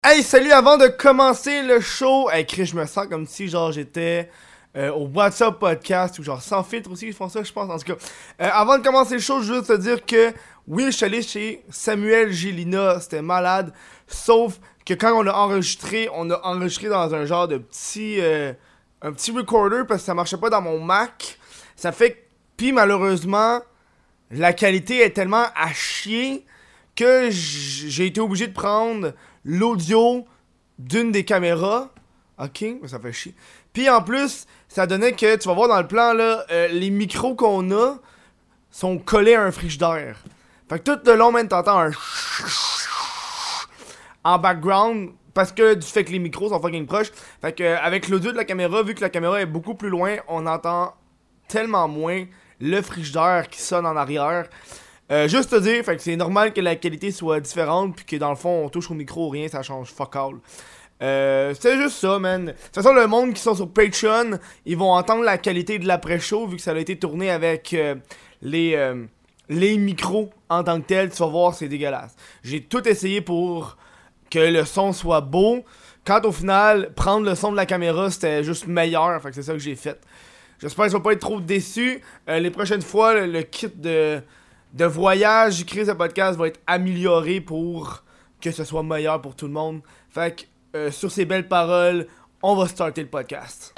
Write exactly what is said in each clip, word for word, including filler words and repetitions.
Hey, salut, avant de commencer le show, hey, Chris, je me sens comme si genre j'étais euh, au WhatsApp podcast ou genre sans filtre aussi, ils font ça, je pense, en tout cas. Euh, avant de commencer le show, je veux te dire que oui, je suis allé chez Samuel Gélina, c'était malade, sauf que quand on a enregistré, on a enregistré dans un genre de petit, euh, un petit recorder parce que ça marchait pas dans mon Mac. Ça fait que, pis malheureusement, la qualité est tellement à chier que j'ai été obligé de prendre l'audio d'une des caméras. Ok, ça fait chier. Puis en plus, ça donnait que, tu vas voir dans le plan là, euh, les micros qu'on a sont collés à un frigidaire. Fait que tout le long, même, t'entends un en background parce que du fait que les micros sont fucking proches. Fait que avec l'audio de la caméra, vu que la caméra est beaucoup plus loin, on entend tellement moins le frigidaire qui sonne en arrière. Euh, juste te dire, fait que c'est normal que la qualité soit différente, puis que dans le fond, on touche au micro ou rien, ça change fuck all. Euh, c'est juste ça, man. De toute façon, le monde qui sont sur Patreon, ils vont entendre la qualité de l'après-show, vu que ça a été tourné avec euh, les, euh, les micros en tant que tel. Tu vas voir, c'est dégueulasse. J'ai tout essayé pour que le son soit beau. Quand au final, prendre le son de la caméra, c'était juste meilleur, fait que c'est ça que j'ai fait. J'espère que tu vas pas être trop déçu. Euh, les prochaines fois, le, le kit de... de voyage, Chris, le podcast va être amélioré pour que ce soit meilleur pour tout le monde. Fait que, euh, sur ces belles paroles, on va starter le podcast.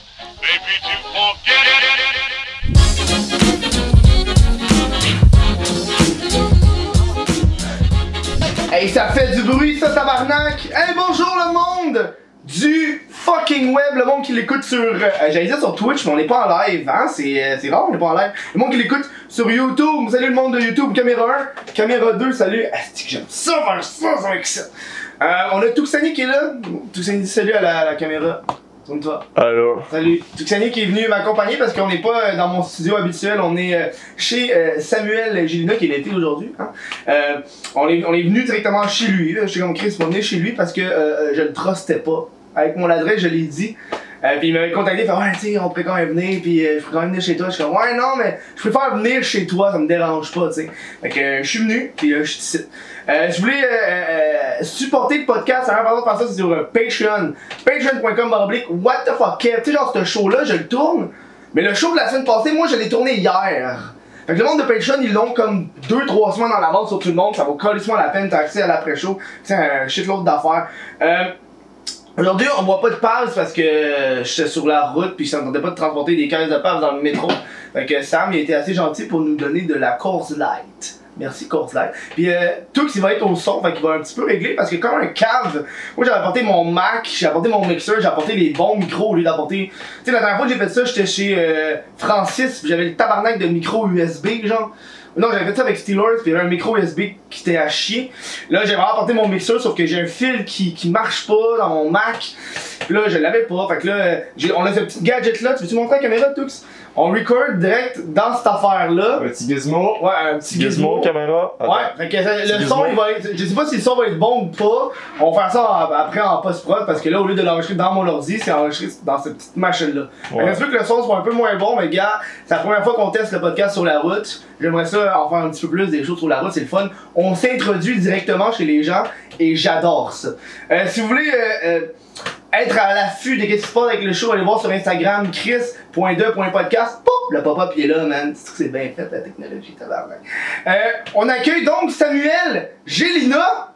Hey, ça fait du bruit, ça, tabarnak! Hey, bonjour le monde! Du fucking web, le monde qui l'écoute sur, euh, j'allais dire sur Twitch, mais on n'est pas en live, hein, c'est, euh, c'est rare, on n'est pas en live. Le monde qui l'écoute sur YouTube, salut le monde de YouTube, caméra un, caméra deux, salut, asti que j'aime ça faire ça, ça m'excite. Euh, on a Tuxani qui est là, Tuxani, salut à la, à la caméra, tourne-toi. Allô. Salut, Tuxani qui est venu m'accompagner parce qu'on n'est pas dans mon studio habituel, on est euh, chez euh, Samuel Gélina qui est l'été aujourd'hui, hein. Euh, on est, on est venu directement chez lui, là, je suis comme Chris, on est chez lui parce que euh, je le trustais pas. Avec mon adresse, je l'ai dit. Euh, puis il m'avait contacté, il fait ouais, tu sais, on pourrait quand même venir, puis euh, je pourrais quand même venir chez toi. Je suis comme ouais, non, mais je préfère venir chez toi, ça me dérange pas, tu sais. Fait que euh, je suis venu, puis là, je suis ici. Euh, je voulais euh, euh, supporter le podcast, la meilleure façon de faire ça, c'est sur euh, Patreon. Patreon point com baroblique what the fuck, tu sais, genre, ce show-là, je le tourne, mais le show de la semaine passée, moi, je l'ai tourné hier. Fait que le monde de Patreon, ils l'ont comme deux trois semaines en avance sur tout le monde, ça vaut colissement la peine, t'as accès à l'après-show, c'est un shitload d'affaires. Euh, Aujourd'hui, on voit pas de pause parce que euh, j'étais sur la route puis ça me tentait pas de transporter des caisses de pause dans le métro. Fait que Sam, il a été assez gentil pour nous donner de la Coors Light. Merci Coors Light. Puis euh, Tux, il va être au son, fait qu'il va un petit peu régler parce que comme un cave, moi j'avais apporté mon Mac, j'ai apporté mon mixeur, j'ai apporté les bons micros au lieu d'apporter... Tu sais, la dernière fois que j'ai fait ça, j'étais chez euh, Francis, pis j'avais le tabarnak de micro U S B, genre. Non, j'avais fait ça avec Steelers, pis il y avait un micro U S B qui était à chier. Là, j'ai vraiment apporté mon mixeur, sauf que j'ai un fil qui, qui marche pas dans mon Mac. Pis là, je l'avais pas. Fait que là, j'ai, on a ce petit gadget là. Tu veux-tu montrer la caméra, Tux? On record direct dans cette affaire-là. Un petit gizmo. Ouais, un petit gizmo. gizmo. caméra. Attends. Ouais, fait que ça, le gizmo. son, il va être. Je sais pas si le son va être bon ou pas. On va faire ça en, après en post-prod parce que là, au lieu de l'enregistrer dans mon ordi, c'est enregistré dans cette petite machine-là. Ouais. Fait que ça se peut que le son soit un peu moins bon, mais gars, c'est la première fois qu'on teste le podcast sur la route. J'aimerais ça en faire un petit peu plus des choses sur la route, c'est le fun. On s'introduit directement chez les gens et j'adore ça. Euh, si vous voulez. Euh, euh, être à l'affût de ce qui se passe avec le show, allez voir sur Instagram chris point deux point podcast. Pop, le pop-up il est là, man. C'est que c'est bien fait la technologie, tabarnak. Euh, on accueille donc Samuel Gélina.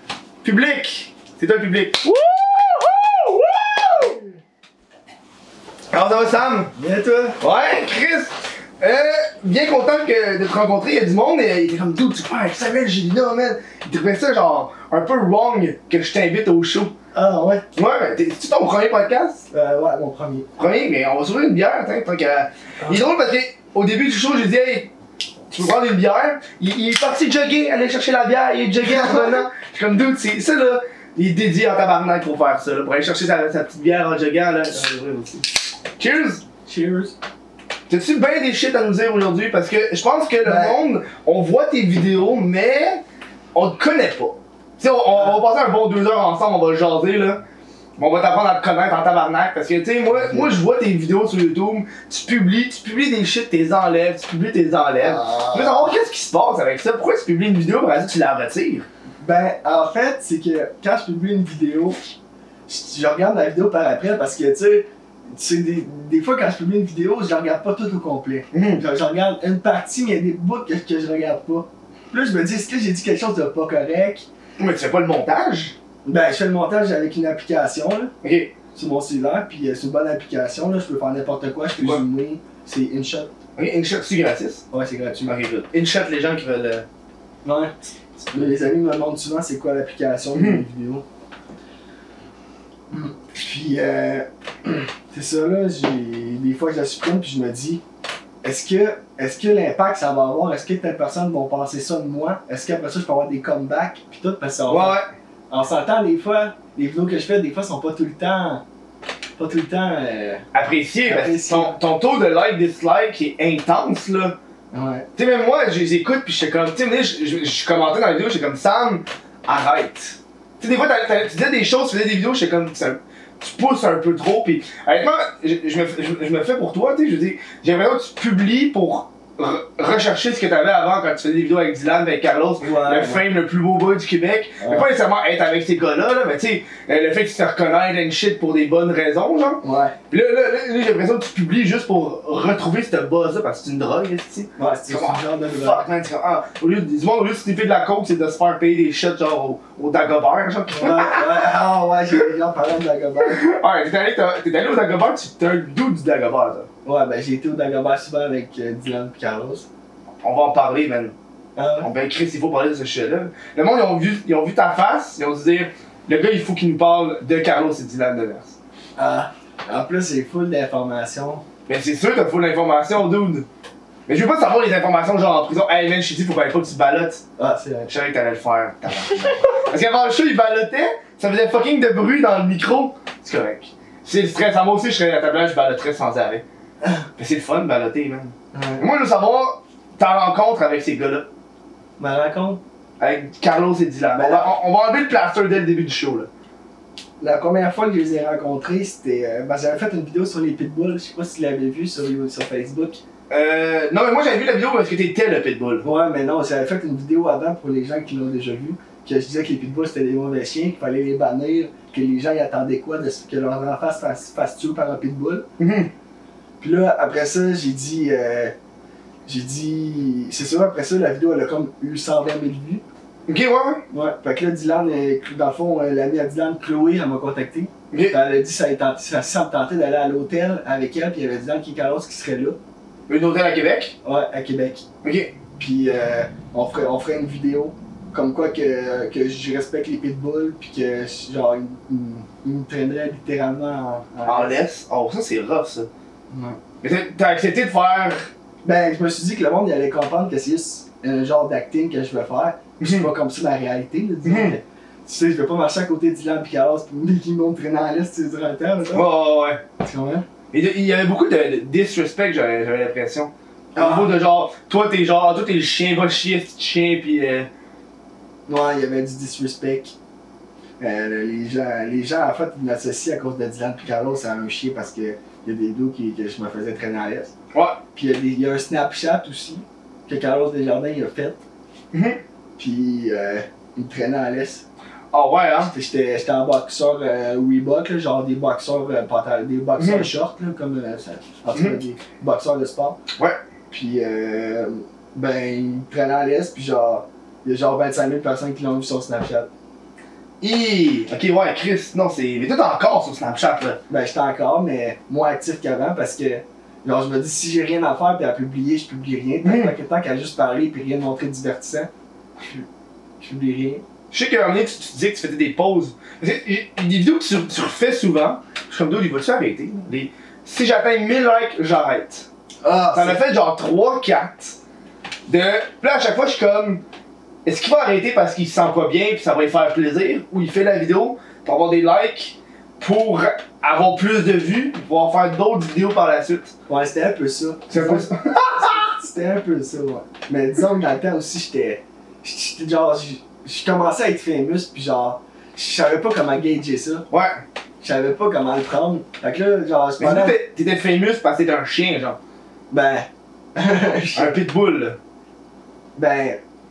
Public. C'est toi le public. Wouhou! Wouhou! Alors ça va Sam? Bien toi? Ouais, Chris! Euh, bien content que, de te rencontrer, il y a du monde et il était comme tout, tu parles avec Samuel Gélina, man. Il trouvait ça genre un peu wrong que je t'invite au show. Ah ouais? Ouais, mais t'es- c'est-tu ton premier podcast? Euh, ouais, mon premier. Premier, mais on va s'ouvrir une bière, t'sais, tant qu'à... Il est drôle parce qu'au début du show, j'ai dit, hey, tu veux prendre une bière? Il, il est parti jogger, aller chercher la bière, il est joggé en revenant. Je suis comme, dude, c'est ça là, il est dédié en tabarnak pour faire ça, là, pour aller chercher sa, sa petite bière en joggant, là. On va l'ouvrir aussi. Cheers! Cheers. T'as-tu bien des shit à nous dire aujourd'hui? Parce que je pense que le Ben. monde, on voit tes vidéos, mais on te connaît pas. Tu sais, on, on, on va passer un bon deux heures ensemble, on va jaser là. On va t'apprendre à te connaître en tabarnak. Parce que tu sais, moi, moi je vois tes vidéos sur YouTube, tu publies, tu publies des shit, t'es enlèves, tu publies, t'es enlèves. Ah. Je veux savoir qu'est-ce qui se passe avec ça? Pourquoi tu publies une vidéo et après ça tu la retires? Ben, en fait, c'est que quand je publie une vidéo, je, je regarde la vidéo par après parce que, tu sais, tu sais, des, des fois quand je publie une vidéo, je la regarde pas tout au complet. Mhm. Je, je regarde une partie, mais il y a des bouts que, que je regarde pas. Puis là, je me dis, est-ce que j'ai dit quelque chose de pas correct? Mais tu fais pas le montage? Ben, je fais le montage avec une application, là, Ok. sur mon cellulaire, puis euh, c'est une bonne application, là, je peux faire n'importe quoi, je peux Ouais. zoomer, c'est InShot. Ok, InShot, c'est gratis. Ouais, c'est gratuit. Ok, good. InShot, les gens qui veulent. euh, Ouais. Les amis me demandent souvent c'est quoi l'application de Mhm. mes vidéos. Mm. Puis, euh, c'est ça là, j'ai des fois que je la supprime puis je me dis, est-ce que, est-ce que l'impact ça va avoir, est-ce que telle personne va penser ça de moi, est-ce qu'après ça je peux avoir des comebacks puis tout parce que ça Ouais, va- ouais. on s'entend des fois, les vidéos que je fais des fois sont pas tout le temps, pas tout le temps, euh, Apprécié, parce que Apprécié. ton, ton taux de like, dislike est intense, là. ouais. Tu sais, même moi, je les écoute, puis j'étais comme, tu sais, je, je, je commentais dans la vidéo, j'étais comme, Sam, arrête. Tu sais, des fois, t'as- t'as- tu disais des choses, tu faisais des vidéos, j'étais comme, ça- tu pousses un peu trop, puis honnêtement, je, je, me, je, je me fais pour toi, tu sais, je veux dire, j'ai l'impression que tu publies pour re- rechercher ce que t'avais avant quand tu faisais des vidéos avec Dylan, avec Carlos, Ouais, le ouais. frame le plus beau boy du Québec. Mais Ouais. pas nécessairement être avec ces gars-là, là, mais tu sais, euh, le fait que tu te reconnaisses and shit pour des bonnes raisons, genre. Ouais, Pis là, là, là, là, j'ai l'impression que tu publies juste pour retrouver cette buzz-là parce que c'est une drogue, tu ouais, c'est ce Comment? genre de Fuck, man, c'est comme, ah, au lieu de, dis-moi, au lieu de sniffer de la coke, c'est de se faire payer des shots, genre, au, au Dagobert, genre. Ouais, ouais, ah ouais, j'ai des gens parlant de Dagobert. Ouais, t'es allé, t'as- t'es allé au Dagobert, tu t'es un doute du Dagobert, toi. Ouais, ben j'ai été au Dagobert souvent avec euh, Dylan et Carlos. On va en parler, man. Ah On ben, Chris, il faut parler de ce shit-là. Le monde, ils ont vu, ils ont vu ta face, ils ont se dire, le gars, il faut qu'il nous parle de Carlos et Dylan Devers. Ah, en plus, c'est full d'informations. Mais c'est sûr, t'as full l'information, dude. Mais je veux pas savoir les informations, genre en prison. Hey man, je t'ai dit, faut pas que tu balottes. Ah, c'est vrai. Je savais que t'allais le faire. tabarnak. Parce qu'avant le show, il ballottait, ça faisait fucking de bruit dans le micro. C'est correct. C'est le stress. Moi aussi, je serais à ta place, je ballotterais sans arrêt. Mais c'est le fun de ballotter, man. Ouais. Moi, je veux savoir ta rencontre avec ces gars-là. Ma rencontre, Avec Carlos et Dylan. On va, on, on va enlever le plaster dès le début du show, là. la première fois que je les ai rencontrés, c'était. Euh, ben, j'avais fait une vidéo sur les pitbulls, je sais pas si tu l'avais vu sur, sur Facebook. Euh. Non, mais moi, j'avais vu la vidéo parce que t'étais le pitbull. Ouais, mais non, j'avais fait une vidéo avant pour les gens qui l'ont déjà vu, que je disais que les pitbulls c'était des mauvais chiens, qu'il fallait les bannir, que les gens y attendaient quoi de ce que leurs enfants se fassent, fassent tuer par un pitbull. Mhm. Puis là, après ça, j'ai dit. Euh, j'ai dit. C'est sûr, après ça, la vidéo elle a comme eu cent vingt mille vues. Ok, ouais, ouais. Ouais, fait que là, Dylan, euh, dans le fond, euh, l'amie à Dylan, Chloé, elle m'a contacté. Ok. Elle a dit ça, tenté, ça, ça me tentait d'aller à l'hôtel avec elle, puis il y avait Dylan qui Carlos qui serait là. Une hôtel à Québec. Ouais, à Québec. Ok. Puis euh, on, ferait, on ferait une vidéo, comme quoi que, que je respecte les pitbulls, puis que genre, ils il, il me traîneraient littéralement en, En laisse. Oh, ça, c'est rough, ça. Ouais. Mais t'as- t'as accepté de faire. Ben, je me suis dit que le monde il allait comprendre que c'est juste un genre d'acting que je veux faire. C'est pas comme ça la réalité, là, disons. Mhm. que, tu sais, je vais pas marcher à côté de Dylan et Carlos pour qui me traîner en laisse, tu sais, durant le temps, Ouais, mettons. ouais, ouais. Tu comprends? Et de- il y avait beaucoup de, de disrespect, j'avais j'avais l'impression. Au Ah. niveau de genre, toi t'es genre, toi t'es le chien, va chier, ce petit chien, pis euh. Ouais, il y avait du disrespect. Euh, les, gens, les gens, en fait, ils m'associent à cause de Dylan et Carlos à un chien parce que il y a des dos qui, que je me faisais traîner en laisse. Ouais. Puis il y, a des- il y a un Snapchat aussi que Carlos Desjardins il a fait. Mhm. Puis euh, il me traînait en laisse. Ah ouais, hein. J'étais j'étais en boxeur euh, Reebok, là, genre des boxeurs, euh, pantal- des boxeurs Mhm. shorts, là, comme euh, ça, en tout cas, Mhm. des boxeurs de sport. Ouais. Puis euh, ben, il me traînait en laisse, puis genre, il y a genre vingt-cinq mille personnes qui l'ont vu sur Snapchat. Hi. Ok, ouais, Chris, non, c'est. Mais toi t'es encore sur Snapchat, là. Ben, j'étais encore, mais moins actif qu'avant parce que, genre, je me dis, si j'ai rien à faire puis à publier, je publie rien. Tant, Mhm. tant que- tant qu'à juste parler puis rien montrer de divertissant, je, je publie rien. Je sais qu'à un moment donné, tu, tu disais que tu faisais des pauses. Parce que, y- y a des vidéos que tu, tu refais souvent. Je suis comme, dude, il va-tu arrêter? Les- Si j'atteins mille likes, j'arrête. Ah, Ça m'a fait genre trois quatre. De. Puis là, à chaque fois, je suis comme. Est-ce qu'il va arrêter parce qu'il se sent pas bien puis ça va lui faire plaisir? Ou il fait la vidéo pour avoir des likes, pour avoir plus de vues, pour pouvoir faire d'autres vidéos par la suite? Ouais, c'était un peu ça. C'est un peu ça. C'était un peu ça, ouais. Mais disons que dans le temps aussi, j'étais. J'étais genre. j'- Je commençais à être famous, puis genre. Je savais pas comment gager ça. Ouais. Je savais pas comment le prendre. Fait que là, genre, je Mais parlais. t'étais- t'étais famous parce que t'étais un chien, genre. Ben. Un pitbull, là. ben.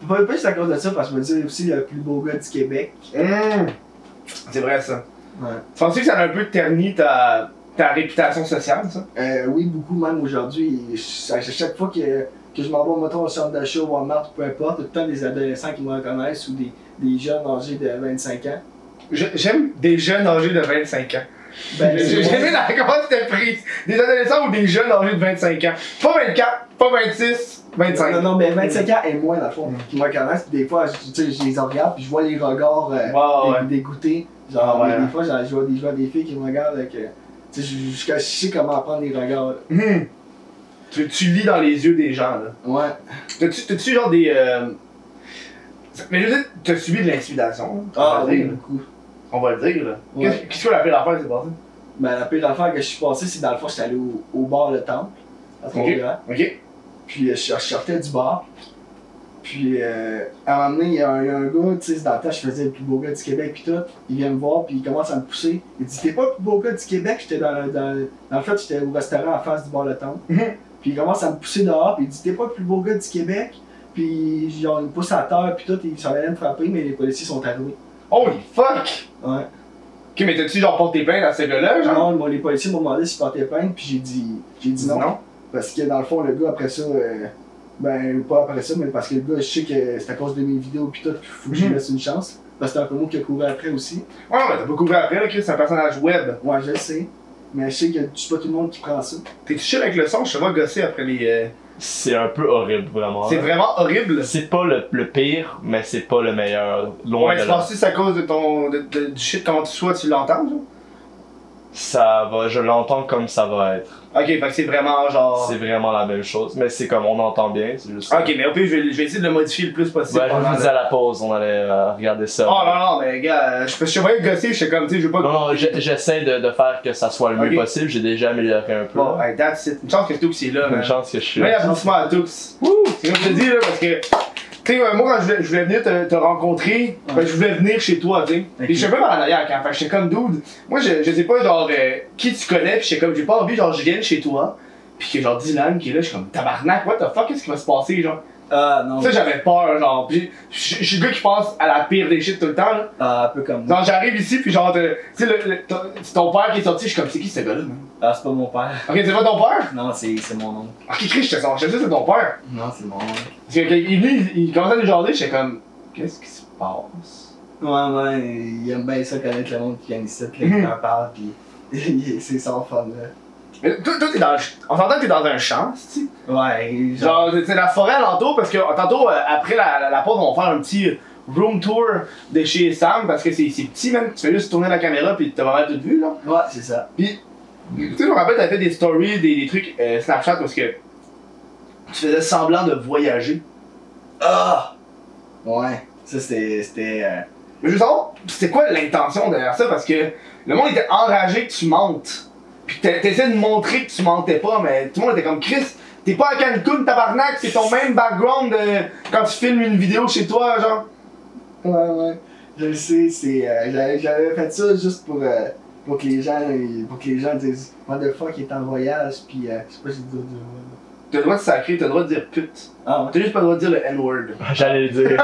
Pas, pas juste à cause de ça, parce que je me dis aussi le plus beau gars du Québec. Mmh. C'est vrai ça. Ouais. Tu penses que ça a un peu terni ta, ta réputation sociale, ça? Euh, oui, beaucoup, même aujourd'hui. À chaque fois que, que je m'en vais, mettons, au centre d'achat, au Walmart, peu importe, tout le temps des adolescents qui me reconnaissent ou des, des jeunes âgés de vingt-cinq ans. Je- J'aime des jeunes âgés de vingt-cinq ans. Ben, J'ai c'est- aimé la comment c'était pris. Des adolescents ou des jeunes âgés de vingt-cinq ans. Pas vingt-quatre, pas vingt-six, vingt-cinq. Non, non, mais vingt-cinq ans et moins, dans le fond, qui me reconnaissent. Puis des fois, je, tu sais, je les regarde, puis je vois les regards euh, Ouais, ouais. dé- dégoûtés. Genre, Ouais. des, des fois, genre, je, vois des, je vois des filles qui me regardent, là, que, tu sais, je, je, je sais comment prendre les regards. Là. Hum. Tu, tu lis dans les yeux des gens, là. Ouais. T'as-tu, t'as-tu genre des. Euh... Mais je veux dire, t'as subi de l'intimidation, là. On Ah va le oui, dire, là. beaucoup. On va le dire, là. Ouais. Qu'est-ce, qu'est-ce que la pire affaire s'est passée? Ben, la pire affaire que je suis passé, c'est dans le fond, j'étais allé au, au bar Le Temple, à Trois-Rivières. Ok. Puis euh, je, je sortais du bar. Puis euh, à un moment donné, il y a un, il y a un gars, tu sais, dans le temps, je faisais le plus beau gars du Québec, puis tout. Il vient me voir, puis il commence à me pousser. Il dit, t'es pas le plus beau gars du Québec? J'étais dans, le- dans, le- dans le fait, j'étais au restaurant en face du bar Le Temple. Mhm. Puis il commence à me pousser dehors, puis il dit, t'es pas le plus beau gars du Québec? Puis genre, il me pousse à terre, puis tout, il s'en allait me frapper, mais les policiers sont arrivés. Holy fuck! Ouais. Ok, mais t'as-tu genre porté plainte à ce gars-là, genre? Non, moi, les policiers m'ont demandé si je portais plainte, puis j'ai dit, j'ai dit non. Non. Parce que dans le fond, le gars, après ça, euh, ben, pas après ça, mais parce que le gars, je sais que c'est à cause de mes vidéos pis tout, faut que je lui Mhm. laisse une chance. Parce que c'est un peu moi qui a couru après aussi. Ouais, mais t'as pas couvert après, là, Chris, c'est un personnage web. Ouais, je le sais. Mais je sais que c'est pas tout le monde qui prend ça. T'es chill avec le son, je te vois gosser après les. euh, C'est un peu horrible, vraiment. C'est vraiment horrible. C'est pas le, le pire, mais c'est pas le meilleur. Loin Ouais, de tu là. penses que c'est à cause de ton. De, de- du shit, comment tu sois, tu l'entends, genre? Ça va, je l'entends comme ça va être. Ok, fait que c'est vraiment genre. C'est vraiment la même chose, mais c'est comme on entend bien, c'est juste. Ok, mais au pire, je vais, je vais essayer de le modifier le plus possible. Ouais, je pendant vous le- disais à la pause, on allait euh, regarder ça. Oh non, non, mais gars, je, je te voyais gosser, j'étais comme, tu sais, je veux pas. Non, non, je- j'essaie de, de faire que ça soit le mieux Ok. possible, j'ai déjà amélioré un peu. Bon, hey, that's it. Une chance que Tux est là, Une man. chance que je suis Mais là. applaudissements à Tux. C'est comme je te dis, là, parce que. Tu sais, euh, moi, quand je voulais, je voulais venir te, te rencontrer, Ouais. ben, je voulais venir chez toi, tu sais. Ok. Puis je suis un peu paranoïaque, hein. Fait que j'étais comme, dude, moi, je, je sais pas, genre, euh, qui tu connais, pis j'étais comme, j'ai pas envie, genre, je vienne chez toi, pis que, genre, Dylan qui est là, je suis comme, tabarnak, what the fuck, qu'est-ce qui va se passer, genre. Ah, non. Ça, j'avais peur, genre. Pis je je suis le gars qui pense à la pire des shit tout le temps, là. Ah, un peu comme moi. Genre, j'arrive ici, pis genre, te- tu sais, le- le- ton, c'est ton père qui est sorti, je suis comme, c'est qui ce gars-là, man? Ah, c'est pas mon père. Ok, c'est pas ton père? Non, c'est c'est mon oncle. Ok, Chris, je te sens, je te dis, c'est ton père. Non, c'est mon oncle. Parce que quand il est venu, il, il commençait à nous jaser, j'étais comme, qu'est-ce qui se passe? Ouais, ouais, il aime bien ça connaître le monde qui vient ici, là, qui en parle, pis c'est son fun, là. Mais toi, toi, t'es dans le ch- on s'entend que t'es dans un champ, tu Ouais, genre. genre, c'est la forêt alentour, parce que tantôt, euh, après la, la, la pause, on va faire un petit room tour de chez Sam, parce que c'est c'est petit, même, tu fais juste tourner la caméra, pis t'as vraiment tout vu, là. Ouais, c'est ça. Pis, tu sais, je me rappelle, t'avais fait des stories, des, des trucs euh, Snapchat, parce que tu faisais semblant de voyager. Ah! Ouais, ça c'était. C'était. Euh... Mais je veux savoir, c'était quoi l'intention derrière ça, parce que le monde était enragé que tu mentes. Pis t'a- t'essaies de montrer que tu mentais pas, mais tout le monde était comme Chris, t'es pas à Cancun, tabarnak, c'est ton même background de quand tu filmes une vidéo chez toi, genre. Ouais, ouais. Je le sais, c'est. Euh, j'avais- J'avais fait ça juste pour. Euh, pour que les gens. Pour que les gens disent. What the fuck, il est en voyage, pis. Euh, je sais pas si je dois dire. T'as le droit de sacrer, t'as le droit de dire pute. Ah, ouais. T'as juste pas le droit de dire le N-word. J'allais le dire.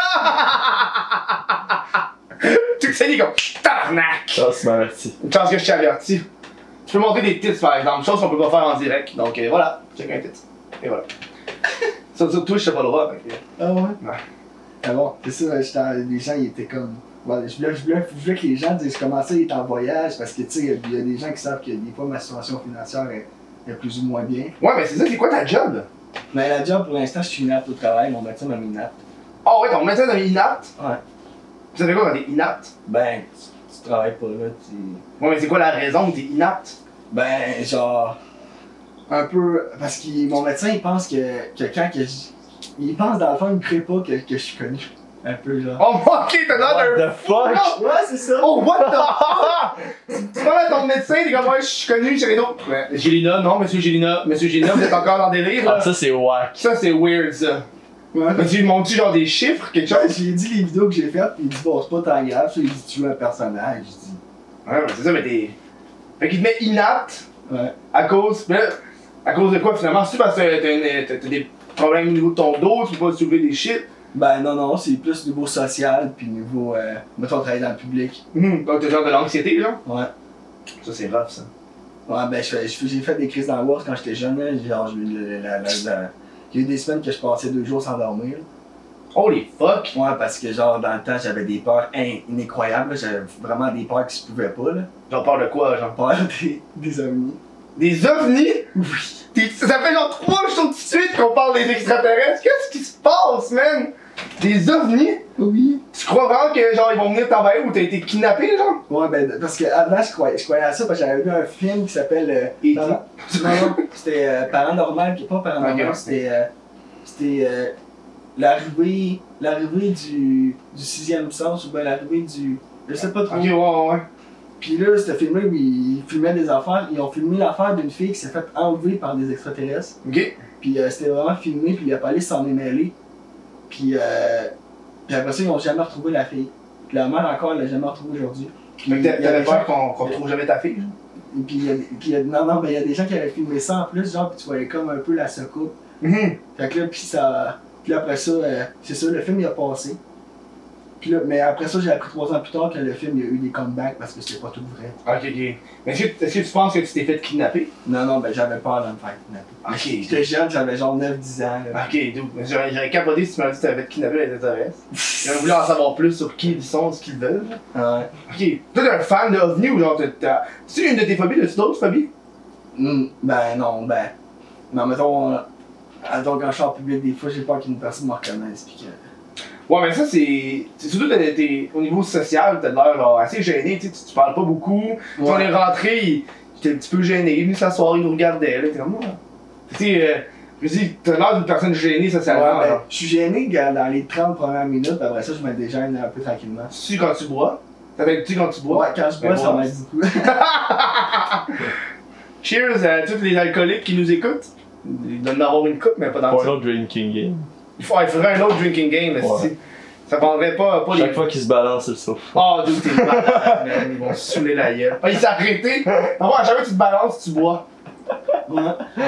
Tu sais, il est comme tabarnak! Oh, c'est m'averti. Une chance que je t'ai averti. Tu peux montrer des tits par exemple, chose qu'on peut pas faire en direct. Donc euh, voilà, check un tit. Et voilà. Sur, sur Twitch, t'as pas le droit. Fait que... Ah ouais? Ouais. Ah bon, c'est ça, j'étais- les gens ils étaient comme. Ouais, je, voulais, je, voulais, je voulais que les gens disent comment ça il est en voyage parce que tu sais, il y a- il y a des gens qui savent que des fois ma situation financière est, est plus ou moins bien. Ouais, mais c'est ça, c'est quoi ta job? Mais la job pour l'instant, je suis inapte au travail, mon médecin m'a mis inapte. Oh ouais, ton médecin est inapte? Ouais. Ça fait quoi quand t'es inapte? Ben, tu, tu travailles pas là, tu. Ouais, mais c'est quoi la raison que t'es inapte? Ben, genre. Un peu. Parce que mon médecin il pense que, que quand que je- il pense dans le fond, il me crée pas que, que je suis connu. Un peu genre. Oh, ok, t'as l'air What d'un. the fuck? Ouais, c'est ça! Oh, what the fuck? Tu parles à ton médecin, t'es comme, ouais, je suis connu chez les autres. Ouais, Gélina, non, monsieur Gélina. Monsieur Gélina, vous êtes encore dans le délire, là. Ah, ça c'est whack. Ça, c'est weird, ça. Ouais. Mais tu lui montres genre des chiffres, quelque Ben, chose? j'ai dit les vidéos que j'ai faites, pis il dit bon, c'est pas tant grave, ça, il dit tu veux un personnage. Je dis Ouais, mais c'est ça, mais t'es. Fait qu'il te met inapte ouais. à cause. Mais là, à cause de quoi finalement? C'est parce que t'as, une- t'as- t'as des problèmes au niveau de ton dos, tu peux pas soulever des shit. Ben non, non, c'est plus niveau social, puis niveau, euh, mettons, travailler dans le public. Hum, donc t'as genre de l'anxiété, genre? Ouais. Ça, c'est rough, ça. Ouais, ben je fais- je- j'ai fait des crises d'angoisse quand j'étais jeune, là. Genre, j'ai eu la- la- la- la- il y a eu des semaines que je passais deux jours sans dormir. Holy fuck! Ouais, parce que genre, dans le temps, j'avais des peurs in- incroyables, là. J'avais vraiment des peurs qui se pouvaient pas, là. J'en parle de quoi, genre? Peur des, des ovnis. Des ovnis? Oui. T'es- Ça fait genre trois jours de suite qu'on parle des extraterrestres. Qu'est-ce qui se passe, man? Des ovnis? Oui. Tu crois vraiment que genre ils vont venir t'envahir ou t'as été kidnappé, genre? Ouais, ben, parce que avant, je croyais, je croyais à ça, parce que j'avais vu un film qui s'appelle. Euh, E T. Parent- non, non, c'était euh, Paranormal, qui est pas Paranormal, Ok. c'était. Euh, c'était euh, l'arrivée. L'arrivée du, du sixième sens, ou bien l'arrivée du. Je sais pas trop. Ok, ouais, ouais, ouais. Puis là, c'était filmé où ils filmaient des affaires. Ils ont filmé l'affaire d'une fille qui s'est faite enlever par des extraterrestres. Ok. Puis euh, c'était vraiment filmé, puis la police s'en est mêlée. Puis, euh, puis après ça, ils ont jamais retrouvé la fille. Puis la mère encore, elle l'a jamais retrouvée aujourd'hui. Puis Fait que t'a- il y a t'avais des peur gens- qu'on qu'on retrouve jamais ta fille, genre? Puis il y a, puis il y a- non, non, mais il y a des gens qui avaient filmé ça en plus, genre, puis tu voyais comme un peu la secoupe. Mhm. Fait que là, puis ça. Puis là, après ça, euh, c'est ça, le film il a passé. Puis là, mais après ça, j'ai appris trois ans plus tard que le film il y a eu des comebacks parce que c'était pas tout vrai. Ok, ok. Mais est-ce que, est-ce que tu penses que tu t'es fait kidnapper? Non, non, ben j'avais peur de me faire kidnapper. Ok. J'étais jeune, j'avais genre neuf dix ans. Là. Ok, dude. Mais J'aurais j'aurais capoté si tu m'avais dit que tu t'avais fait kidnapper les extraterrestres. J'aurais voulu en savoir plus sur qui ils sont, ce qu'ils veulent. là. Ouais. Ok. Toi, t'es un fan de OVNI ou genre t'as- t'as. C'est une de tes phobies? As-tu d'autres phobies? Hmm, ben non, ben. Mais mettons, euh, mettons quand je suis en public, des fois j'ai peur qu'une personne me reconnaisse. Puis que. Ouais, mais ça, c'est. C'est surtout t'es- t'es- au niveau social, t'as l'air genre, assez gêné, tu sais, tu tu parles pas beaucoup. Quand on est rentré, il il était un petit peu gêné, il est venu s'asseoir, il nous regardait, là, t'es comme moi. Tu sais, euh, je me dis, t'as l'air d'une personne gênée socialement. Ouais, ben, genre. je suis gêné gars, dans les trente premières minutes, après ça je me dégêne un peu tranquillement. Tu quand tu bois? Ça fait tu quand tu bois? Ouais, quand je bois, Ben, ça ouais. m'aide beaucoup. Cheers à tous les alcooliques qui nous écoutent. Ils donnent d'avoir une coupe, mais pas dans Pour le un autre drinking game. il, faut, il faudrait un autre drinking game, Ouais. si. Ça prendrait pas, pas Chaque les. fois qu'il se balance, il souffle. Oh, dude, t'es malade, man. Ils vont se saouler la gueule. Ah, il s'est arrêté. Non, à jamais tu te balances, tu bois. Ouais.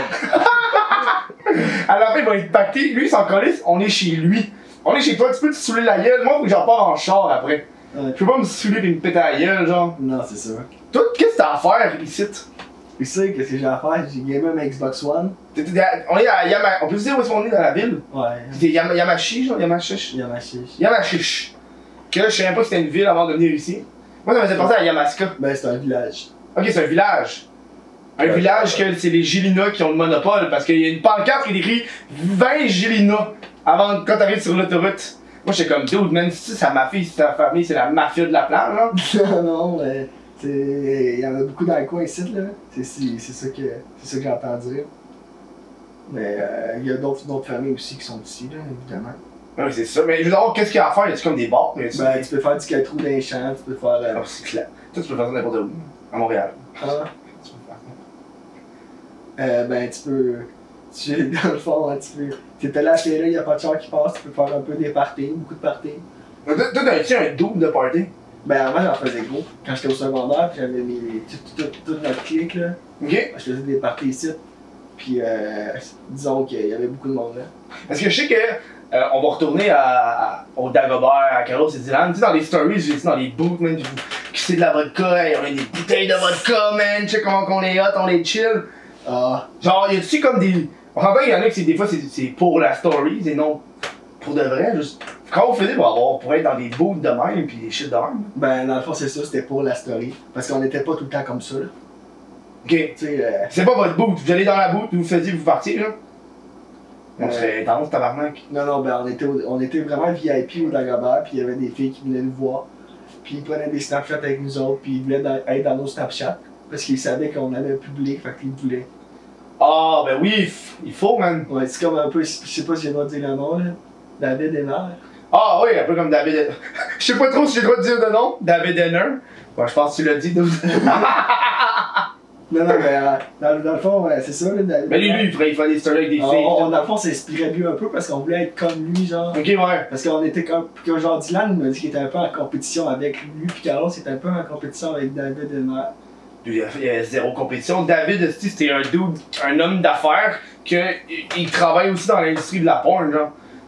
À la fin, il va être pacté. Lui, il s'en calisse, on est chez lui. On est chez toi, tu peux te saouler la gueule. Moi, faut que j'en parte en char après. Ouais. Je peux pas me saouler pis me péter la gueule, genre. Non, c'est sûr. Toi, qu'est-ce que t'as à faire ici? Tu sais, qu'est-ce que j'ai à faire? J'ai gamé ma Xbox One. T'es- t'es à- On est à Yama... On peut dire où est-ce qu'on est dans la ville? Ouais. C'est Yama... Yamachi, genre? Yamachiche? Il y a ma chiche. Yamachiche. Que là, je savais même pas que c'était une ville avant de venir ici. Moi, ça me faisait penser à Yamaska. Ben, c'est un village. Ok, c'est un village. Un Ouais. village que c'est les Gélina qui ont le monopole parce qu'il y a une pancarte qui est écrit vingt Gélina avant quand t'arrives sur l'autoroute. Moi j'étais comme dude man, si c'est ma fille, c'est ta famille, c'est la mafia de la plage genre. non, non, mais. c'est- Il y en a beaucoup dans le coin ici, là. C'est c'est- c'est ça que, c'est ça que j'entends dire. Mais euh, il y a d'autres d'autres familles aussi qui sont ici, là, évidemment. Ouais, oui, c'est ça. Mais je veux savoir qu'est-ce qu'il y a à faire, y a-tu comme des bars? Y a-tu Ben, tu peux faire du quatre-roues dans les champs, tu peux faire. Euh, Oh, c'est clair. Toi tu peux faire ça n'importe où. À Montréal. ah, Tu peux faire ça. euh, ben, tu peux. Tu, dans le fond, hein, tu peux. T'es allé à la télé, il n'y a pas de char qui passe, tu peux faire un peu des parties, beaucoup de parties. Mais Toi, toi, t'as-tu un double de party? Ben, avant, j'en faisais gros. Quand j'étais au secondaire, puis j'avais mes. Toute, toute, toute notre clique, là. Ok? Je faisais des parties ici. Puis, euh, disons qu'il y avait beaucoup de monde là. Parce que je sais que euh, on va retourner à, à- au Dagobert, à Carlos et Dylan. Tu sais, dans les stories, j'ai dit dans les booths, man, qui c'est de la vodka, hey, on a des bouteilles de vodka, man, tu sais comment qu'on est hot, on est chill. Ah, Genre, y a-tu comme des. On s'entend qu'il y en a que c'est des fois c'est c'est pour la story, et non pour de vrai. Juste... Quand on faisait pour avoir pour être dans des booths de même, pis des shit de même. ben, dans le fond, c'est ça, c'était pour la story. Parce qu'on n'était pas tout le temps comme ça, là. Ok. Tu sais, euh, C'est pas votre boot, vous allez dans la boot, vous faisiez, vous partiez, là. On Euh. serait intense, tabarnak. non, non, ben, on était, au- on était vraiment V I P au Dagobert, puis il y avait des filles qui venaient nous voir. Puis ils prenaient des Snapchats avec nous autres, puis ils voulaient dans- être dans nos Snapchats. Parce qu'ils savaient qu'on avait un public, fait qu'ils voulaient. Ah, ben oui, f- il faut, man. Ouais, c'est comme un peu, je sais pas si j'ai le droit de dire le nom, là. David Hénard. Ah oui, un peu comme David. Je sais pas trop si j'ai le droit de dire de nom. David Henner. Ouais, je pense que tu l'as dit. dude. Non, non, mais euh, dans, dans le fond, ouais, c'est ça, là, David. Mais lui, lui, il ferait, il ferait des stories avec des On- filles. on, dans le fond, on s'inspirait de lui un peu parce qu'on voulait être comme lui, genre. Ok, ouais. Parce qu'on était comme. Que genre Dylan m'a dit qu'il était un peu en compétition avec lui, puis Carlos était un peu en compétition avec David Hénard. Il y a, il y a zéro compétition. David, esti, c'était un dude, un homme d'affaires, que il il travaille aussi dans l'industrie de la porn, genre.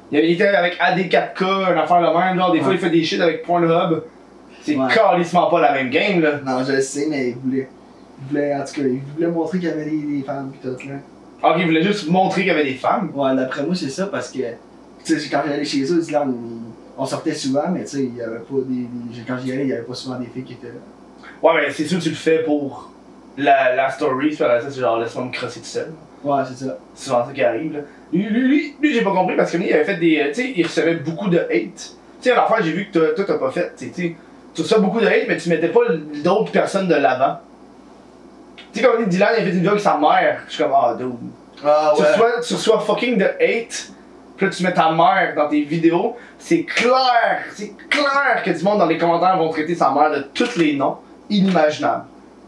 Il était avec A D quatre K, une affaire de même, genre des fois Ouais. il fait des shit avec Pornhub. C'est Ouais. calissement pas la même game là. Non, je le sais, mais il voulait. Il voulait, en tout cas, il voulait montrer qu'il y avait des, des femmes pis tout là. Ok, il voulait juste montrer qu'il y avait des femmes. Ouais, d'après moi, c'est ça parce que. Tu sais, quand j'allais chez eux, Dylan, on sortait souvent, mais tu sais, il y avait pas des. des- quand j'y allais, il y avait pas souvent des filles qui étaient là. Ouais, mais c'est sûr que tu le fais pour la, la story, puis après ça, c'est genre laisse-moi me crosser tout seul. Ouais, c'est ça. C'est souvent ça qui arrive là. Lui, lui, lui, lui j'ai pas compris parce que lui, il avait fait des. euh, Tu sais, il recevait beaucoup de hate. Tu sais, à la fois, j'ai vu que toi, toi, t'as pas fait. Tu sais, tu reçois beaucoup de hate, mais tu mettais pas d'autres personnes de l'avant. Tu sais, comme dit Dylan, il a fait une vidéo avec sa mère. Je suis comme, ah, dude. Ah Tu, reçois, tu reçois fucking de hate, puis là tu mets ta mère dans tes vidéos, c'est clair, c'est clair que du monde dans les commentaires vont traiter sa mère de tous les noms inimaginables.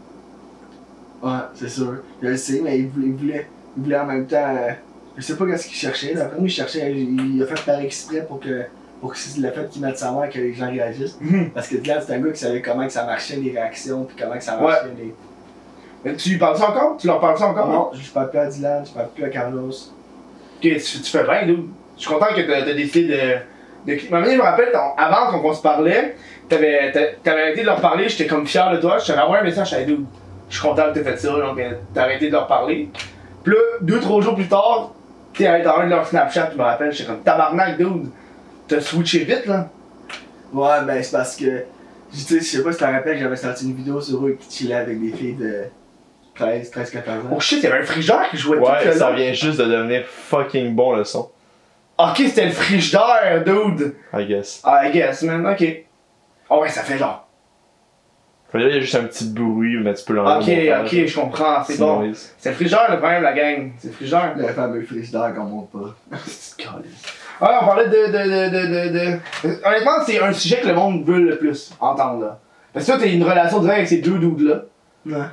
Ouais, c'est sûr. Je le sais, mais il voulait, il voulait, il voulait en même temps. euh, je sais pas qu'est-ce qu'il cherchait. D'après moi, il cherchait. Il a fait par exprès pour que. Pour que c'est le fait qu'il mette sa mère que les gens réagissent. Parce que Dylan, c'est un gars qui savait comment que ça marchait les réactions, puis comment que ça marchait les. Mais tu lui parles ça encore? Tu leur parles ça encore? Non, je parle plus à Dylan, je parle plus à Carlos. Ok, tu, tu fais bien, dude. Je suis content que t'as as décidé de. de... Mais je me rappelle, ton- avant qu'on qu'on se parlait, t'avais t'a- t'avais arrêté de leur parler, j'étais comme fier de toi, je t'avais envoyé un message, je t'avais dit, dude, je suis content que t'aies fait ça, donc euh, t'as arrêté de leur parler. Puis là, deux, trois jours plus tard, t'es allé dans un de leurs Snapchat, je me rappelle, j'étais comme tabarnak, dude. T'as switché vite, là. Ouais, ben c'est parce que. Tu sais, je sais pas si tu te rappelles, j'avais sorti une vidéo sur eux qui chillaient avec des filles de treize, treize, quatorze ans. Oh shit, y'avait un frigère qui jouait tout Ouais, le ça long. vient juste de devenir fucking bon le son. Ok, c'était le frigidaire, dude. I guess. I guess, man, ok. Oh ouais, ça fait genre. Fait là, il y a juste un petit bruit, mais tu peux Ok, l'enlever. ok, je comprends, c'est bon. C'est le frigidaire le problème, la gang. C'est le frigidaire. Le fameux frigidaire qu'on monte pas. C'est caliste. Ouais, on parlait de, de, de, de, de, de- Honnêtement, c'est un sujet que le monde veut le plus entendre, là. Parce que toi, t'as une relation directe avec ces deux dudes-là. Ouais.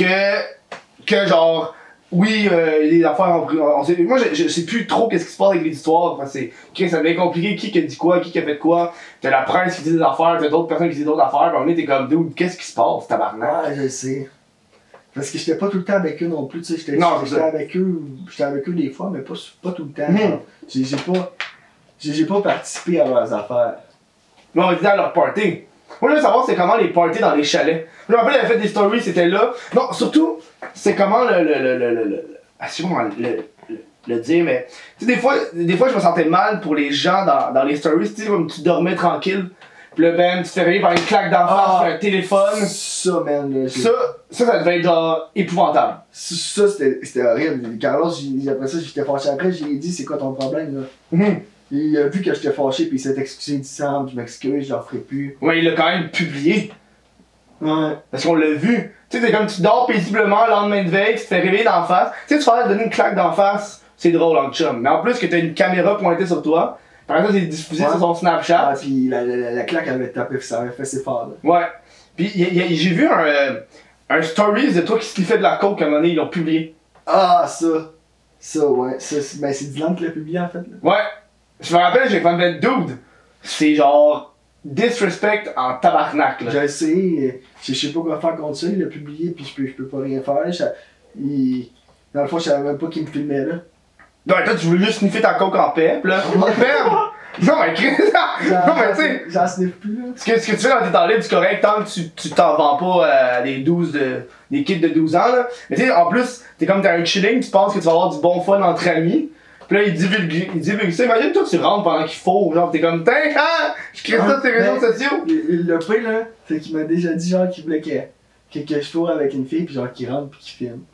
Que. Que genre. Oui, euh, les affaires ont pris. on sait- moi, je, je sais plus trop qu'est-ce qui se passe avec les histoires. Parce que c'est. Chris, ça devient compliqué. Qui qui a dit quoi, qui qui a fait quoi. T'as la presse qui dit des affaires, t'as d'autres personnes qui disent d'autres affaires. Puis à un moment donné, t'es comme, dude, qu'est-ce qui se passe, tabarnak? Ouais, je sais. Parce que j'étais pas tout le temps avec eux non plus, tu sais, j'étais Non, c'est j'étais ça. avec eux, j'étais avec eux des fois, mais pas, pas tout le temps. Mhm. genre. J'ai j'ai pas, j'ai j'ai pas participé à leurs affaires. Mais on était à leur party. Moi, je veux savoir c'est comment les parties dans les chalets. Je me rappelle, elle avait fait des stories, c'était là. Non, surtout, c'est comment le. le, le, le, le, le ah, je sais pas comment le, le, le dire, mais. Tu sais, des fois, des fois, je me sentais mal pour les gens dans, dans les stories, tu sais, comme tu dormais tranquille. Puis là, ben, tu te fais réveiller par une claque d'en face, Ah. puis un téléphone. Ça, man, là, j'ai- Ça, ça, ça devait être genre épouvantable. ça, ça, c'était c'était horrible. Carlos, j'ai- après ça, j'étais fâché après, j'ai dit, c'est quoi ton problème, là? Mhm. Il a vu que j'étais fâché, puis il s'est excusé, il dit, Sam, je m'excuse, je l'en ferai plus. Ouais, il l'a quand même publié. Ouais. Parce qu'on l'a vu. Tu sais, c'est comme tu dors paisiblement le lendemain de veille, tu te fais réveiller d'en face. Tu sais, tu fais donner une claque d'en face, c'est drôle en chum. Mais en plus que t'as une caméra pointée sur toi, par exemple, c'est diffusé Ouais. sur son Snapchat. Ah, puis la, la, la, la claque avait tapé, ça avait fait ses fort, là. Ouais. Puis y a- y a- j'ai vu un, euh, un stories de toi qui sniffait de la coke à un moment donné, ils l'ont publié. Ah, ça. Ça, ouais. Ça, c'est- ben, c'est Dylan qui l'a publié, en fait, là. Ouais. Je me rappelle, j'ai fait une dude. C'est genre disrespect en tabarnak là. J'ai essayé, je je sais pas quoi faire contre ça, il l'a publié, puis je peux, je peux pas rien faire. Je- il- dans le fond, je savais même pas qu'il me filmait, là. Non, mais toi, tu voulais juste sniffer ta coke en paix, pis là. Merde! Non, mais Chris, non, mais tu sais. J'en sniffe plus, là. Ce que, ce que tu fais dans tes temps libres, c'est correct tant que tu tu t'en vends pas à des douze de, des kids de douze ans là. Mais tu sais, en plus, t'es comme t'as un chilling, tu penses que tu vas avoir du bon fun entre amis. Pis là, il divulgue, il divulgue ça. Imagine toi, tu rentres pendant qu'il faut, genre t'es comme, tiens, ah, je crée ça sur tes réseaux Ben, sociaux. Le, le pire, là, c'est qu'il m'a déjà dit, genre, qu'il voulait que, que, que je fourre avec une fille, puis genre, qu'il rentre, puis qu'il filme.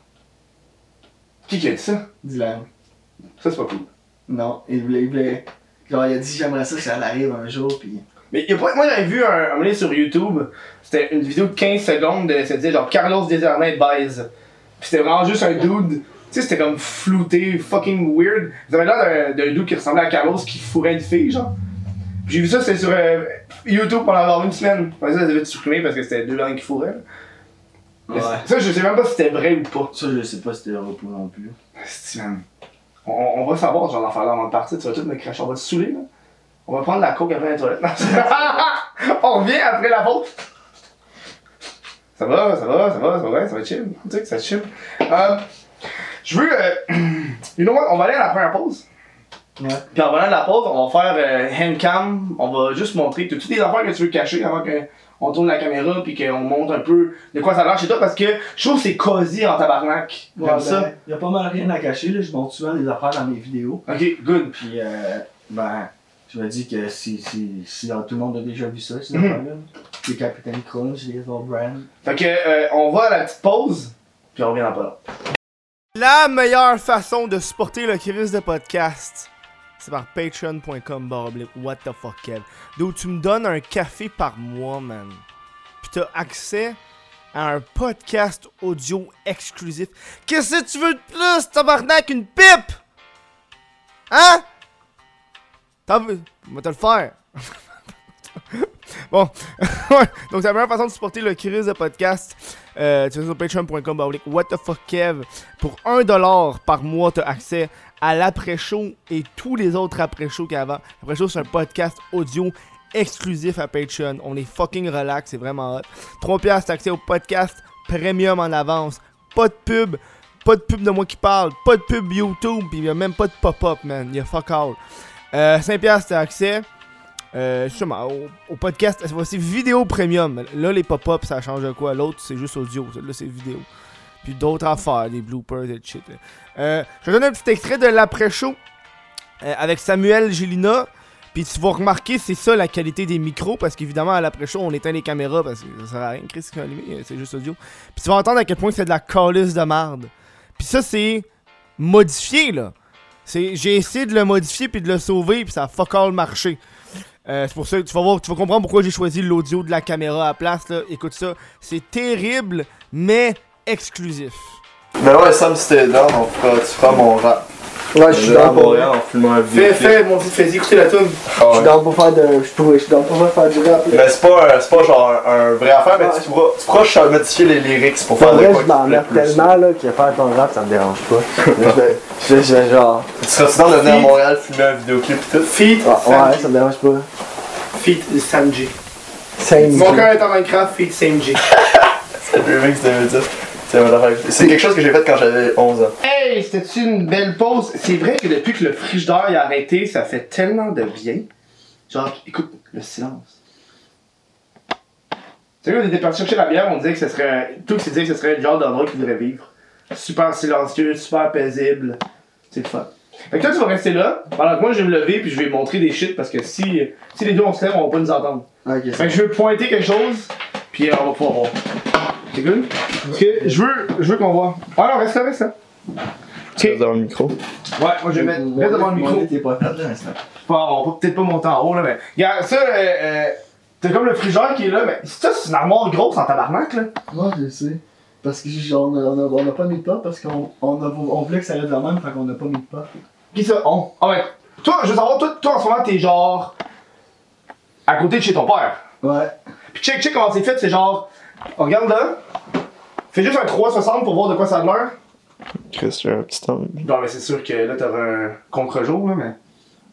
Qui qui a dit ça? Dylan. Ça, c'est pas cool. Non, il voulait, il voulait. Genre, il a dit, j'aimerais ça que ça arrive un jour, puis. Mais y a pas, moi j'avais vu un, un moment donné sur YouTube, c'était une vidéo de quinze secondes, de, ça disait genre Carlos Desjardins baise. Pis c'était vraiment juste un dude, tu sais c'était comme flouté, fucking weird. Vous avez l'air d'un, d'un dude qui ressemblait à Carlos qui fourrait une fille genre. Pis j'ai vu ça, c'était sur euh, YouTube pendant genre une semaine. Enfin, ça, ça devait être supprimé parce que c'était deux langues qui fourraient. là. Mais Ouais. Ça je sais même pas si c'était vrai ou pas. Ça, je sais pas si c'était un repos non plus. Asti, man. On, on va savoir ce genre d'affaire là avant de partir, tu vas tout me cracher, on va te saouler là. On va prendre la coke après la toilette. On revient après la pause. Ça va, ça va, ça va, ça va, ouais, ça va chill. Tu sais que ça chill. Euh, je veux. Euh, you know what, on va aller à la première pause. Ouais. Puis en revenant de la pause, on va faire euh, handcam. On va juste montrer toutes les affaires que tu veux cacher avant qu'on tourne la caméra puis qu'on montre un peu de quoi ça a l'air chez toi parce que je trouve que c'est cosy en tabarnak. Ouais, Comme ben, ça. y a pas mal rien à cacher, là. Je montre souvent des affaires dans mes vidéos. Ok, good. Puis, euh, ben, je me dis que si, si, si tout le monde a déjà vu ça, ces Mhm. affaires-là. Les Captain Crunch, les All Brand. Fait que euh, on va à la petite pause puis on revient dans pas là. La meilleure façon de supporter le Chris de podcast, c'est par patreon point com barre oblique what the fuck Kev. D'où tu me donnes un café par mois, man. Pis t'as accès à un podcast audio exclusif. Qu'est-ce que tu veux de plus, tabarnak, une pipe? Hein? T'as vu? On va te le faire. Bon, donc c'est la meilleure façon de supporter le Chris de podcast. Euh, tu vas sur patreon point com barre oblique what the fuck Kev. Pour un dollar par mois, t'as accès à l'après-show et tous les autres après-shows qu'il y a avant. L'après-show, c'est un podcast audio exclusif à Patreon. On est fucking relax, c'est vraiment hot. trois piastres, t'as accès au podcast premium en avance. Pas de pub, pas de pub de moi qui parle, pas de pub YouTube, pis y'a même pas de pop-up, man. Y'a fuck all. Euh, cinq piastres, t'as accès. Euh, justement, au, au podcast, c'est vidéo premium. Là, les pop-up, ça change de quoi? L'autre, c'est juste audio. Là, c'est vidéo. Puis d'autres affaires, des bloopers et shit. Euh, je vais donner un petit extrait de l'après-show euh, avec Samuel Gélina. Puis tu vas remarquer, c'est ça la qualité des micros. Parce qu'évidemment, à l'après-show, on éteint les caméras parce que ça sert à rien. Chris, c'est juste audio. Puis tu vas entendre à quel point c'est de la calice de merde. Puis ça, c'est modifié, là. J'ai essayé de le modifier puis de le sauver. Puis ça a fuck all marché. Euh, c'est pour ça que tu vas voir, tu vas comprendre pourquoi j'ai choisi l'audio de la caméra à la place, là. Écoute ça, c'est terrible, mais exclusif. Mais ouais, Sam, si t'es là, on fera, tu feras mon rap. Ouais, je suis dans pour rien en filmant un vidéo. Fais, fais, mon petit fais écouter la tune. Ah Je suis ouais. dans pour faire de. Je pourrais, je suis dans pour faire du rap. Mais c'est pas, un- c'est pas genre un, un vrai affaire, mais Ouais. tu pourras, tu pourras ch- modifier les lyrics pour Pour faire de vrai, quoi je que tu m'emmerde plais plus. tellement là que faire ton rap ça me dérange pas. je vais, je vais, je vais genre. Tu seras-tu dans de venir à Montréal filmer un vidéoclip et tout? Feat, Ah, ouais, ça me dérange pas. Feat Samji. Same. Mon cœur est en Minecraft, Feat Samji. C'est le remix de Métis. C'est mon affaire. C'est quelque chose que j'ai fait quand j'avais onze ans. Hey, c'était-tu une belle pause? C'est vrai que depuis que le frigidaire a arrêté, ça fait tellement de bien. Genre, écoute, le silence. Tu sais, on était parti chercher la bière, on disait que ce serait. Tout qui s'est dit que ce serait le genre d'endroit qu'il devrait vivre. Super silencieux, super paisible. C'est le fun. Fait que toi, tu vas rester là, pendant que moi, je vais me lever puis je vais montrer des shit parce que si, si les deux on se lève, on va pas nous entendre. Ok, Fait que je vais pointer quelque chose, puis euh, on va pouvoir voir. C'est good? Parce que je veux, je veux qu'on voit. Ah non, reste là, reste là. Tu restes Ok. devant le micro. Ouais, moi je vais mettre, reste devant le micro. T'es pas fait là, l'instant. Pas- on va peut-être pas monter en haut là, mais. Regarde, ça, euh, euh, t'as comme le frigeur qui est là, mais ça, c'est une armoire grosse en tabarnak là. Moi, je sais. Parce que genre, on a, on a, on a pas mis de pas parce qu'on on a, on voulait que ça reste de même, fait qu'on a pas mis de pas. Qui ça? On. Ah ouais. Toi, je veux savoir, toi, toi en ce moment, t'es genre. À côté de chez ton père. Ouais. Puis check, check comment c'est fait, c'est genre. oh, regarde là. Fais juste un trois cent soixante pour voir de quoi ça a l'air. Chris, j'ai un petit angle. Non, mais c'est sûr que là, t'auras un contre-jour, là, mais.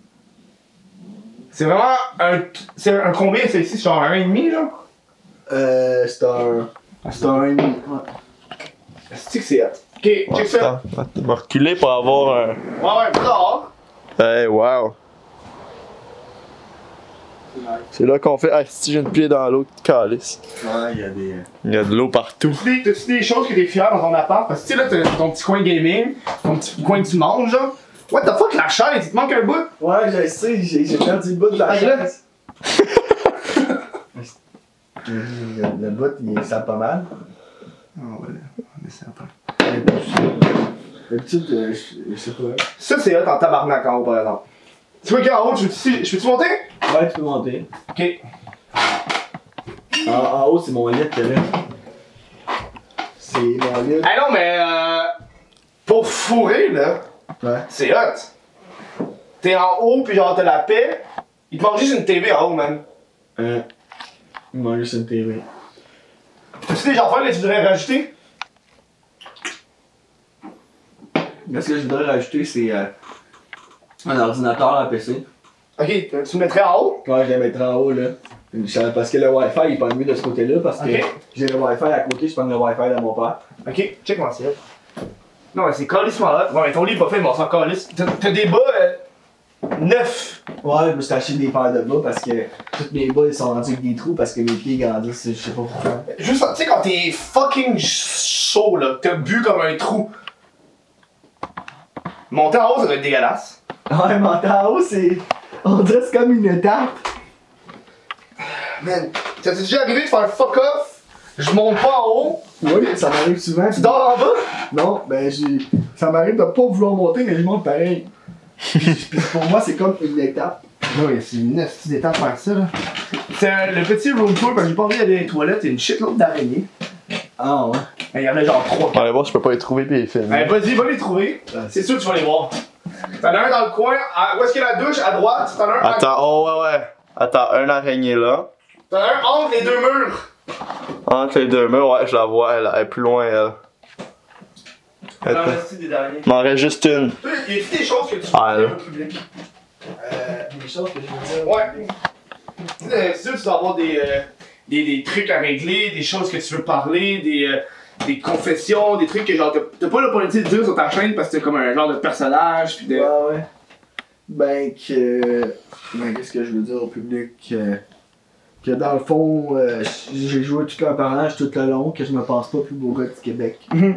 C'est vraiment un. C'est un combien, c'est ici? C'est genre un et demi, genre? Euh, c'est un. C'est un et demi. Ouais. C'est que c'est hot. Ok, check ça. Attends, tu m'as reculé pour avoir un. Ouais, ouais, pas dehors. Hey, wow. C'est là qu'on fait. Ah, si j'ai une pied dans l'eau, calice. Ouais, il y a des. Il y a de l'eau partout. T'as-tu des, t'as-tu des choses que t'es fier dans ton appart? Parce que tu sais, là, t'as ton petit coin gaming, ton petit coin que tu manges, genre. What the fuck, la chaise, il te manque un bout? Ouais, je sais, j'ai j'ai perdu le bout de la Ah, il est là. chaise. le, le bout, il ça pas mal. Ah, ouais, on essaie un peu. D'habitude, euh, je, je sais pas. Ça, c'est hot en tabarnak en haut, par exemple. Tu vois qu'en haut, je peux-tu je peux-tu monter? Ouais, tu peux monter. Ok. En, en haut, c'est mon lit de télé. C'est mon lit. Ah non, mais euh. Pour fourrer, là, Ouais. c'est hot. T'es en haut, puis genre, t'as la paix. Il te manque juste une T V en haut, man. Hein. Il mange juste une T V. T'as-tu des affaires que tu voudrais rajouter? Mais ce que je voudrais rajouter, c'est euh, un ordinateur à P C. Ok, tu le mettrais en haut? Ouais, je les mettrai en haut, là. Parce que le Wi-Fi, il est pas mieux de ce côté-là, parce que Ok. j'ai le Wi-Fi à côté, je prends le Wi-Fi de mon père. Ok, check moi c'est hot. Non, mais c'est calissement hot. Ouais, mais ton lit est pas fait, mais on s'en calisse. T'as t'as des bas. Euh... Neuf! Ouais, je me suis acheté des paires de bas parce que tous mes bas ils sont rendus avec des trous parce que mes pieds grandissent, je sais pas pourquoi. Juste, tu sais, quand t'es fucking chaud, là, t'as bu comme un trou. Monter en haut, ça doit être dégueulasse. Ouais, monter en haut, c'est. On dirait que c'est comme une étape. Man, ça t'est déjà arrivé de faire fuck off? Je monte pas en haut. Oui, ça m'arrive souvent. Tu dors en bas? Non, ben j'ai. Ça m'arrive de pas vouloir monter, mais je monte pareil. Puis pour moi, c'est comme une étape. Oui, c'est une petite étape faire ça, là. C'est euh, le petit room tour, parce que j'ai pas envie d'aller dans les toilettes, il y a une shitload d'araignées. Ah ouais. Il y en a genre trois. On va aller voir si je peux pas les trouver pis les filmer. Allez, vas-y, va les trouver. C'est sûr que tu vas les voir. T'en as un dans le coin, à, où est-ce qu'il y a la douche? À droite. T'en as un à... Attends, oh ouais, ouais. Attends, un araignée là. T'en as un entre les deux murs. Entre les deux murs, ouais, je la vois, elle, elle est plus loin, elle. T'en Attends. restes des araignées. Il m'en reste juste une. Toi, y a-t-il des choses que tu Ah, veux là. dire au public? Euh, des choses que je veux dire. Ouais. Tu sais, c'est sûr que tu dois avoir des, euh, des, des trucs à régler, des choses que tu veux parler, des, euh, des confessions, des trucs que genre t'as t'as pas l'opportunité de dire sur ta chaîne parce que t'es comme un genre de personnage pis de. Ouais, ouais. Ben que. Ben qu'est-ce que je veux dire au public? Que, que dans le fond, euh, j'ai joué tout un personnage tout le long, que je me pense pas plus beau gars du Québec. Mhm.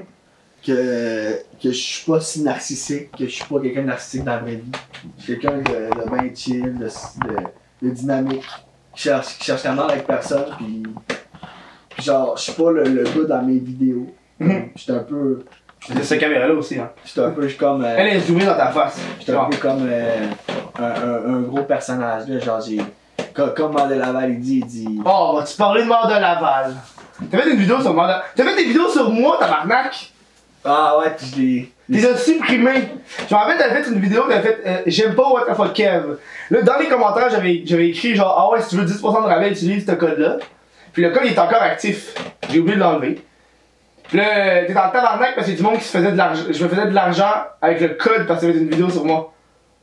Que, que je suis pas si narcissique, que je suis pas quelqu'un de narcissique dans la vraie vie. Je suis quelqu'un de, de bien chill, de, de, de dynamique, qui cherche, qui cherche tellement avec personne, pis, pis genre, je suis pas le, le gars dans mes vidéos. Mhm. J'étais un peu. C'est cette caméra-là aussi, hein. J'étais un peu comme. Euh, Elle est zoomée dans ta face. J'étais un peu comme euh, un, un, un gros personnage, là, genre j'ai. Comme, comme Maud de Laval il dit, il dit. Oh, vas-tu parler de mort de Laval? T'as fait une vidéo sur mort de... T'as fait des vidéos sur moi, tabarnak? Ah ouais, pis je l'ai. T'es as supprimé. Je me rappelle, t'avais fait une vidéo, t'avais fait euh, j'aime pas what the fuck Kev. Là, dans les commentaires, j'avais j'avais écrit genre, ah ouais, si tu veux dix pour cent de rabais, utilise ce code-là. Puis le code il est encore actif. J'ai oublié de l'enlever. Puis là, t'es dans le tabarnak parce qu'il y a du monde qui se faisait de l'argent. Je me faisais de l'argent avec le code parce que t'avais fait une vidéo sur moi.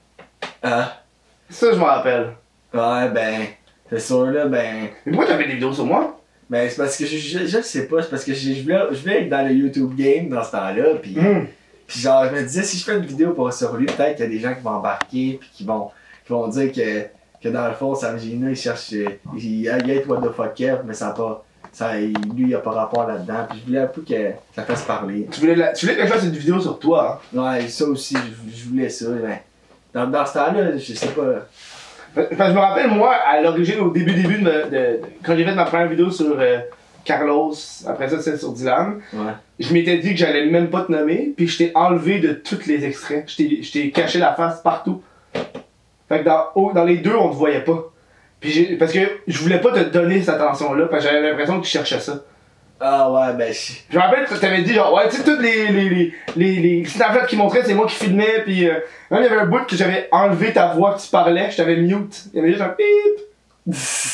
Ah. Ça, je m'en rappelle. Ouais, ben. C'est sûr, là, ben. Mais pourquoi t'as fait des vidéos sur moi? Ben, c'est parce que je, je, je sais pas, c'est parce que je, je, voulais, je voulais être dans le YouTube game dans ce temps-là, pis. Mm. Pis genre, je me disais, si je fais une vidéo pour sur lui, peut-être qu'il y a des gens qui vont embarquer, pis qui vont, qui vont dire que, que dans le fond, Sam Gina, il cherche. Il, il hate what the fuck Kev, mais ça a pas. Ça, il- lui, il a pas rapport là-dedans, pis je voulais un peu que ça fasse parler. Tu voulais, la- tu voulais que je fasse une vidéo sur toi, hein? Ouais, ça aussi, je, je voulais ça, mais. Dans, dans ce temps-là, je sais pas. Parce que je me rappelle, moi, à l'origine, au début, début de, me- de, de- quand j'ai fait ma première vidéo sur euh, Carlos, après ça, celle sur Dylan, Ouais. je m'étais dit que j'allais même pas te nommer, puis je t'ai enlevé de tous les extraits. Je t'ai- je t'ai caché la face partout. Fait que dans, au- dans les deux, on te voyait pas. Puis j'ai- parce que je voulais pas te donner cette attention-là, parce que j'avais l'impression que tu cherchais ça. Ah ouais, ben. Je... Je me rappelle, tu t'avais dit genre, ouais, tu sais, toutes les, les, les, les, les Snapchats qui montraient, c'est moi qui filmais, puis euh, même il y avait un bout que j'avais enlevé ta voix que tu parlais, je t'avais mute. Il y avait juste un pip.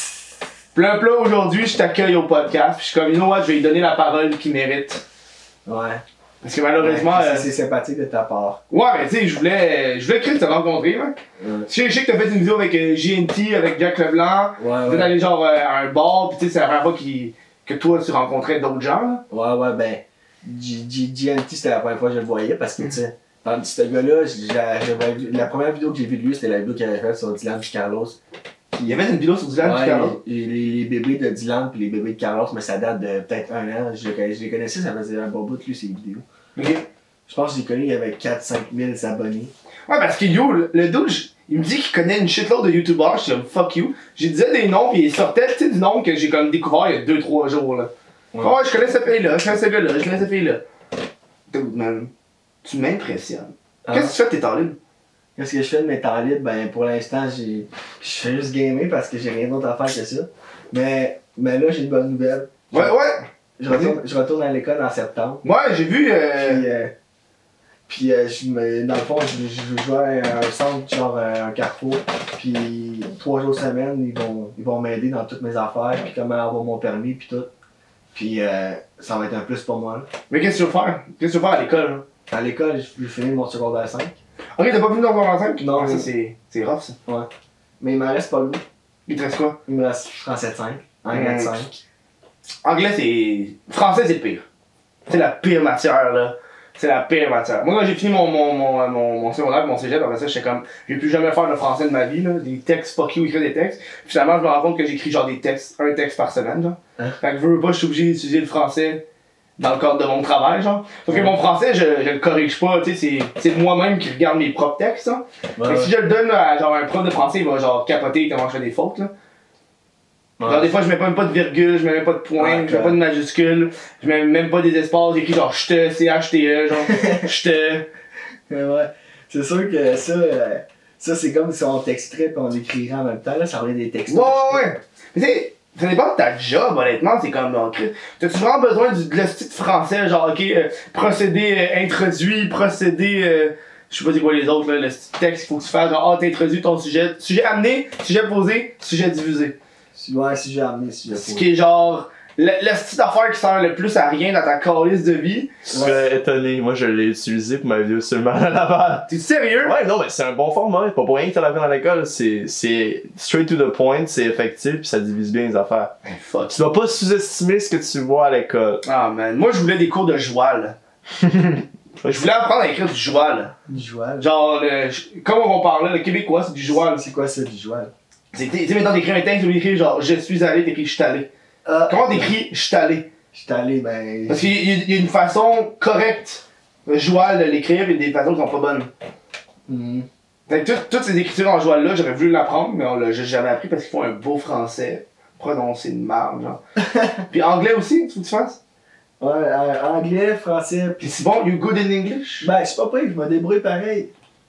Puis là, puis là, aujourd'hui, je t'accueille au podcast, puis je suis comme, you know what, je vais lui donner la parole qu'il mérite. Ouais. Parce que malheureusement. Ouais, euh, c'est c'est sympathique de ta part. Ouais, mais tu sais, je voulais, je voulais Chris te rencontrer, man. Ouais. Tu sais, je sais que t'as fait une vidéo avec euh, J N T, avec Jack Leblanc. Ouais, T'es ouais. allé genre euh, à un bar, pis tu sais, c'est la première fois qu'il- que toi tu rencontrais d'autres gens, là. Ouais, ouais, ben. G- G- G N T, c'était la première fois que je le voyais parce que, tu sais, dans ce gars-là, j'ai- j'avais vu- la première vidéo que j'ai vue de lui, c'était la vidéo qu'il avait faite sur Dylan et Carlos. Il y avait une vidéo sur Dylan Ouais, pis Carlos. les, les, les bébés de Dylan et les bébés de Carlos, mais ça date de peut-être un an. Je, le- je les connaissais, ça faisait un bon bout de lui, ces vidéos. Ok. Je pense que j'ai connu, il y avait quatre à cinq mille abonnés. Ouais, parce que yo, le, le dude, j- il me dit qu'il connaît une shitload de youtubeurs, je suis comme fuck you. J'ai disais des noms, pis il sortait, tu sais, du nom que j'ai comme découvert il y a deux trois jours, là. Ouais. Ouais, je connais cette fille-là, je connais ce gars-là, je connais cette fille-là. Dude, man, tu m'impressionnes. Ah. Qu'est-ce que tu fais de tes temps libres? Qu'est-ce que je fais de mes temps libres? Ben, pour l'instant, j'ai. Je fais juste gamer parce que j'ai rien d'autre à faire que ça. Mais, mais là, j'ai une bonne nouvelle. Ouais, ouais. Je retourne, je retourne à l'école en septembre. Ouais, j'ai vu. Euh... Puis, euh, puis euh, je me, dans le fond, je, je jouais à un centre, genre euh, un carrefour. Puis trois jours semaine, ils vont, ils vont m'aider dans toutes mes affaires, puis comment avoir mon permis, puis tout. Puis euh, ça va être un plus pour moi. Là. Mais qu'est-ce que tu veux faire? Qu'est-ce que tu veux faire à l'école, là? À l'école, je vais finir mon secondaire cinq. Ok, t'as pas fini ton secondaire cinq? Non. Ah, ça c'est c'est rough, ça. Ouais. Mais il m'en reste pas beaucoup. Il te reste quoi? Il me reste français cinq, anglais Hmm. cinq. Anglais, c'est. Français, c'est le pire. C'est la pire matière, là. C'est la pire matière. Moi, quand j'ai fini mon, mon, mon, mon, mon secondaire, mon cégep, après ça, j'étais comme, je vais plus jamais faire de français de ma vie, là. Des textes fuck you, écrire des textes. Puis finalement, je me rends compte que j'écris genre des textes, un texte par semaine, genre. Hein? Fait que je veux pas, je suis obligé d'utiliser le français dans le cadre de mon travail, genre. Sauf que mon français, je, je le corrige pas, tu sais, c'est, c'est moi-même qui regarde mes propres textes, hein. Ouais, Fait que ouais. si je le donne à genre un prof de français, il va genre capoter comment je fais des fautes, là. Ouais. Genre des fois je mets même pas de virgule, je mets même pas de point, Ouais, je mets pas de majuscule, je mets même pas des espaces, j'écris genre j'te, C H T E, genre j'te. Ouais, ouais. C'est sûr que ça, euh, ça c'est comme si on texterait pis on écrirait en même temps, là, ça aurait des textes. Ouais, ouais, ouais. Mais tu sais, ça dépend de ta job, honnêtement, c'est comme, ok, t'as-tu vraiment besoin du, de le style français, genre, ok, euh, procédé euh, introduit, procédé, euh, je sais pas c'est quoi les autres, là, le style texte qu'il faut que tu fasses, genre, ah, t'introduis ton sujet, sujet amené, sujet posé, sujet divisé. Ouais, si j'ai amené, si j'ai Ce posé. qui est genre, le, le style d'affaire qui sert le plus à rien dans ta calice de vie. Je serais étonné. Moi, je l'ai utilisé pour ma vidéo sur le mal à Laval. T'es sérieux? Ouais, non, mais c'est un bon format. C'est pas pour rien que t'as la peine à l'école. C'est, c'est straight to the point, c'est effectif, pis ça divise bien les affaires. Fuck. Tu dois pas sous-estimer ce que tu vois à l'école. Ah man, moi je voulais des cours de joual. Je voulais apprendre à écrire du joual. Du joual. Genre, le, comme on parlait, le québécois c'est du joual. C'est quoi ça, du joual? C'est, tu sais, maintenant d'écrire un texte, tu veux écrire genre je suis allé, t'écris je suis allé. Ah, Comment t'écris je suis allé? j'étais allé, ben. Parce qu'il y, a- il y a une façon correcte, le joual, de l'écrire, et des façons qui sont pas bonnes. Mhm. Fait que tout- toutes ces écritures en joual là, j'aurais voulu l'apprendre, mais on l'a juste jamais appris parce qu'ils font un beau français prononcé de marde, genre. Puis anglais aussi, tu veux que tu fasses? Ouais, euh, anglais, français, Puis pis. c'est bon, you good in English? Ben, c'est pas pire, je me débrouille pareil.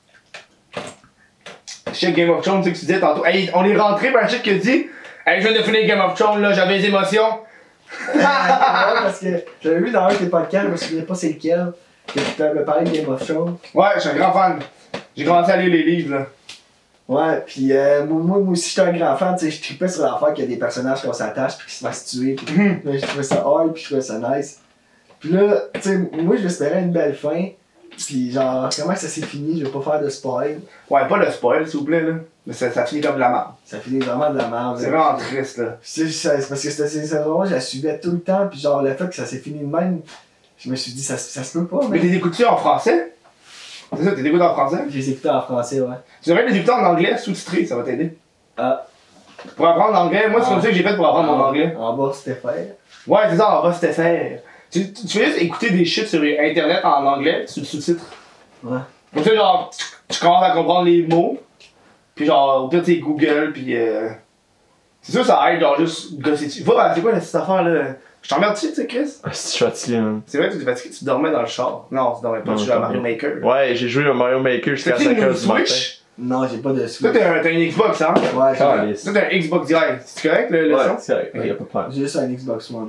Check Game of Thrones, tu sais que tu disais tantôt. Hey, on est rentré par un check qui a dit hey, je viens de finir Game of Thrones, là, j'avais des émotions. Ouais, parce que j'avais vu dans un de tes podcasts, je me souviens pas c'est lequel, que tu t'avais parlé de Game of Thrones. Ouais, je suis un grand fan. J'ai commencé à lire les livres, là. Ouais, pis euh, moi, moi, moi aussi, j'étais un grand fan, tu sais, je tripais sur l'affaire qu'il y a des personnages qu'on s'attache pis qui se fassent tuer. Pis là, je trouvais ça hard pis je trouvais ça nice. Pis là, tu sais, moi, je m'espérais une belle fin. Pis genre, comment ça s'est fini, je vais pas faire de spoil. Ouais, pas de spoil, s'il vous plaît, là. Mais ça, ça finit comme de la merde. Ça finit vraiment de la merde. C'est là. vraiment triste, là. Pis c'est ça- c'est parce que cette saison-là, je la suivais tout le temps, pis genre, le fait que ça s'est fini de même, je me suis dit, ça, ça se peut pas, Mais mais. t'es écouté en français? C'est ça, t'es écouté en français? Je les écoutais en français, ouais. Tu devrais les écouter en anglais, sous-titré, ça va t'aider. Ah. Pour apprendre l'anglais, moi, c'est Ah. comme ça que j'ai fait pour apprendre mon En- anglais. En bas, c'était fait. Ouais, c'est ça, on va se faire. Tu, tu, tu fais juste écouter des shit sur internet en anglais, tu le sous-titres. Ouais. Comme ça, genre, tu, tu commences à comprendre les mots. Puis genre, au pire, tu sais, Google, puis euh... c'est sûr, ça aide, genre, juste gosser dessus. Va, c'est quoi la petite affaire, là? Je t'emmerde dessus, tu sais, Chris? Ah, c'est je suis fatigué, man. C'est vrai que tu étais fatigué, tu dormais dans le char. Non, tu dormais pas, Non, tu jouais à pas Mario bien. Maker. Ouais, j'ai joué à Mario Maker jusqu'à T'as-tu cinq une heures du matin. Switch? Non, j'ai pas de Toi, Switch. t'as un, t'as une Xbox, hein? Ouais, j'ai Calice. Toi, t'as un Xbox Direct. C'est correct, le, le Ouais, son? c'est correct, y'a pas de problème. j'ai juste un Xbox One.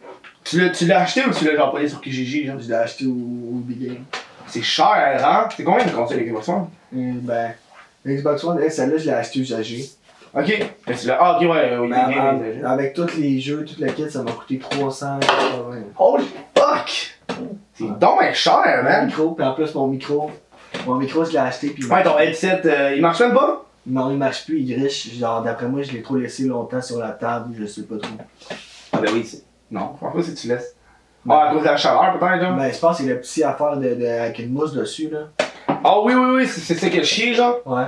Tu l'as, tu l'as acheté ou tu l'as genre payé sur Kijiji, genre? Je l'ai acheté au, au Big Game. C'est cher, hein? C'est combien une console Xbox One? Euh, ben, Xbox One, elle, celle-là, je l'ai acheté usagée. Ok. Mais tu l'as. Ah, ok, ouais, oui, Mais bien, av- bien, bien. avec tous les jeux, tout le kit, ça m'a coûté trois cent quatre-vingts. Holy fuck! C'est donc bien cher, Mon man! micro, puis en plus, mon micro, mon micro, je l'ai acheté, puis Ouais, ton headset, euh, il marche même pas? non, il marche plus, il griche. Genre, d'après moi, je l'ai trop laissé longtemps sur la table, je sais pas trop. Ah, ben oui, c'est. Non, je pense pas si tu laisses. Ah, à cause de la chaleur, peut-être, genre? Ben, je pense que c'est le petit affaire de, de, avec une mousse dessus, là. Ah, oui, oui, oui, c'est c'est ça que chier, genre? Ouais.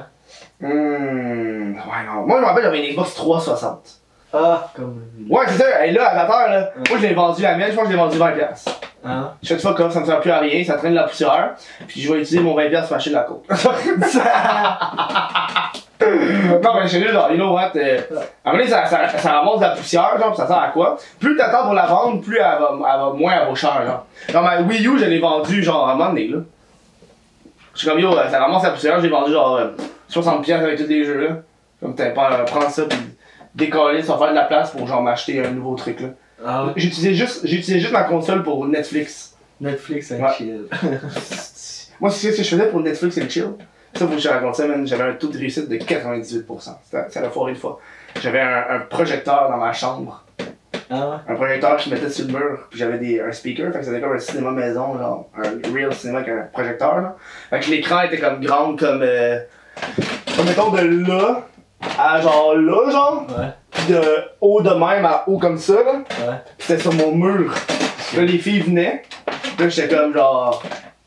Hum. Ouais, non. Moi, je me rappelle, j'avais une Xbox trois cent soixante. Ah, comme. Ouais, c'est ça, elle est là, à la terre, là. Moi, je l'ai vendu la mienne, je pense que je l'ai vendu vingt piastres. Hein? Je fais de fuck off, ça me sert plus à rien, ça traîne de la poussière. Puis je vais utiliser mon vingt piastres pour acheter de la coke. Non, mais je suis genre, you know what? Euh, à un moment donné, ça, ça, ça ramasse de la poussière, genre, pis ça sert à quoi? Plus t'attends pour la vendre, plus elle va, elle va moins elle vaut cher, genre. Genre, ma Wii U, je l'ai vendue, genre, à un moment donné, là. Je suis comme, yo, ça ramasse la poussière, j'ai vendu, genre, euh, soixante piastres avec tous les jeux, là. Comme, t'as pas, prendre ça, pis décoller, ça va faire de la place pour, genre, m'acheter un nouveau truc, là. Ah ouais. J'utilisais juste, j'utilisais juste ma console pour Netflix. Netflix, un Ouais. chill. Moi, c'est ce que je faisais pour Netflix and chill. Ça, faut que je te raconte ça, man. J'avais un taux de réussite de quatre-vingt-dix-huit pour cent. C'était ça l'a foiré une fois. J'avais un, un projecteur dans ma chambre. Ah ouais? Un projecteur que je mettais sur le mur. Puis j'avais des, un speaker. Fait que c'était comme un cinéma maison, genre. Un real cinéma avec un projecteur, là. Fait que l'écran était comme grand, comme. Euh, comme mettons de là à genre là, genre. Ouais. Puis de haut de même à haut comme ça, là. Ouais. Pis c'était sur mon mur. Là, les filles venaient. Là, j'étais comme genre.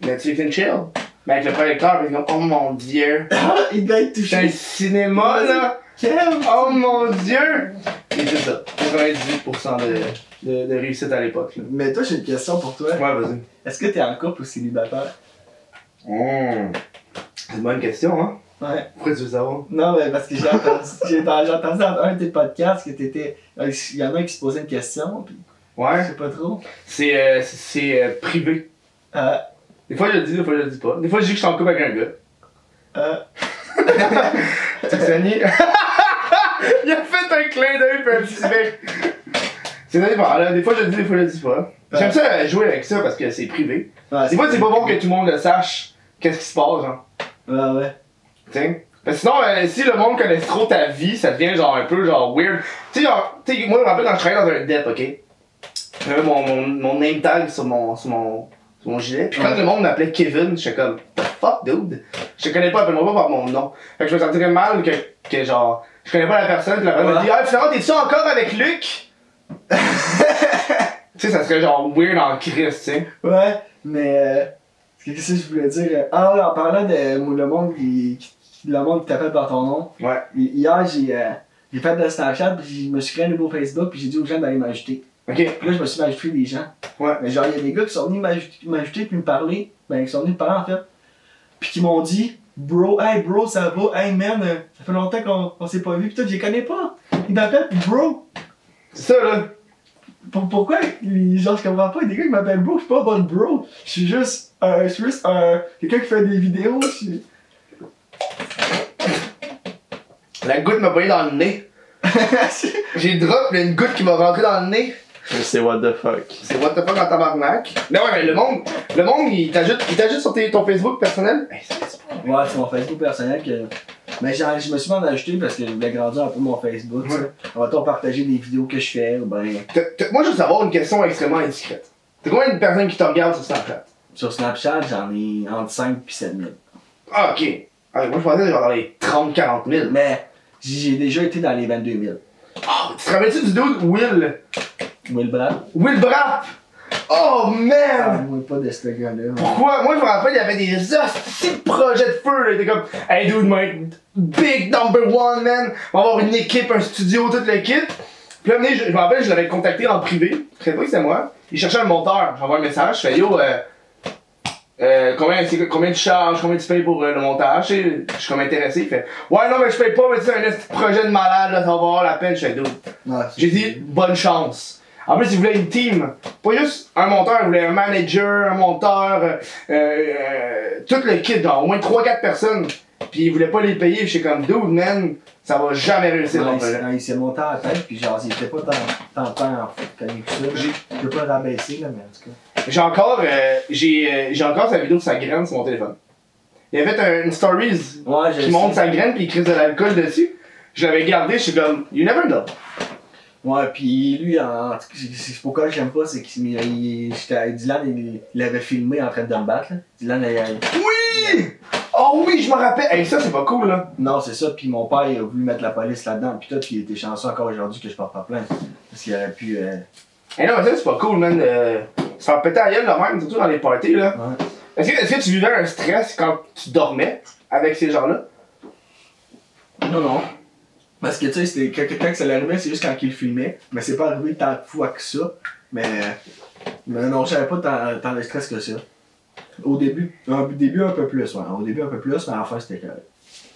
Netflix and chill. Mais avec le projecteur, pis comme, oh mon dieu. Il doit être C'est un touché. cinéma là. Kev! Oh mon dieu! Et c'est ça. quatre-vingt-dix-huit pour cent de, de, de réussite à l'époque. là. Mais toi, j'ai une question pour toi. Ouais, vas-y. Est-ce que t'es en couple ou célibataire? Mmh. C'est une bonne question, hein? Ouais. Pourquoi tu veux savoir? Non, mais parce que j'ai entendu, j'ai entendu, j'ai entendu dans un de tes podcasts que t'étais. Il y en a un qui se posait une question, pis je Ouais. sais pas trop. C'est euh, c'est- c'est euh, privé. Euh. Des fois je le dis, des fois je le dis pas. Des fois je dis que je suis en couple avec un gars. Euh. Tu sais, Sani? Il a fait un clin d'œil pis un petit bec. C'est ça, là. Des fois je le dis, des fois je le dis pas. J'aime ça euh, jouer avec ça parce que c'est privé. Ouais, Des fois c'est pas bon que tout le monde le sache, qu'est-ce qui se passe, genre. Ouais, ouais. T'sais? Parce que sinon, euh, si le monde connaisse trop ta vie, ça devient genre un peu genre weird. Tu sais, genre, tu sais, moi je me rappelle quand je travaillais dans un D E P, ok? J'avais mon, mon, mon name tag sur mon, sur mon, sur mon gilet. Puis quand Ouais. le monde m'appelait Kevin, j'étais comme, the fuck, dude? Je te connais pas, appelle-moi pas par mon nom. Fait que je me sentirais mal que, que genre, je connais pas la personne, puis la personne me Ouais. dit, ah, finalement, t'es-tu encore avec Luc? Tu sais, ça serait genre weird en Christ, tu sais. Ouais, mais. Euh, qu'est-ce que je voulais dire? Ah, ouais, en parlant de euh, le monde qui. qui- Le monde qui t'appelle par ton nom. Ouais. Hi- Hier, j'ai euh, j'ai fait de Snapchat, puis je me suis créé un nouveau Facebook, puis j'ai dit aux gens d'aller m'ajouter. Ok. Puis là, je me suis mis à ajouter des gens. Ouais. Mais genre, il y a des gars qui sont venus m'ajouter, m'ajouter puis me parler. Ben, ils sont venus me parler en fait. Puis qui m'ont dit, bro, hey bro, ça va, hey man, euh, ça fait longtemps qu'on qu'on s'est pas vu, pis toi, je les connais pas. Ils m'appellent bro. C'est ça, là. Pour, pourquoi? les- Genre, je comprends pas, il y a des gars qui m'appellent bro, je suis pas bon bro. Je suis juste, euh, je suis juste euh, quelqu'un qui fait des vidéos. je suis- La goutte m'a pogné dans le nez. J'ai drop, il y a une goutte qui m'a rentré dans le nez. C'est what the fuck. C'est what the fuck en tabarnak. Mais ouais, mais le monde, le monde, il t'ajoute, il t'ajoute sur tes- ton Facebook personnel. Hey, c'est- c'est- Ouais, c'est mon Facebook personnel que. Mais genre, je me suis mis à en ajouter parce que je voulais grandir un peu mon Facebook. Ouais. Ouais. On va t partager des vidéos que je fais ou ben. T'as- t'as- Moi, je veux savoir une question extrêmement indiscrète. T'as combien de personnes qui te regardent sur Snapchat? Sur Snapchat, j'en ai entre cinq et sept mille. Ah, ok. Ah, moi, je pensais genre dans les trente à quarante mille. Mais j'ai déjà été dans les vingt-deux mille. Ah, tu te rappelles-tu du dude Will? Will Brad? Will Brap? Oh, Ah, man! moi pas de ce gars-là. Pourquoi? Moi, je me rappelle, il y avait des hosties de projets de feu, là. Il était comme, hey dude, my big number one, man. On va avoir une équipe, un studio, toute l'équipe. Puis là, je, je me rappelle, je l'avais contacté en privé. Je savais pas que c'était moi. Il cherchait un monteur. J'envoie un message. Je fais, yo, euh, euh, combien, c'est- combien tu charges, combien tu payes pour euh, le montage? Je suis je suis comme intéressé. Il fait, ouais, non, mais je paye pas, mais tu sais, un petit projet de malade, là, ça va avoir la peine. Je fais, dude. Ouais, J'ai dit, bonne chance. En plus, il voulait une team. Pas juste un monteur, il voulait un manager, un monteur, euh, euh, tout le kit, genre au moins trois quatre personnes. Puis il voulait pas les payer, puis j'étais comme, dude, man, ça va jamais réussir Ouais, ton il, projet. s'est- il s'est monté à la tête, puis genre, il était pas tant, tant, tant en fait connu que ça. J'ai- Je peux pas le rabaisser, là, mais en tout cas. J'ai encore, euh, j'ai, euh, j'ai encore sa vidéo de sa graine sur mon téléphone. Il avait fait un- une stories Ouais, je qui montre sais. sa graine, puis il crise de l'alcool dessus. Je l'avais gardé, je suis comme, you never know. Ouais, puis lui, en, en tout cas, c'est- c'est pourquoi j'aime pas, c'est qu'il il- j'étais- Dylan, il, il avait filmé en train de me battre, là. Dylan, il, il- Oui! Oh oui, je me rappelle. Hey, ça, c'est pas cool, là. Non, c'est ça, puis mon père, il a voulu mettre la police là-dedans, puis toi, puis il était chanceux encore aujourd'hui que je porte pas plainte. Parce qu'il aurait pu. Euh... Hey, non, mais ça, c'est pas cool, man. Euh, se faire péter à la gueule, là, même, surtout dans les parties, là. Ouais. Est-ce que, est-ce que tu vivais un stress quand tu dormais avec ces gens-là? Non, non. Parce que tu sais, c'était quand, quand ça l'arrivait, c'est juste quand il le filmait. Mais c'est pas arrivé tant de fois que ça. Mais. Mais non, j'avais pas tant, tant de stress que ça. Au début. Au début, un peu plus, ouais. Au début, un peu plus, mais à la fin, c'était correct.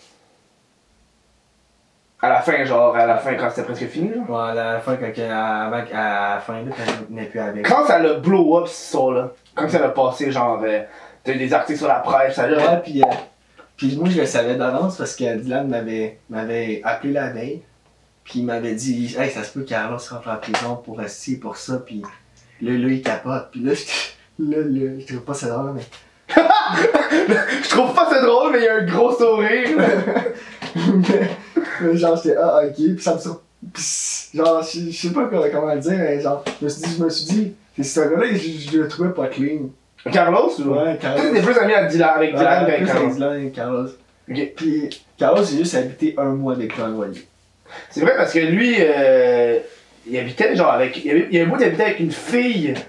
À la fin, genre, à la fin, quand c'était presque fini, genre. Ouais, à la fin, quand, avant, à la fin, là, quand je n'ai plus avec. Quand ça l'a blow up, cette histoire-là, quand ça l'a passé, genre, euh, t'as eu des articles sur la presse, ça l'a. Ouais, puis, euh, puis moi, je le savais d'avance parce que Dylan m'avait, m'avait appelé la veille. Puis il m'avait dit, hey, ça se peut qu'Carlos rentre en prison pour ci, pour ça. Puis là, là, il capote. Puis là, je, là, là, je trouve pas ça drôle, mais. Je trouve pas ça drôle, mais il y a un gros sourire. mais, mais genre, j'étais, ah, ok. Puis ça me sur. Puis, genre, je, je sais pas comment, comment le dire, mais genre, je me suis dit, je me suis dit, c'est ce gars-là, je, je le trouvais pas clean. Carlos ou? Ouais, Carlos. T'es plus ami avec Dylan, avec Dylan Ouais, qu'avec plus Carlos. avec Dylan et Carlos. Ok. Puis Carlos, j'ai juste habité un mois avec toi, voyez. C'est vrai parce que lui, euh, il habitait genre avec. Il avait, il avait beau d'habiter avec une fille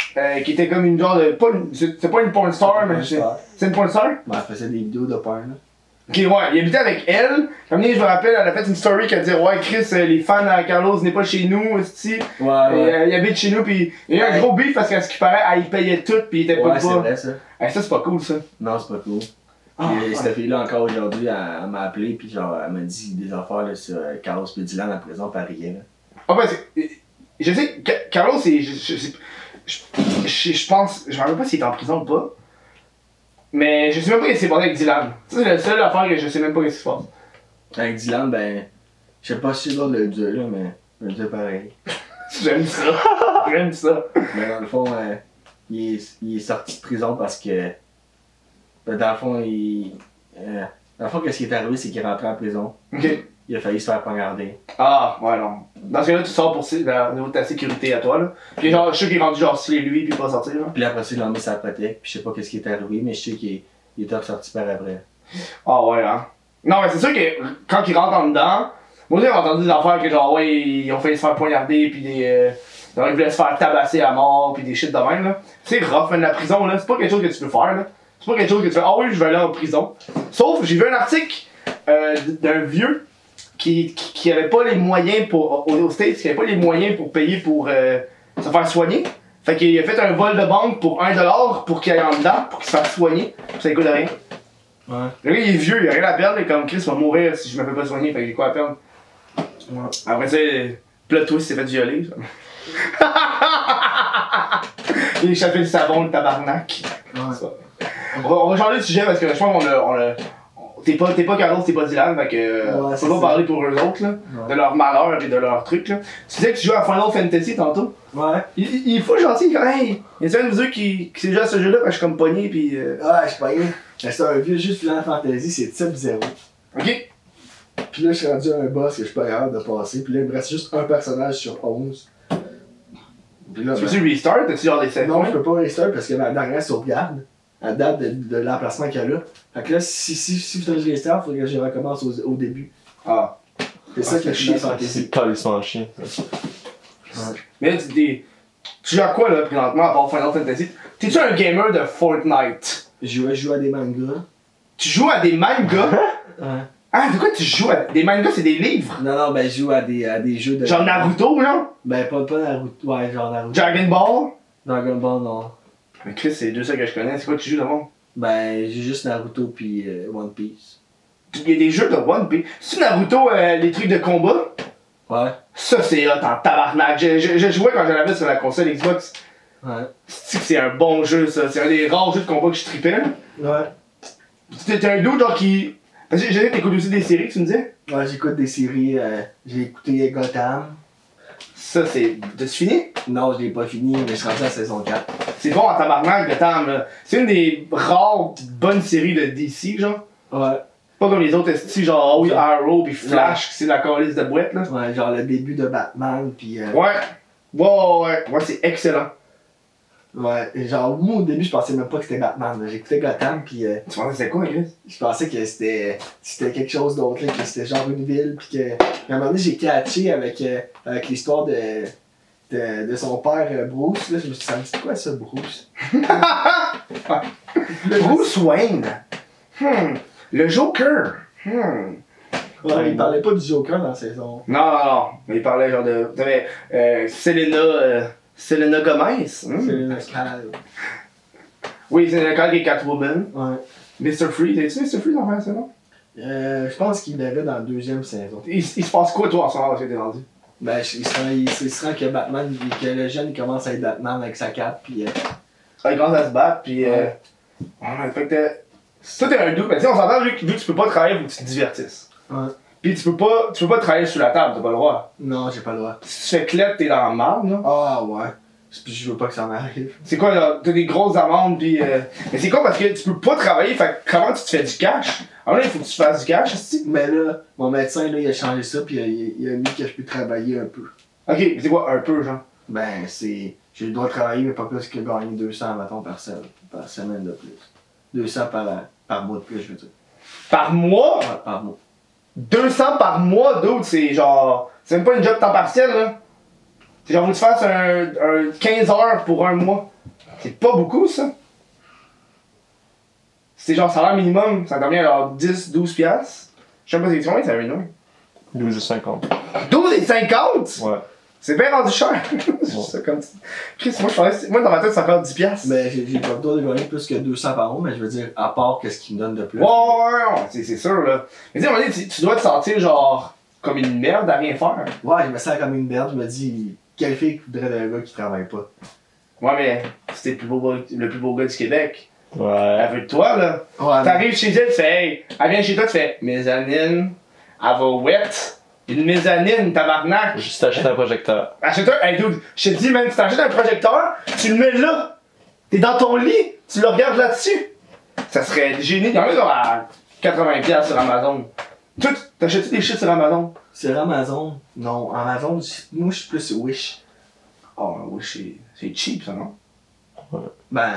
euh, qui était comme une genre de. Pas une, c'est, c'est pas une porn star, mais c'est, c'est une porn star? Ben, elle faisait des vidéos de porn, là. Ok, ouais, il habitait avec elle. Comme je me rappelle, elle a fait une story qui a dit ouais, Chris, euh, les fans à Carlos n'est pas chez nous, esti. Ouais, ouais. Et, euh, il habite chez nous, pis il y a eu un Ouais. gros beef parce qu'à ce qui paraît, elle, il payait tout, pis il était pas Ouais, de c'est bas. vrai, ça. Hey, ça, c'est pas cool, ça. Non, c'est pas cool. Ah, Puis ouais. cette fille-là, encore aujourd'hui, elle, elle m'a appelé, puis genre, elle m'a dit des affaires là, sur euh, Carlos Pédilan à présent, par rien. Là. Ah, ouais, c'est. Je sais que Ca- Carlos, c'est. Je, je, je, je, je, je pense. Je me rappelle pas s'il est en prison ou pas. Mais je sais même pas qu'est-ce qui s'est passé avec Dylan. Ça, c'est la seule affaire que je sais même pas qu'est-ce qui se passe. Avec Dylan, ben, je sais pas si c'est drôle de le dire, là, mais je le dis pareil. J'aime ça. J'aime ça. Mais dans le fond, euh, il, est, il est sorti de prison parce que. Ben, dans le fond, il. Euh, dans le fond, qu'est-ce qui est arrivé, c'est qu'il est rentré en prison. Ok. Il a failli se faire poignarder. Ah, ouais, non. Dans ce cas-là, tu sors pour si- dans- au niveau de ta sécurité à toi, là. Puis genre, je sais qu'il est rendu genre s'il est lui, puis pas sortir, là. Puis là, après ça, il l'a mis sa protèque, puis je sais pas qu'est-ce qui est arrivé, mais je sais qu'il est, il était ressorti par après. Ah, ouais, hein. Non, mais c'est sûr que quand il rentre en dedans, moi, j'ai entendu des affaires que genre, ouais, ils ont failli se faire poignarder, puis des. Euh, genre, ils voulaient se faire tabasser à mort, puis des shit de même, là. C'est rough, man, la prison, là. C'est pas quelque chose que tu peux faire, là. C'est pas quelque chose que tu fais, ah oui, je vais aller en prison. Sauf, j'ai vu un article euh, d'un vieux qui, qui, qui avait pas les moyens pour. Aux, aux States, qui avait pas les moyens pour payer pour euh, se faire soigner. Fait qu'il a fait un vol de banque pour un dollar pour qu'il aille en dedans, pour qu'il se fasse soigner. Puis ça lui coûte rien. Ouais. Le gars, il est vieux, il a rien à perdre, et comme Chris va mourir si je me fais pas soigner, fait que j'ai quoi à perdre. Ouais. Après ça, plot twist, il s'est fait violer. Ça. Il a échappé le savon, le tabarnak. Ouais. Ça. On va, on va changer de sujet parce que je pense qu'on a. On a on- t'es pas, t'es pas Carlos, t'es pas Dylan, fait que. euh, Ouais, on c'est peut pas ça. parler pour eux autres, là, Ouais. de leur malheur et de leurs trucs, là. Tu disais que tu joues à Final Fantasy tantôt. Ouais. Il, il, il est fou gentil, quand hey! Il y a un de vous deux qui, qui s'est joué à ce jeu-là, parce que je suis comme pogné, pis. Euh... Ouais, je suis pas mais c'est un vieux jeu de Final Fantasy, c'est type zéro. Ok. Puis là, je suis rendu à un boss que je suis pas capable de passer. Puis là, il me reste juste un personnage sur onze. Puis là, Tu ben, veux-tu restart? T'as-tu genre des sept non, points? je peux pas restart parce que ma dernière sauvegarde, elle date de, de l'emplacement qu'il y a là. Fait que là, si, si, si je je restart, il faudrait que je recommence au, au début. Ah. C'est ça Ah, qui c'est est chiant, Final ça. Fantasy. C'est pas les en chien. ça. Ouais. Mais là, tu t'es. Tu joues à quoi là présentement à part Final Fantasy? T'es-tu un gamer de Fortnite? Je joue, je joue à des mangas. Tu joues à des mangas? Ouais. Ah, de quoi tu joues à. Des mangas, c'est des livres? Non, non, ben je joue à des, à des jeux de. Genre Naruto, genre? Ben pas, pas Naruto. Ouais, genre Naruto. Dragon Ball? Dragon Ball, non. Mais Chris, c'est les deux seuls que je connais. C'est quoi tu joues d'abord? Ben j'ai juste Naruto puis euh, One Piece. Il y a des jeux de One Piece. C'est Naruto, euh, les trucs de combat? Ouais. Ça, c'est hot en tabarnak. Je, je, je jouais quand j'en avais sur la console Xbox. Ouais. C'est que c'est un bon jeu, ça. C'est un des rares jeux de combat que je tripais. là. Ouais. T'es t'es un dude, genre qui. Parce que j'ai dit que t'écoutes aussi des séries, tu me disais? Ouais, j'écoute des séries. Euh, j'ai écouté Gotham. Ça, c'est. T'as-tu fini? Non, je l'ai pas fini, mais je suis rendu à la saison quatre. C'est bon en tabarnak, Gotham, là. C'est une des rares bonnes séries de D C, genre. Ouais. Pas comme les autres esti, genre oh, oui, Arrow pis Flash, qui c'est de la calice de boîte, là. Ouais, genre le début de Batman, pis. Euh, Ouais. Ouais, ouais, ouais. Ouais, c'est excellent. ouais. Et genre, moi au début, je pensais même pas que c'était Batman. là. J'écoutais Gotham, pis euh, Tu pensais c'était quoi, Chris? je pensais que c'était c'était quelque chose d'autre, là, que c'était genre une ville, pis que. Puis à un moment donné, j'ai catché avec, euh, avec l'histoire de, de, de son père euh, Bruce. Là, je me suis dit, ça me dit quoi ça, Bruce? Bruce Wayne. Hmm. Le Joker. Hmm. Ouais, il parlait pas du Joker dans la saison. Non, non, non. Mais il parlait genre de. T'avais euh, Selena. Euh, Selena Gomez. Hmm. C'est le Cal. Oui, c'est le cas qui est Catwoman. Ouais. mister Freeze. T'es-tu mister Freeze en fin de saison? Euh, je pense qu'il l'avait dans la deuxième saison. Il, il se passe quoi, toi, en ce moment, parce que t'es rendu? Ben, il se rend, il, il se rend que Batman, que le jeune il commence à être Batman avec sa cape, pis. Euh, Ah, il commence à se battre, pis. Euh... Ouais. Ouais, fait que t'es. Toi, t'es un doux. Ben, tu sais, on s'entend, vu que, vu que tu peux pas travailler, faut que tu te divertisses. ouais. Pis tu peux pas, tu peux pas travailler sur la table, t'as pas le droit. Non, j'ai pas le droit. Si tu fais clep, t'es dans la marde, là. Ah ouais. Puis je veux pas que ça m'arrive. C'est quoi, là? T'as des grosses amendes, pis. Euh... Mais c'est quoi parce que tu peux pas travailler, fait que comment tu te fais du cash? Ah, là, il faut que tu fasses du cash, aussi. Mais là, mon médecin, là, il a changé ça, puis il, il a mis que je peux travailler un peu. Ok, mais c'est quoi, un peu, genre? Ben, c'est. J'ai le droit de travailler, mais pas plus que gagner deux cents, mettons, par, se- par semaine de plus. deux cents par, par mois de plus, je veux dire. Par mois? Ouais, par mois. deux cents par mois, d'autres, c'est genre. C'est même pas une job temps partiel, là. C'est genre, faut que tu fasses un, un quinze heures pour un mois. C'est pas beaucoup, ça. C'est genre salaire minimum, ça devient alors dix, douze piastres. Je sais pas c'est combien ça va minimum. douze et cinquante. douze et cinquante? Ouais. C'est bien rendu cher. C'est Ouais. ça comme. Chris, moi, je pensais, moi dans ma tête c'est encore dix piastres. Mais j'ai j'ai pas le droit de gagner plus que deux cents par mois, mais je veux dire, à part qu'est-ce qu'ils me donnent de plus. Ouais, ouais, ouais, c'est, c'est sûr, là. Mais tu sais, à un moment donné, tu, tu dois te sentir genre comme une merde à rien faire. Ouais, je me sens comme une merde, je me dis, quelle fille voudrait d'un gars qui travaille pas? Ouais, mais c'était le plus beau, le plus beau gars du Québec. Ouais. Elle veut de toi, là. Ouais, mais- T'arrives chez elle, tu fais, hey, elle vient chez toi, tu fais, mezzanine, elle va wet. Une mezzanine, tabarnak. Juste t'achètes un projecteur. Achète un, hey dude, je te dis, man, tu t'achètes un projecteur, tu le mets là. T'es dans ton lit, tu le regardes là-dessus. Ça serait génial. Il y en a genre à quatre-vingts piastres sur Amazon. Toi, t'achètes-tu des shit sur Amazon? Sur Amazon? Non, Amazon, j- moi je suis plus Wish. Oh, oui, c'est, c'est cheap, ça, non? Ben,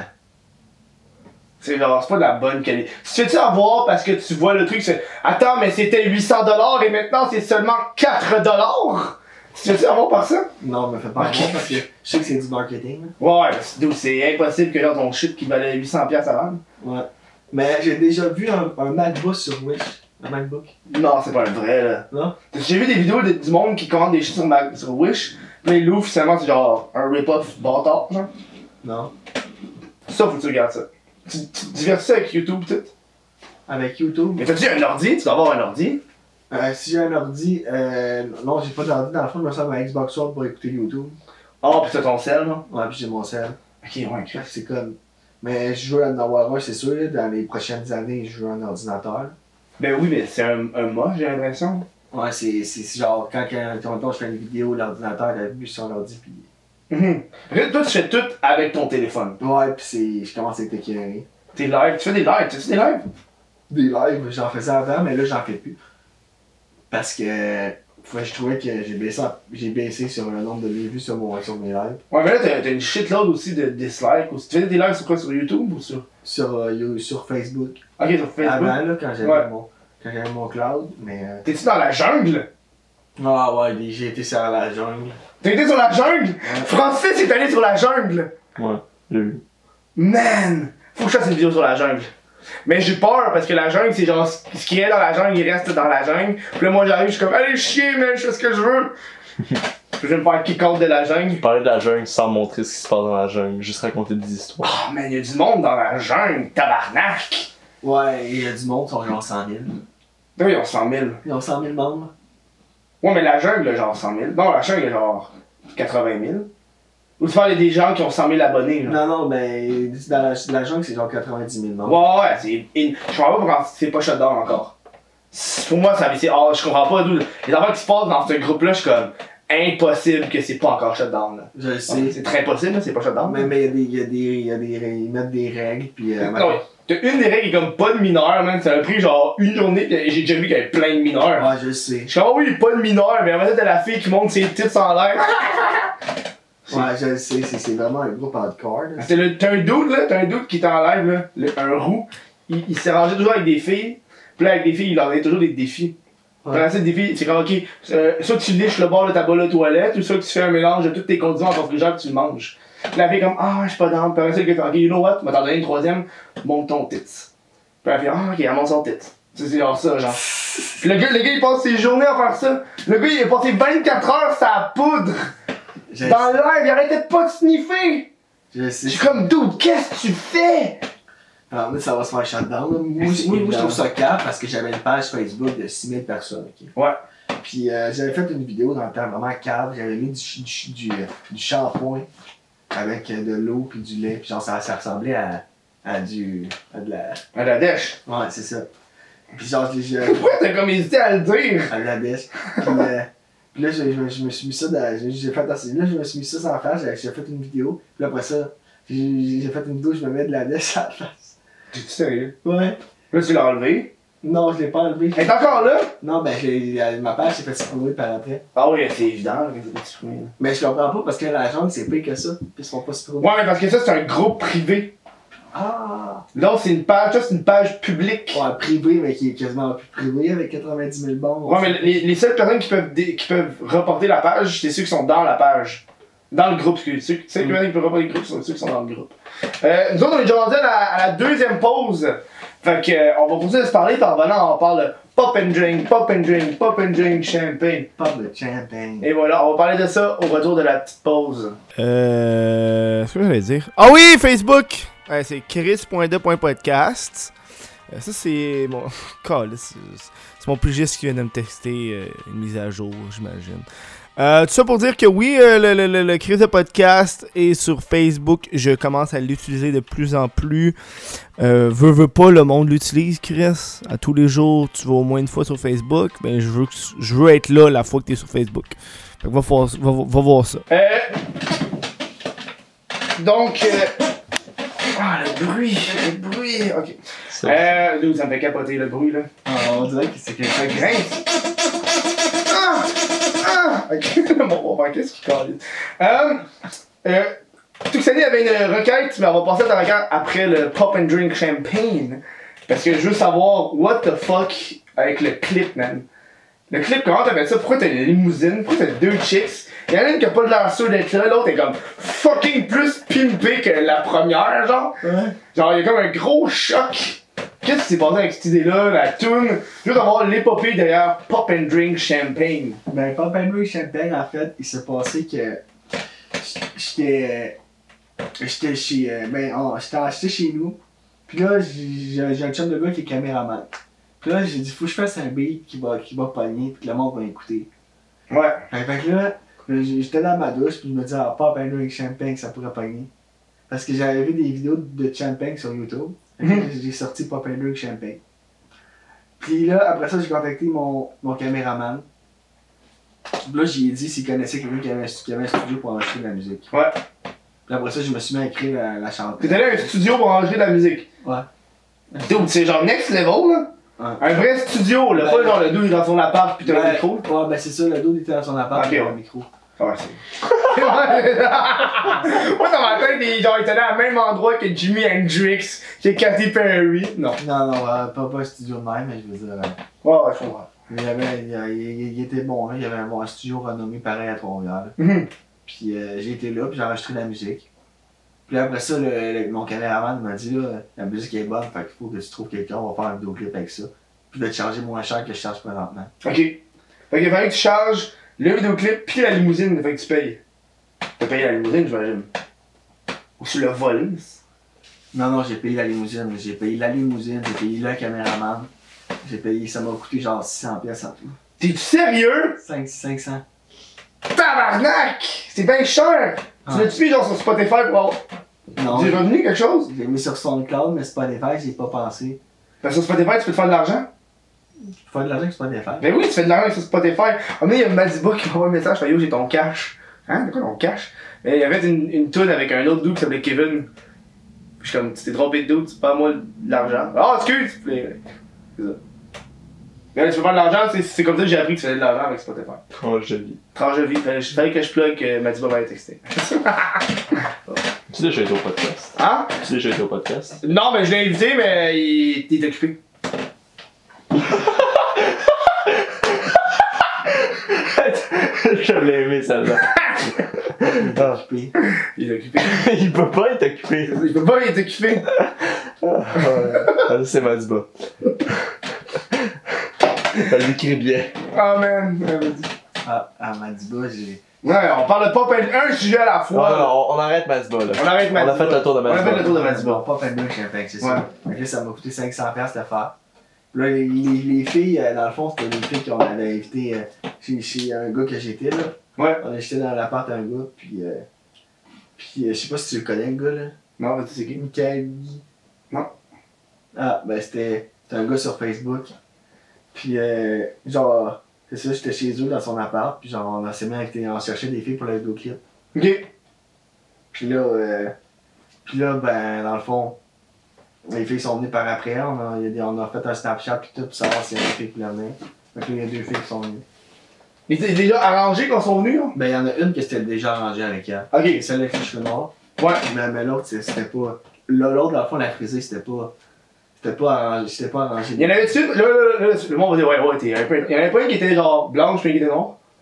C'est genre, c'est pas de la bonne qualité. Tu te fais-tu avoir parce que tu vois le truc, c'est attends, mais c'était huit cents dollars et maintenant c'est seulement quatre dollars? Tu te fais-tu avoir par ça? non, me fais pas Ok. avoir parce que je sais que c'est du marketing. là. Ouais, c'est, dude, c'est impossible que genre ton shit qui valait huit cents piastres à vendre. Ouais. Mais j'ai déjà vu un, un MacBook sur Wish. Un MacBook. Non, c'est pas un vrai, là. Non? J'ai vu des vidéos de- du monde qui commande des shit sur, Mac- sur Wish, puis là, ils l'ouvrent, finalement, c'est genre un rip-off bâtard, genre. Non. Ça, faut que tu regardes ça. Tu, tu te divertis avec YouTube, tout. Avec YouTube. Mais t'as-tu un ordi? Tu dois avoir un ordi. Euh, si j'ai un ordi, euh, non, j'ai pas d'ordi. Dans le fond, je me sers de ma Xbox One pour écouter YouTube. Oh, pis t'as ton sel, non? Ouais, puis j'ai mon cell. Ok, ouais, Fait que c'est comme. Mais je veux en avoir un, c'est sûr. là. Dans les prochaines années, je veux un ordinateur. Ben oui, mais c'est un, un moche, j'ai l'impression. Ouais, c'est c'est- c'est genre quand, quand, quand je fais une vidéo, l'ordinateur, la vue sur l'ordi, puis. Mhm. Fait que toi, tu fais tout avec ton téléphone. Ouais, puis c'est. Je commence à être écœuré. Tes lives, tu fais des lives, tu fais des lives? Des lives, j'en faisais avant, mais là, j'en fais plus. Parce que. Ouais, je trouvais que j'ai baissé, en- j'ai baissé sur le nombre de vues sur, mon, sur mes lives. Ouais, mais là, t'as, t'as une shitload aussi de dislikes. Aussi. Tu fais des lives sur quoi? Sur YouTube ou sur. Sur, euh, You- sur Facebook. Ok, sur Facebook. Avant, là, quand j'avais Ouais. mon, quand j'avais mon cloud, mais. euh, T'es-tu dans la jungle? Ah ouais, des- j'ai été sur la jungle. T'as été sur la jungle? Francis est allé sur la jungle! Ouais, j'ai vu. Man! Faut que je fasse une vidéo sur la jungle. Mais j'ai peur parce que la jungle, c'est genre ce qui est dans la jungle, il reste dans la jungle. Puis là, moi j'arrive, je suis comme, allez chier, man, je fais ce que je veux. Je vais me faire kick out de la jungle. Parler de la jungle sans montrer ce qui se passe dans la jungle, juste raconter des histoires. Oh man, y'a du monde dans la jungle, tabarnak! Ouais, il y a du monde, ils sont genre cent mille. Là, ils ont cent mille. Ils ont cent mille membres. Ouais, mais la jungle, là, genre cent mille. Non, la jungle, il y a genre quatre-vingt mille. Ou tu parles des gens qui ont cent mille abonnés, là. Non, non, mais dans la, la jungle, c'est genre quatre-vingt-dix mille membres. Ouais, ouais, c'est. in- Je comprends pas pourquoi c'est pas shutdown encore. C'est- Pour moi, ça c'est. Ah, je comprends pas d'où. Les affaires qui se passent dans ce groupe-là, je suis comme. Impossible que c'est pas encore shutdown, là. Je le sais. C'est très possible, là, c'est pas shutdown. Mais mais il y a des. Il y a des, il y a des ils mettent des règles, puis. Euh, Non, ouais. T'as une des règles qui est comme pas de mineurs, man. Ça a pris genre une journée, pis j'ai déjà vu qu'il y avait plein de mineurs. Ouais, je le sais. Je suis comme, ah oui, pas de mineurs, mais après ça, t'as la fille qui monte ses tits en l'air. Ouais, je le sais, c'est c'est vraiment un groupe hardcore. là. C'est le, t'as un dude là, t'as un dude qui est en live là, le- un roux, il, il s'est rangé toujours avec des filles, pis là avec des filles, il leur donnait toujours des défis. Ouais. Dans le défi, c'est comme ok, euh, soit tu liches le bord de ta bolle aux toilettes, ou soit tu fais un mélange de toutes tes conditions dans ton frigère et tu le manges. Puis la fille est comme ah, je suis pas dans, puis après ça, le gars fait ok, you know what, tu m'as t'en donné une troisième, monte ton tits. Puis la fille ah, ok, elle monte son tits. C'est c'est genre ça, genre. Puis le gars, le gars il passe ses journées à faire ça. Le gars il a passé vingt-quatre heures sa poudre. Je le Dans le sais. live, il arrêtait pas de sniffer. Je le sais. Je suis comme, dude, qu'est-ce que tu fais? Alors, là, ça va se faire shutdown. là. Moi, moi, moi, je trouve ça cap parce que j'avais une page Facebook de six mille personnes. ok? Ouais. Puis euh, j'avais fait une vidéo dans le temps vraiment cave. J'avais mis du, du, du, euh, du shampoing avec euh, de l'eau puis du lait. Puis genre, ça, ça ressemblait à, à du. à de la. À la dèche. Ouais, c'est ça. Puis genre, je l'ai. Pourquoi t'as comme hésité à le dire? à la baisse. Puis, euh, puis là, je, je, je me suis mis ça dans. J'ai j'ai fait assez. Là, je me suis mis ça sans face. J'ai j'ai fait une vidéo. Puis après ça, j'ai j'ai fait une vidéo. Je me mets de la dèche à la face. T'es-tu sérieux? Ouais. Là, tu l'as enlevé. Non, je l'ai pas enlevé. Elle est encore là? Non, ben, j'ai- euh, ma page s'est fait supprimer par après. Ah oui, c'est évident que c'est supprimé. Mais je comprends pas parce que la jungle, c'est pire que ça. Puis ils se font pas supprimer. Ouais, mais parce que ça, c'est un groupe privé. Ah! Là, c'est une page, ça, c'est une page publique. Ouais, privé, mais qui est quasiment plus privé avec quatre-vingt-dix mille bons. Ouais, mais les, les seules personnes qui peuvent, dé- qui peuvent reporter la page, c'est ceux qui sont dans la page. Dans le groupe, parce que ceux, ceux qui ne peuvent pas les groupes sont ceux qui sont dans le groupe. Euh, nous autres, on est déjà rendu à la, à la deuxième pause. Fait que, euh, on va continuer à se parler, puis en revenant, on parle de pop and drink, pop and drink, pop and drink, champagne. Pop de champagne. Et voilà, on va parler de ça au retour de la petite pause. Euh. Ce que j'allais dire. Ah oui, Facebook! Ouais, c'est chris point de point podcast. Euh, ça, c'est mon. Call, c'est, c'est mon pigiste qui vient de me texter euh, une mise à jour, j'imagine. Euh, tout ça pour dire que oui, euh, le, le, le, le Chris de podcast est sur Facebook. Je commence à l'utiliser de plus en plus. Euh, veux, veux pas, le monde l'utilise, Chris. À tous les jours, tu vas au moins une fois sur Facebook. Ben, je veux, que, je veux être là la fois que t'es sur Facebook. Fait que va, voir, va, va voir ça. Euh. Donc. Euh... Ah, le bruit, le bruit. Ok. Euh. D'où ça me fait capoter le bruit, là. Ah, on dirait que c'est quelque Ça chose. grince. Ah! Ah! Ok, bon, on va voir qu'est-ce qu'il calme. Euh. Euh. Tuxani avait une requête, mais on va passer à ta requête après le Pop and Drink Champagne. Parce que je veux savoir, what the fuck avec le clip, man. Le clip, comment t'appelles ça? Pourquoi t'as une limousine? Pourquoi t'as deux chicks? Y'en a une qui a pas de l'air sûr d'être là, l'autre est comme fucking plus pimpé que la première, genre. Ouais. Genre, y'a comme un gros choc. Qu'est-ce qui s'est passé avec cette idée-là, la toune? Je veux avoir l'épopée derrière Pop and Drink Champagne. Ben, Pop and Drink Champagne, en fait, il s'est passé que j'étais. J'étais chez. Ben, on- j'étais acheté chez nous. Puis là, j'ai j'ai un chum de gars qui est caméraman. Puis là, j'ai dit, faut que je fasse un beat qui va, qui va pogner, puis que le monde va écouter. Ouais. Fait, fait que là, j'étais dans ma douche, puis je me disais, ah, Pop and Drink Champagne, ça pourrait pogner. Parce que j'avais vu des vidéos de champagne sur YouTube. Fait que là, j'ai sorti Pop and Drink Champagne. Puis là, après ça, j'ai contacté mon, mon caméraman. Puis là, j'ai dit s'il connaissait quelqu'un qui avait, un stu- qui avait un studio pour enregistrer de la musique. Ouais. Puis après ça, je me suis mis à écrire la, la chanson. T'es allé à un studio pour enregistrer de la musique. Ouais. Dude, c'est genre next level, là. Ouais. Un vrai studio, là. Ben, Pas genre le dude dans son appart pis t'as un Ouais, micro. ouais, ben c'est ça, le dos était dans son appart, Ok, il avait ouais. un micro. Ouais, c'est. Moi, dans ma tête, il genre, il était allé au même endroit que Jimi Hendrix, que Katy Perry. Non. Non, non, euh, pas, pas un studio de même, mais je veux dire. euh, Ouais, ouais, je comprends. il, avait, il, il- il était bon, hein, il y avait un bon studio renommé pareil à Trois-Rivières. Mhm. Puis euh, j'ai été là, puis j'ai enregistré de la musique. Puis après ça, le, le- mon caméraman m'a dit là, la musique est bonne, fait qu'il faut que tu trouves quelqu'un, on va faire un vidéoclip avec ça. Puis de te charger moins cher que je charge présentement. Ok. Fait qu'il fallait que tu charges le vidéoclip pis la limousine, fait que tu payes. T'as payé la limousine, j'imagine. Ou tu l'as volé. Non, non, j'ai payé la limousine, j'ai payé la limousine, j'ai payé le caméraman. J'ai payé, ça m'a coûté genre six cents pièces en tout. T'es-tu sérieux? cinq cents. Tabarnak! C'est bien cher! Tu l'as-tu payé genre sur Spotify pour avoir Non, du revenu, quelque chose? j'ai mis sur SoundCloud, mais Spotify, j'y ai pas pensé. Parce que sur Spotify, tu peux te faire de l'argent? Tu fais de l'argent avec Spotify. Ben oui, tu fais de l'argent sur Spotify. Ah, mais il y a Madiba qui m'envoie un message, fait yo, j'ai ton cash. Hein? De quoi ton cash? Mais il y avait une, une toune avec un autre dude qui s'appelait Kevin. Puis je suis comme, tu t'es trompé de dude, c'est pas moi de l'argent. Ah, excuse! Puis, euh, c'est ça. Mais là, tu peux faire de l'argent, c'est, c'est comme ça que j'ai appris que tu faisais de l'argent avec Spotify. Tranche de vie. Tranche de vie, fallait, fallait que je plug que Madiba m'avait texté. Tu sais déjà été au podcast. Hein? Tu sais déjà été au podcast. Non, mais je l'ai invité, mais il, il est occupé. Je l'ai aimé celle-là. Ah. Puis, Il est occupé. Il peut pas être occupé. Il peut pas, il est occupé. Ah, c'est Madiba. Elle l'écrit bien. Oh man, ouais, vas-y. ah, à Madiba, j'ai. Ouais, on parle de pas un sujet à la Non, fois. non, non, on arrête Madiba là. On arrête On Madiba. a fait le tour de On a Madiba. fait le tour de Bon, Madiba. pas peine de champagne, c'est Ouais. ça. Fait que là, ça m'a coûté cinq cents pièces de faire. Puis là, les, les, les filles, euh, dans le fond, c'était les filles qu'on avait invitées euh, chez, chez un gars que j'étais là. Ouais. On a jeté dans l'appart un gars, puis. Euh, puis, euh, je sais pas si tu le connais, le gars là. Non, mais tu sais c'est qui? Michael Guy. Non. Ah, ben c'était c'était un gars sur Facebook. Puis, euh, genre, c'est ça, j'étais chez eux dans son appart, puis genre, on s'est mis à on cherchait des filles pour le vidéoclip. Ok. Puis là, euh, puis là, ben, dans le fond, les filles sont venues par après. On a, il y a des- on a fait un Snapchat pis tout pour savoir s'il y a des filles qui voulaient venir. Fait que là, il y a deux filles qui sont venues. Il était déjà arrangé quand ils sont venus, hein? Ben, il y en a une qui c'était déjà arrangée avec elle. Ok. Et celle avec les cheveux noirs. Ouais. Mais, mais l'autre, c'est- c'était pas. là, L'autre, dans le fond, la frisée, c'était pas. C'était pas arrangé. C'était pas arrangé. Il y en avait-tu? Là, là, là, là, le monde va dire, ouais, ouais, t'es un peu. Il y en avait pas une qui était genre blanche mais qui était noire?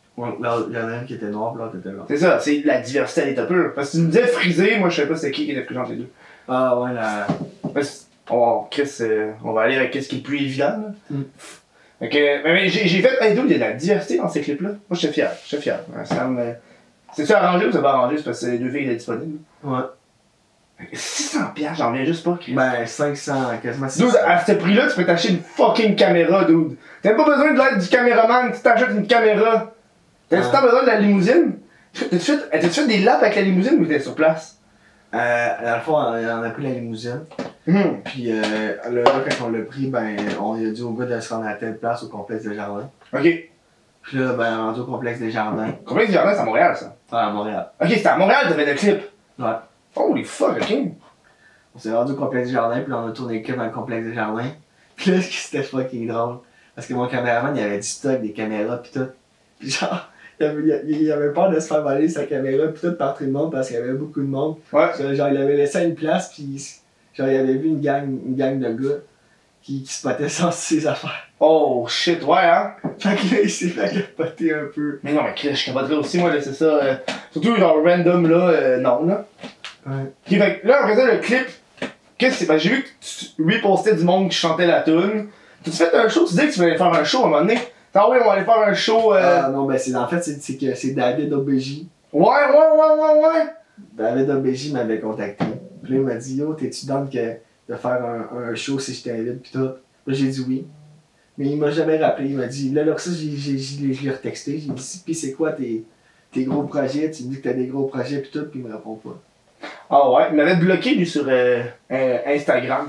Ouais, là, il y en a un qui était noir, puis l'autre était blanc. C'est ça, c'est la diversité à l'état pur. Parce que tu me disais frisé, moi je savais pas c'était qui qui était frisé entre les deux. Ah ouais, la. Parce que, on, Chris, euh, on va aller avec ce qui est le plus évident. Là. Mm. Fait que, mais, mais j'ai, j'ai fait, hey, d'où il y a de la diversité dans ces clips-là. Moi j'étais fier, j'étais fier. Ouais, ça me... C'est-tu arrangé ou c'est pas arrangé? C'est parce que les deux filles étaient disponibles. Ouais. six cents piastres, j'en reviens juste pas, Chris. Ben, cinq cents, quasiment six cents. Dude, à ce prix-là, tu peux t'acheter une fucking caméra, dude. T'as pas besoin de l'aide du caméraman, tu t'achètes une caméra. T'as-tu Ah. besoin de la limousine? T'as-tu fait, t'as-tu fait des laps avec la limousine ou t'étais sur place? Euh, dans le fond, on on a pris la limousine. Hum. Puis euh, là, là, quand on l'a pris, ben, on a dit au gars de se rendre à telle place au complexe des Jardins. Ok. Puis là, ben, on est rendu au complexe des Jardins. Combien de jardins, c'est à Montréal, ça? Ah, à Montréal. Ok, c'était à Montréal, t'avais le clip. Ouais. Holy fuck, ok. On s'est rendu au complexe des Jardins, puis là, on a tourné le clip dans le complexe des Jardins. Puis là, c'était fucking drôle. Parce que mon caméraman, il avait du stock, des caméras, pis tout. Puis genre, il avait, il avait peur de se faire voler sa caméra, pis tout par tout le monde, parce qu'il y avait beaucoup de monde. Ouais. Genre, il avait laissé à une place, puis genre, il avait vu une gang, une gang de gars qui, qui spottaient sans ses affaires. Oh shit, ouais, hein. Fait que là, il s'est fait capoter un peu. Mais non, mais Chris, je capoterais aussi, moi, laisser ça. Euh, surtout, genre, random, là, euh, non, là. Ouais. Ok, fait que là, après ça, le clip, qu'est-ce que c'est? Ben, j'ai vu que tu repostais du monde qui chantait la tune. T'as-tu fait un show? Tu disais que tu voulais faire un show à un moment donné. Ah oui, on va aller faire un show. Euh... Ah non, ben c'est en fait, c'est, c'est que c'est David O B J. Ouais, ouais, ouais, ouais, ouais. David O B J m'avait contacté. Puis là, il m'a dit, yo, t'es-tu down que de faire un, un show si je t'invite, pis tout. Là, j'ai dit oui. Mais il m'a jamais rappelé. Il m'a dit, là, là, ça, j'ai, j'ai, j'ai, je l'ai retexté. J'ai dit, pis c'est quoi tes, tes gros projets? Tu me dis que t'as des gros projets, pis tout, pis il me répond pas. Ah ouais, il m'avait bloqué, lui, sur euh, euh, Instagram.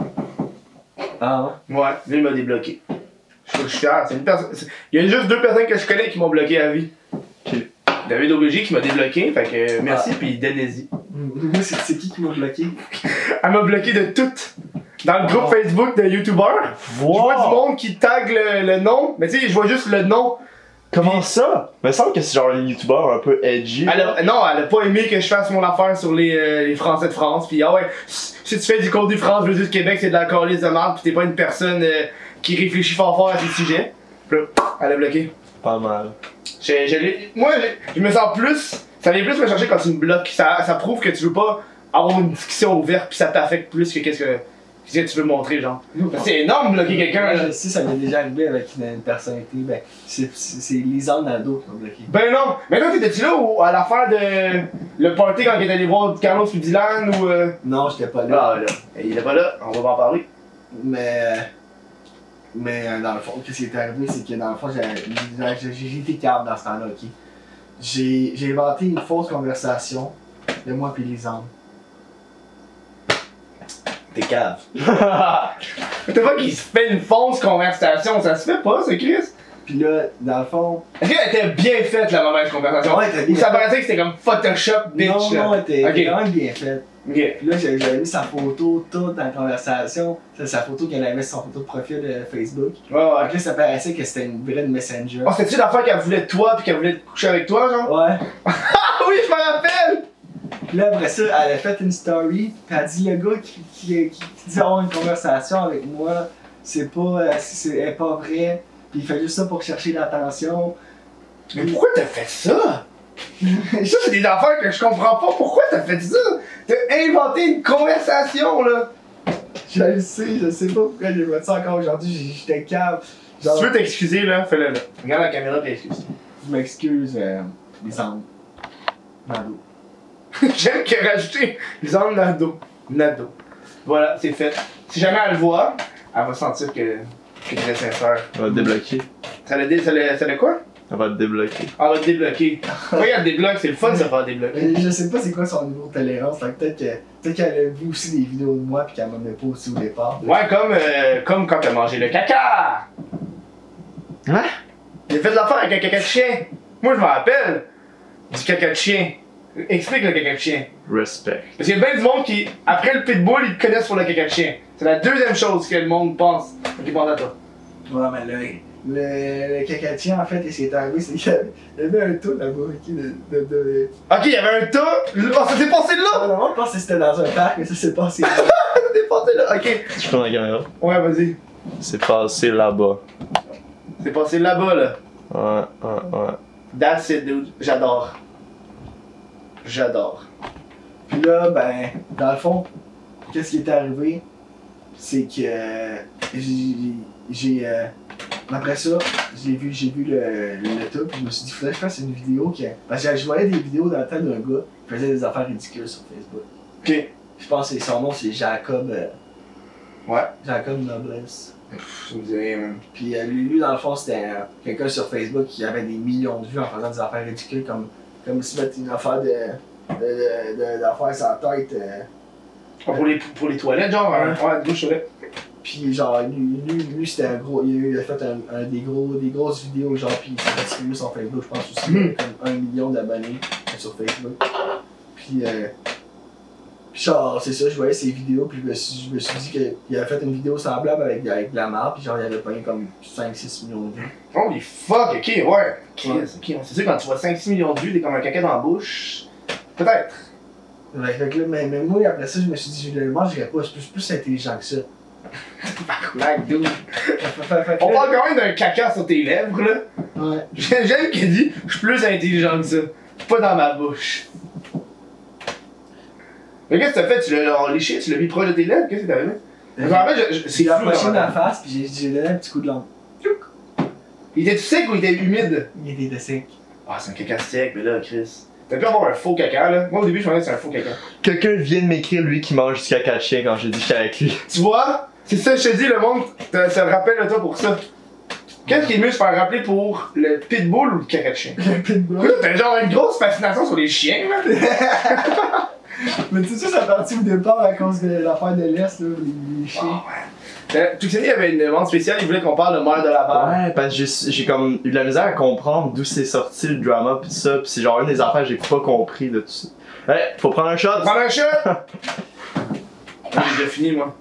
Ah ouais? Ouais, lui, il m'a débloqué. Je suis fier. C'est une personne. c'est- Il y a juste deux personnes que je connais qui m'ont bloqué à vie. Ok. David O B J qui m'a débloqué, fait que euh, merci, pis Denezi. Moi, c'est, c'est qui qui m'a bloqué? Elle m'a bloqué de tout. Dans le groupe Oh. Facebook de YouTubers, je vois du monde qui tag le, le nom, mais tu sais, je vois juste le nom. Comment ça? Il me semble que c'est genre un youtubeur un peu edgy. Elle a- non, elle a pas aimé que je fasse mon affaire sur les, euh, les Français de France. Pis ah ouais, si tu fais du contenu France versus Québec, c'est de la calice de merde, pis t'es pas une personne euh, qui réfléchit fort fort à ces sujets. Pis là, elle a bloqué. Pas mal. Je, je l'ai- moi, je, je me sens plus. Ça vient plus me chercher quand tu me bloques. Ça, ça prouve que tu veux pas avoir une discussion ouverte, pis ça t'affecte plus que qu'est-ce que, qu'est-ce que tu veux montrer, genre. C'est énorme de bloquer quelqu'un. Moi, là. je sais, ça m'est déjà arrivé avec une, une personnalité. Ben, c'est, c'est, c'est Lisanne Nadeau qui m'a bloqué. Ben non! Mais toi, t'étais-tu là ou à l'affaire de. Le party quand il est allé voir Carlos puis Dylan ou. Euh... Non, j'étais pas là. Ah là, il est pas là, on va pas en parler. Mais. Mais euh, dans le fond, ce qui est arrivé, c'est que dans le fond, j'ai, j'ai, j'ai été câble dans ce temps-là, ok? J'ai, j'ai inventé une fausse conversation de moi et Lisanne. T'es cave. T'as pas qu'il se fait une fausse conversation, ça se fait pas, c'est Chris? Puis là, dans le fond. Est-ce qu'elle était bien faite la mauvaise conversation? Ouais, elle était bien Ou ça faite. paraissait que c'était comme Photoshop, bitch? non, là? non, elle était, Ok. elle était quand même bien faite. Ok. Puis là, j'ai- j'avais mis sa photo toute dans la conversation. C'est sa photo qu'elle avait sur son photo de profil de Facebook. Ouais, ouais. Donc là, ça paraissait que c'était une vraie de Messenger. Oh, c'était-tu l'affaire qu'elle voulait de toi pis qu'elle voulait te coucher avec toi, genre? Ouais. Ah oui, je me rappelle! Puis là, après ça, elle a fait une story, puis elle a dit le gars qui, qui, qui, qui dit avoir une conversation avec moi, c'est pas, euh, c'est, c'est pas vrai, puis il fait juste ça pour chercher l'attention. Mais pourquoi t'as fait ça? Ça, c'est des affaires que je comprends pas. Pourquoi t'as fait ça? T'as inventé une conversation, là. Je le sais, je sais pas pourquoi j'ai fait ça encore aujourd'hui, j'ai- j'étais calme. Si tu veux t'excuser, là, fais-le, là. Regarde la caméra et excuse. Je m'excuse, euh, les angles. Nado. J'aime qu'il a rajouté Lisandre Nado. Nado. Voilà, c'est fait. Si jamais elle le voit, elle va sentir que, que t'es sincère. Elle va te débloquer. Ça l'a dé- ça l'a- ça l'a quoi? Elle va te débloquer. Elle va te débloquer. Regarde, débloque, c'est le fun de se faire débloquer. Mais je sais pas c'est quoi son niveau de tolérance, fait que peut-être, que, peut-être qu'elle a vu aussi des vidéos de moi puis qu'elle m'en met pas aussi au départ. Ouais, comme, euh, comme quand t'as mangé le caca! Hein? J'ai fait de l'affaire avec un caca de chien. Moi, je me rappelle du caca de chien. Explique le caca de chien. Respect. Parce qu'il y a bien du monde qui, après le pitbull, ils te connaissent pour le caca de chien. C'est la deuxième chose que le monde pense. Ok, pense à toi. Ouais, mais là, le, le cacatien, en fait, et ce qui est arrivé, c'est qu'il y avait, il y avait un taux là-bas, ok, de. de, de... Ok, il y avait un tas. Oh, ça s'est passé là! Ah, non, je pense que c'était dans un parc, mais ça s'est passé là. Ça s'est passé là. Ok. Tu prends la caméra. Ouais, vas-y. C'est passé là-bas. C'est passé là-bas, là. Ouais, ouais, ouais. That's it, dude. J'adore. J'adore. Puis là, ben, dans le fond, qu'est-ce qui est arrivé? C'est que euh, j'ai. j'ai euh, après ça, j'ai vu, j'ai vu le, le top, puis je me suis dit, faudrait que je fasse une vidéo. Qui, parce que je voyais des vidéos dans le temps d'un gars qui faisait des affaires ridicules sur Facebook. Ok. Je pense que son nom, c'est Jacob. Euh, Ouais. Jacob Noblesse. Pff, ça me dit rien, man. Puis euh, lui, lui, dans le fond, c'était euh, quelqu'un sur Facebook qui avait des millions de vues en faisant des affaires ridicules, comme, comme si mettre une affaire de. de, de, de d'affaires sur la tête. Euh, Ah, pour, les, pour les toilettes, genre, hein? Ouais, douche toilette. Puis genre, lui, lui, lui c'était un gros. Il a, il a fait un, un des, gros, des grosses vidéos, genre, puis il s'est fait suivre sur Facebook, je pense aussi, Mm. il a comme un million d'abonnés sur Facebook. Puis, euh, puis genre, c'est ça, je voyais ses vidéos, puis je me suis, je me suis dit qu'il avait fait une vidéo semblable avec, avec de la marde, puis genre, il avait pogné comme cinq six millions de vues. Holy fuck, ok, ouais. Ok, ok. C'est sûr, quand tu vois cinq six millions de vues, t'es comme un caca dans la bouche. Peut-être. Fait que là, mais, mais moi, après ça, je me suis dit, je le mangerais pas, je suis plus, plus intelligent que ça. Like, dude. Fait- fait- fait que On là- parle quand même d'un caca sur tes lèvres, là. Ouais. J'aime qu'il dit, je suis plus intelligent que ça. Pas dans ma bouche. Mais qu'est-ce que t'as fait? Tu l'as genre léché? Tu l'as mis proche de tes lèvres? Qu'est-ce qui t'est arrivé? Je me rappelle, je- je- c'est J'ai flou approché dans ma ma tête. face, puis j'ai- j'ai donné un petit coup de langue. Il était sec ou il était humide? Il était sec. Ah, c'est un caca sec, mais là, Chris. T'as pu avoir un faux caca, là. Moi, au début, je pensais que c'était un faux caca. Quelqu'un vient de m'écrire, lui, qui mange du caca de chien quand j'ai dit que j'étais avec lui. Tu vois? C'est ça, je te dis, le monde te, se rappelle de toi pour ça. Qu'est-ce qui est mieux se faire rappeler pour le pitbull ou le caca de chien? Le pitbull. T'as genre une grosse fascination sur les chiens, là. Mais tu sais, ça c'est parti au départ à cause de l'affaire de l'Est, là, les, les chiens. Ah ouais. Euh, Tuxani avait une demande spéciale, il voulait qu'on parle de Mère de Laval. Ouais, parce que j'ai- j'ai comme eu de la misère à comprendre d'où c'est sorti le drama pis tout ça, pis c'est genre une des affaires que j'ai pas compris de tout ça. Ouais, faut prendre un shot! Prends un shot! J'ai déjà fini, moi.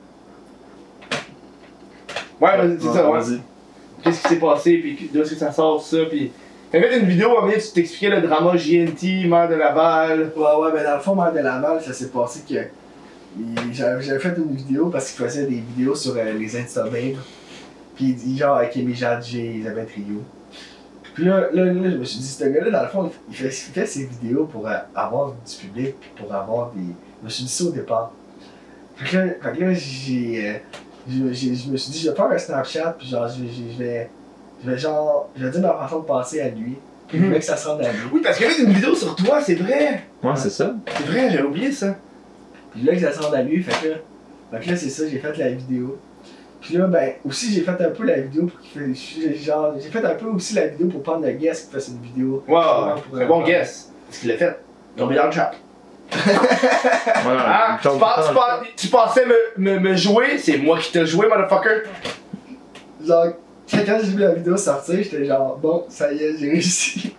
Ouais, vas-y, c'est ça, ouais. Vas-y. Qu'est-ce qui s'est passé, puis d'où est-ce que ça sort, ça, puis... T'as fait une vidéo, à un moment donné, tu t'expliquais le drama J N T, Mère de Laval. Ouais, ouais, ben dans le fond, Mère de Laval, ça s'est passé que. il- J'avais j'avais fait une vidéo parce qu'il faisait des vidéos sur euh, les Instababes. Puis il dit genre avec Amy Jadji, Isabelle Trio. Puis là, là, là, je me suis dit, ce gars-là, dans le fond, il fait, il fait ses vidéos pour euh, avoir du public, pour avoir des. Je me suis dit ça au départ. Fait que là, fait que là j'ai, euh, j'ai- j'ai- je me suis dit, je vais faire un Snapchat, puis genre, je vais, je vais, je vais genre, je vais dire ma façon de penser à lui. Puis je voulais que ça se rende à lui. Oui, parce qu'il y avait une vidéo sur toi, c'est vrai. Ouais, c'est ça. C'est vrai, j'avais oublié ça. Puis là, que ça se rende à lui, fait que là, fait que là c'est ça, j'ai fait la vidéo. Puis là, ben, aussi, j'ai fait un peu la vidéo pour qu'il fait. Genre, j'ai fait un peu aussi la vidéo pour prendre le guest qui fasse une vidéo. Wow, Pour, c'est euh, bon guess. Est-ce qu'il l'a fait? Tombé dans le chat. Voilà. Ah, tu, pens- tu, pens- tu pensais me, me, me jouer, c'est moi qui t'ai joué, motherfucker. Genre, quand j'ai vu la vidéo sortir, j'étais genre, bon, ça y est, j'ai réussi.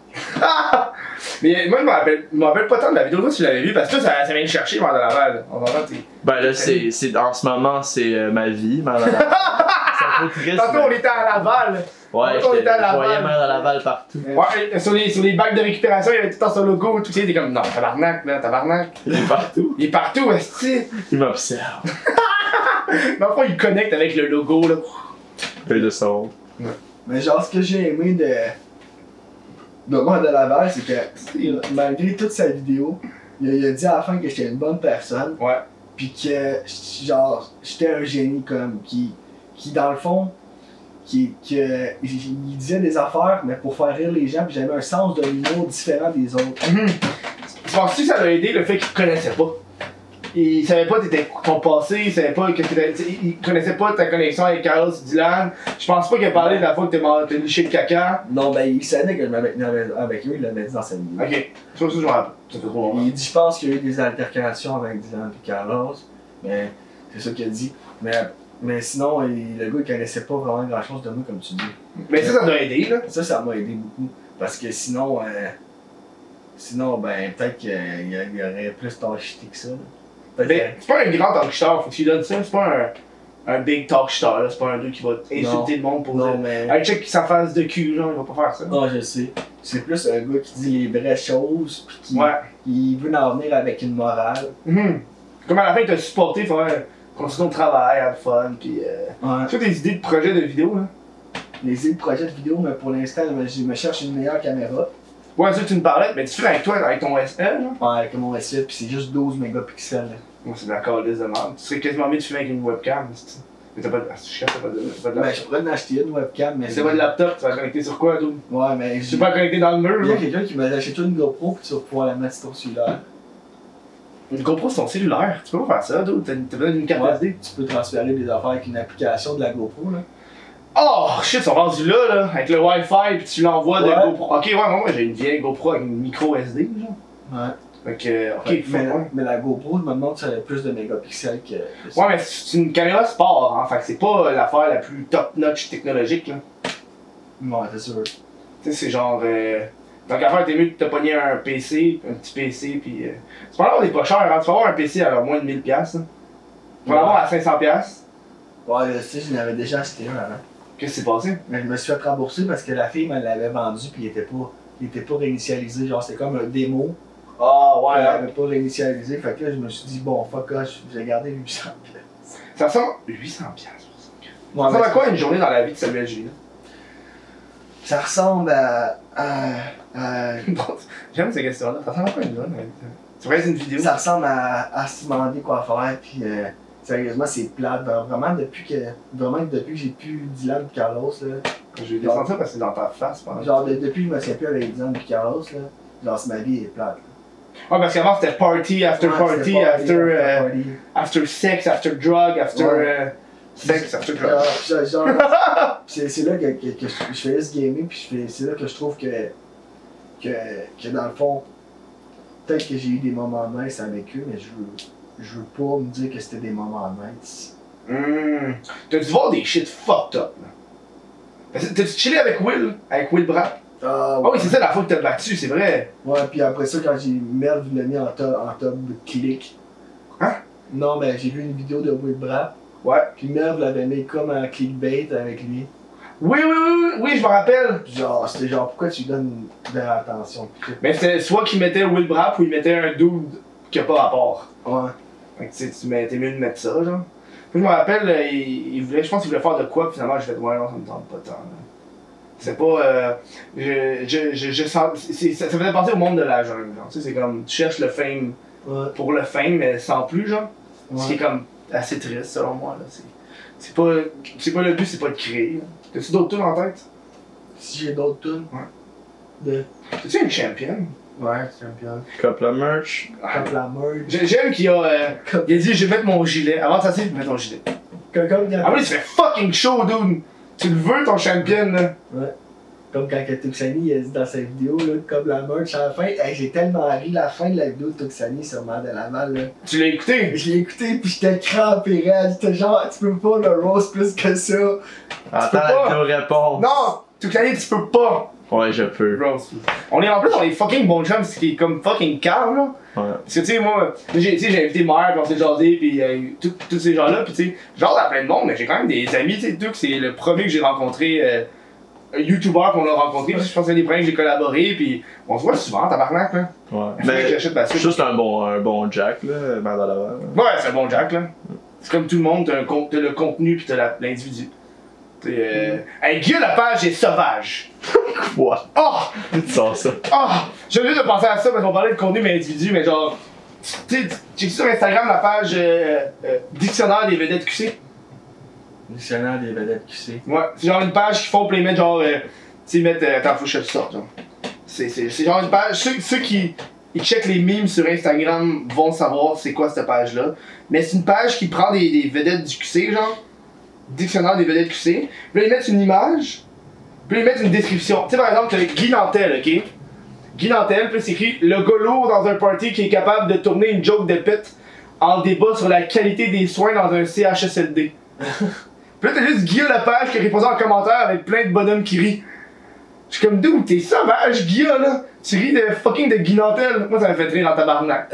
Mais moi, je me rappelle, je me rappelle pas tant de la vidéo, toi, tu l'avais vue, parce que toi, ça, ça vient de chercher, Mère de Laval. On entend, t'es. Ben là, c'est, c'est, en ce moment, c'est euh, ma vie, Mère de Laval. C'est un peu triste. Tantôt, mais- on était à Laval. Ouais, tantôt, on j'étais- était à je voyais Laval. Mère de Laval partout. Ouais, sur les, sur les bacs de récupération, il y avait tout le temps son logo, tout ça, il était comme, non, tabarnak, là, tabarnak. Il est partout. Il est partout, esti. Il m'observe. Dans le fond, il connecte avec le logo, là. Feuille de son. Mais genre, ce que j'ai aimé de. de moi de Laval, c'est que malgré toute sa vidéo, il a, il a dit à la fin que j'étais une bonne personne. Ouais. Puis que, genre, j'étais un génie, comme, qui, qui dans le fond, qui, que, il, il disait des affaires, mais pour faire rire les gens, puis j'avais un sens de l'humour différent des autres. Mhm. Tu penses-tu que ça l'a aidé le fait qu'il te connaissait pas? Il savait pas t'étais- ton passé, il savait pas que t'étais- t'sais, il connaissait pas ta connexion avec Carlos Dylan. Je pense pas qu'il a parlé de la fois que t'es mort- t'as liché le caca. Non, ben, il savait que je m'avais tenu avec, avec eux, il l'avait dit dans sa vidéo. Ok, ça aussi je me rappelle. Ça fait trop longtemps. Il dit, je pense qu'il y a eu des altercations avec Dylan et Carlos, mais c'est ça qu'il a dit. Mais, mais sinon, il- le gars, il connaissait pas vraiment grand chose de moi, comme tu dis. Mais ça, ça doit aider, là. Ça, ça m'a aidé beaucoup. Parce que sinon, euh, sinon, ben, peut-être qu'il y, il y aurait plus t'enchité que ça. là. Peut-être Mais c'est pas un grand talk-star, faut que tu lui donnes ça. C'est pas un, un big talk-star, là. C'est pas un gars qui va insulter le monde pour que- non, dire. mais. Un check qui s'en fasse de cul, genre, il va pas faire ça. Non, je sais. C'est plus un gars qui dit les vraies choses, puis qui, Ouais. qui veut en venir avec une morale. Mhm. Comme à la fin, il t'a supporté, il faut continuer ton travail, have fun, pis. Euh... Ouais. Tu as des idées de projets de vidéo, là? Les idées de projet de vidéo, mais pour l'instant, je me cherche une meilleure caméra. Ouais, ça, tu me parlais, mais tu fais avec toi, avec ton S E, là? Ouais, avec mon S huit, pis c'est juste douze mégapixels. Là. Moi, c'est de la calice de merde. Tu serais quasiment mieux de filmer avec une webcam, c'est mais t'as pas de. Ah, c'est chiant, t'as pas de. T'as pas de Ben, laptop. je pourrais en acheter une webcam, mais. C'est pas de laptop, tu vas connecter sur quoi, d'où? Ouais, mais. Tu vas connecter dans le mur, Il y a là? quelqu'un qui m'a acheté une GoPro, pis tu vas pouvoir la mettre sur ton cellulaire. Une GoPro sur ton cellulaire, tu peux pas faire ça, d'où? T'as t'as besoin d'une carte Ouais, S D. tu peux transférer des affaires avec une application de la GoPro, là. Oh shit, ils sont rendus là, là, avec le Wi-Fi, pis tu l'envoies de Ouais. GoPro. Ok, ouais, moi j'ai une vieille GoPro avec une micro S D, genre. Ouais. Fait que, ok, Fait- fuck, mais, ouais. mais la GoPro, je me demande si elle a plus de mégapixels que. que Ouais, mais c'est une caméra sport, hein, fait que c'est pas l'affaire la plus top-notch technologique, là. Ouais, c'est sûr. Tu sais, c'est genre. Euh... Tant qu'à faire, t'es mieux de te pogner un P C, un petit P C, pis. Euh... Tu peux en avoir des pas chers, hein. Tu peux avoir un P C à moins de mille piastres, là. Tu peux en Ouais. avoir à cinq cents piastres. Ouais, tu sais, je n'avais déjà acheté un avant. Qu'est-ce qui s'est passé? Mais je me suis fait rembourser parce que la fille me l'avait vendu puis il était pas, il était pas réinitialisé. Genre, c'était comme un démo. Ah, ouais, Elle hein. avait pas réinitialisé. Fait que là, je me suis dit, bon, fuck off, j'ai gardé huit cents pièces. Ça ressemble. huit cents piastres pour ça. Ouais, Ça ressemble mais à quoi une journée dans la vie de Samuel Julien? ça ressemble à. à, à- J'aime ces questions-là. Ça ressemble à quoi une journée dans la vie de Tu regardes une vidéo? ça ressemble à, à se demander quoi faire. Puis, euh, sérieusement, c'est plate. Vraiment, depuis que, vraiment, depuis que j'ai plus Dylan et Carlos, là. Je vais descendre ça parce que c'est dans ta face. Pendant... Genre, de- depuis que je me souviens plus avec Dylan et Carlos, là. Genre, ma vie est plate. Ouais, parce qu'avant c'était party after Ouais, party, c'était after, euh, party. after sex, after drug, after Ouais. euh, sex, after drug. Genre, genre, c'est c'est là que, que, que je, je fais ce gaming, puis je fais- c'est là que je trouve que, que, que dans le fond, peut-être que j'ai eu des moments nice avec eux, mais je veux, je veux pas me dire que c'était des moments nice. Hum. T'as dû voir des shit fucked up, là. Parce que T'as-tu chillé avec Will? Avec Will Bratt? Ah Ah oui, c'est ça la fois que t'as battu, c'est vrai. Ouais, puis après ça, quand j'ai Merv l'a mis en top, en top de clic. Hein? Non, mais j'ai vu une vidéo de Will Brap, Ouais. puis Merv l'avait mis comme un clickbait avec lui. Oui, oui, oui, oui, oui, je me rappelle. Puis genre, c'était genre, pourquoi tu lui donnes de l'attention? Puis Mais c'était soit qu'il mettait Will Bratt ou il mettait un dude qui a pas rapport. ouais. Fait que tu sais, tu mets- t'es mieux de mettre ça, genre. Puis je me rappelle, euh, il, il voulait, je pense qu'il voulait faire de quoi, puis finalement j'ai fait, ouais, non, ça me tente pas tant, là. C'est pas. Euh, je, je, je, je sens. c'est- ça, ça faisait penser au monde de la jungle, genre. Tu sais, c'est comme, tu cherches le fame Ouais. pour le fame, mais sans plus, genre. Ce qui est Ouais. comme assez triste, selon moi, là. C'est, c'est pas. C'est pas le but, c'est pas de créer, là. T'as-tu d'autres tunes en tête? Si j'ai d'autres tunes. Ouais. De. T'as-tu une championne? Ouais, champion. Couple of merch. Comme la merge. J'ai- J'aime qu'il a. Euh, il a dit, je vais mettre mon gilet. Avant de s'asseoir, je vais mettre mon gilet. Comme, comme quand, Ah oui, tu fais fucking chaud, dude! Tu le veux, ton champion, là? comme quand que Tuxani il a dit dans sa vidéo, là, comme la merch à la fin. Hey, j'ai tellement ri la fin de la vidéo de Tuxani sur Mad de Laval. Là. Tu l'as écouté? Je l'ai écouté pis j'étais crampé raide. J'étais genre, tu peux pas le rose plus que ça. Attends peux la pas. vidéo réponse. Non! Tout l'année, tu peux pas! Ouais, je peux. Bro, on est en plus, on est fucking bons chums, ce qui est comme fucking calme, là. Ouais. Parce que, tu sais, moi, j'ai tu sais, j'ai invité Mère, puis on s'est jasé, puis euh, tout- tous ces gens-là, puis tu sais, genre à plein de monde, mais j'ai quand même des amis, tu sais, Duke, c'est le premier que j'ai rencontré, euh, un YouTuber qu'on a rencontré, puis je pense que c'est des premiers que j'ai collaboré, puis on se voit souvent, tabarnak, là. Ouais. Faut que Mais j'achète ma suite. juste un bon, un bon Jack, là, Mad à Laval. Ouais, c'est un bon Jack, là. C'est comme tout le monde, t'as, un con- t'as le contenu, puis t'as la- l'individu. T'es, euh... Hey, Guy Lepage est sauvage! Quoi? Oh! Tu sors ça. Ah! J'ai juste de penser à ça parce qu'on parlait de contenu mais individu, mais genre. Tu sais, j'ai sur Instagram la page euh, euh, Dictionnaire des vedettes Q C. Dictionnaire des vedettes Q C. Ouais, c'est genre une page qu'ils font pour les mettre genre. Euh, tu sais, mettre. Euh, attends, faut que je te sorte, genre. C'est, c'est, c'est genre une page. Ceux, ceux qui ils checkent les memes sur Instagram vont savoir c'est quoi cette page-là. Mais c'est une page qui prend des, des vedettes du Q C, genre. Dictionnaire des vedettes Q C. Puis là, ils mettent une image. Puis là, ils mettent une description. Tu sais, par exemple, t'as Guy Nantel, ok? Guy Nantel, puis c'est écrit le gars lourd dans un party qui est capable de tourner une joke de pète en débat sur la qualité des soins dans un C H S L D. Puis là, t'as juste Guy Lepage qui répond en commentaire avec plein de bonhommes qui rient. Je suis comme, d'où t'es sauvage, Guy, là? Tu ris de fucking de Guy Nantel. Moi, ça m'a fait rire en tabarnak.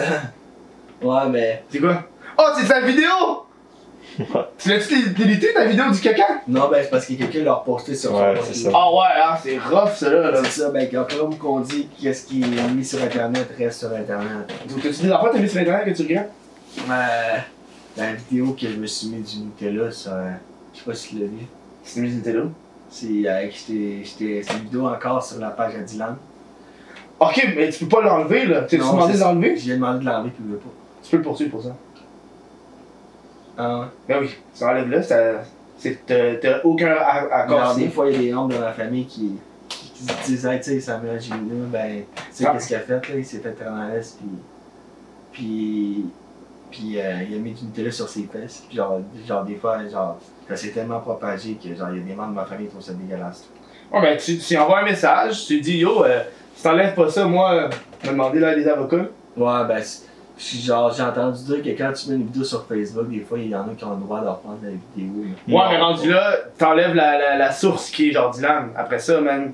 Ouais, mais. C'est quoi? Oh, c'est sa vidéo! Tu l'as-tu délité ta vidéo du caca? Non, ben c'est parce que quelqu'un l'a reposté sur Ouais, son c'est profil. ça. Ah ouais, hein, c'est rough, ça là. là. C'est ça, ben comme qu'on dit, qu'est-ce qui est mis sur internet reste sur internet. T'as-tu des enfants t'as mis sur internet que tu regardes? Euh, la vidéo que je me suis mis du Nutella, ça. Je sais pas si tu l'as vu. C'est mis une télé. C'est avec. j'étais- j'étais- C'est une vidéo encore sur la page à Dylan. Ok, mais tu peux pas l'enlever là. Tu as Non, demandé c'est de l'enlever? J'ai demandé de l'enlever, puis il veut pas. Tu peux le poursuivre pour ça. Ah ouais. Ben oui, tu enlèves là, ça- c'est t'as t'as aucun accord. Genre, des fois, il y a des membres de ma famille qui, qui, qui se disent, hey, tu sais, Samuel Gélina, ben, tu sais, Ah. qu'est-ce qu'il a fait, là? Il s'est fait traîner à l'aise, puis. Puis. Puis, euh, il a mis du Nutella sur ses fesses, puis genre, genre, des fois, genre, ça s'est tellement propagé que, genre, il y a des membres de ma famille qui trouvent ça dégueulasse. Ouais, ben tu, tu envoies un message, tu dis yo, euh, si t'enlèves pas ça, moi, euh, m'a demandé là des avocats. Ouais, ben, c'est- c'est genre, j'ai entendu dire que quand tu mets une vidéo sur Facebook, des fois, il y en a qui ont le droit de reprendre la vidéo. là. Ouais, mais rendu là, t'enlèves la, la, la source qui est genre Dylan. Après ça, man.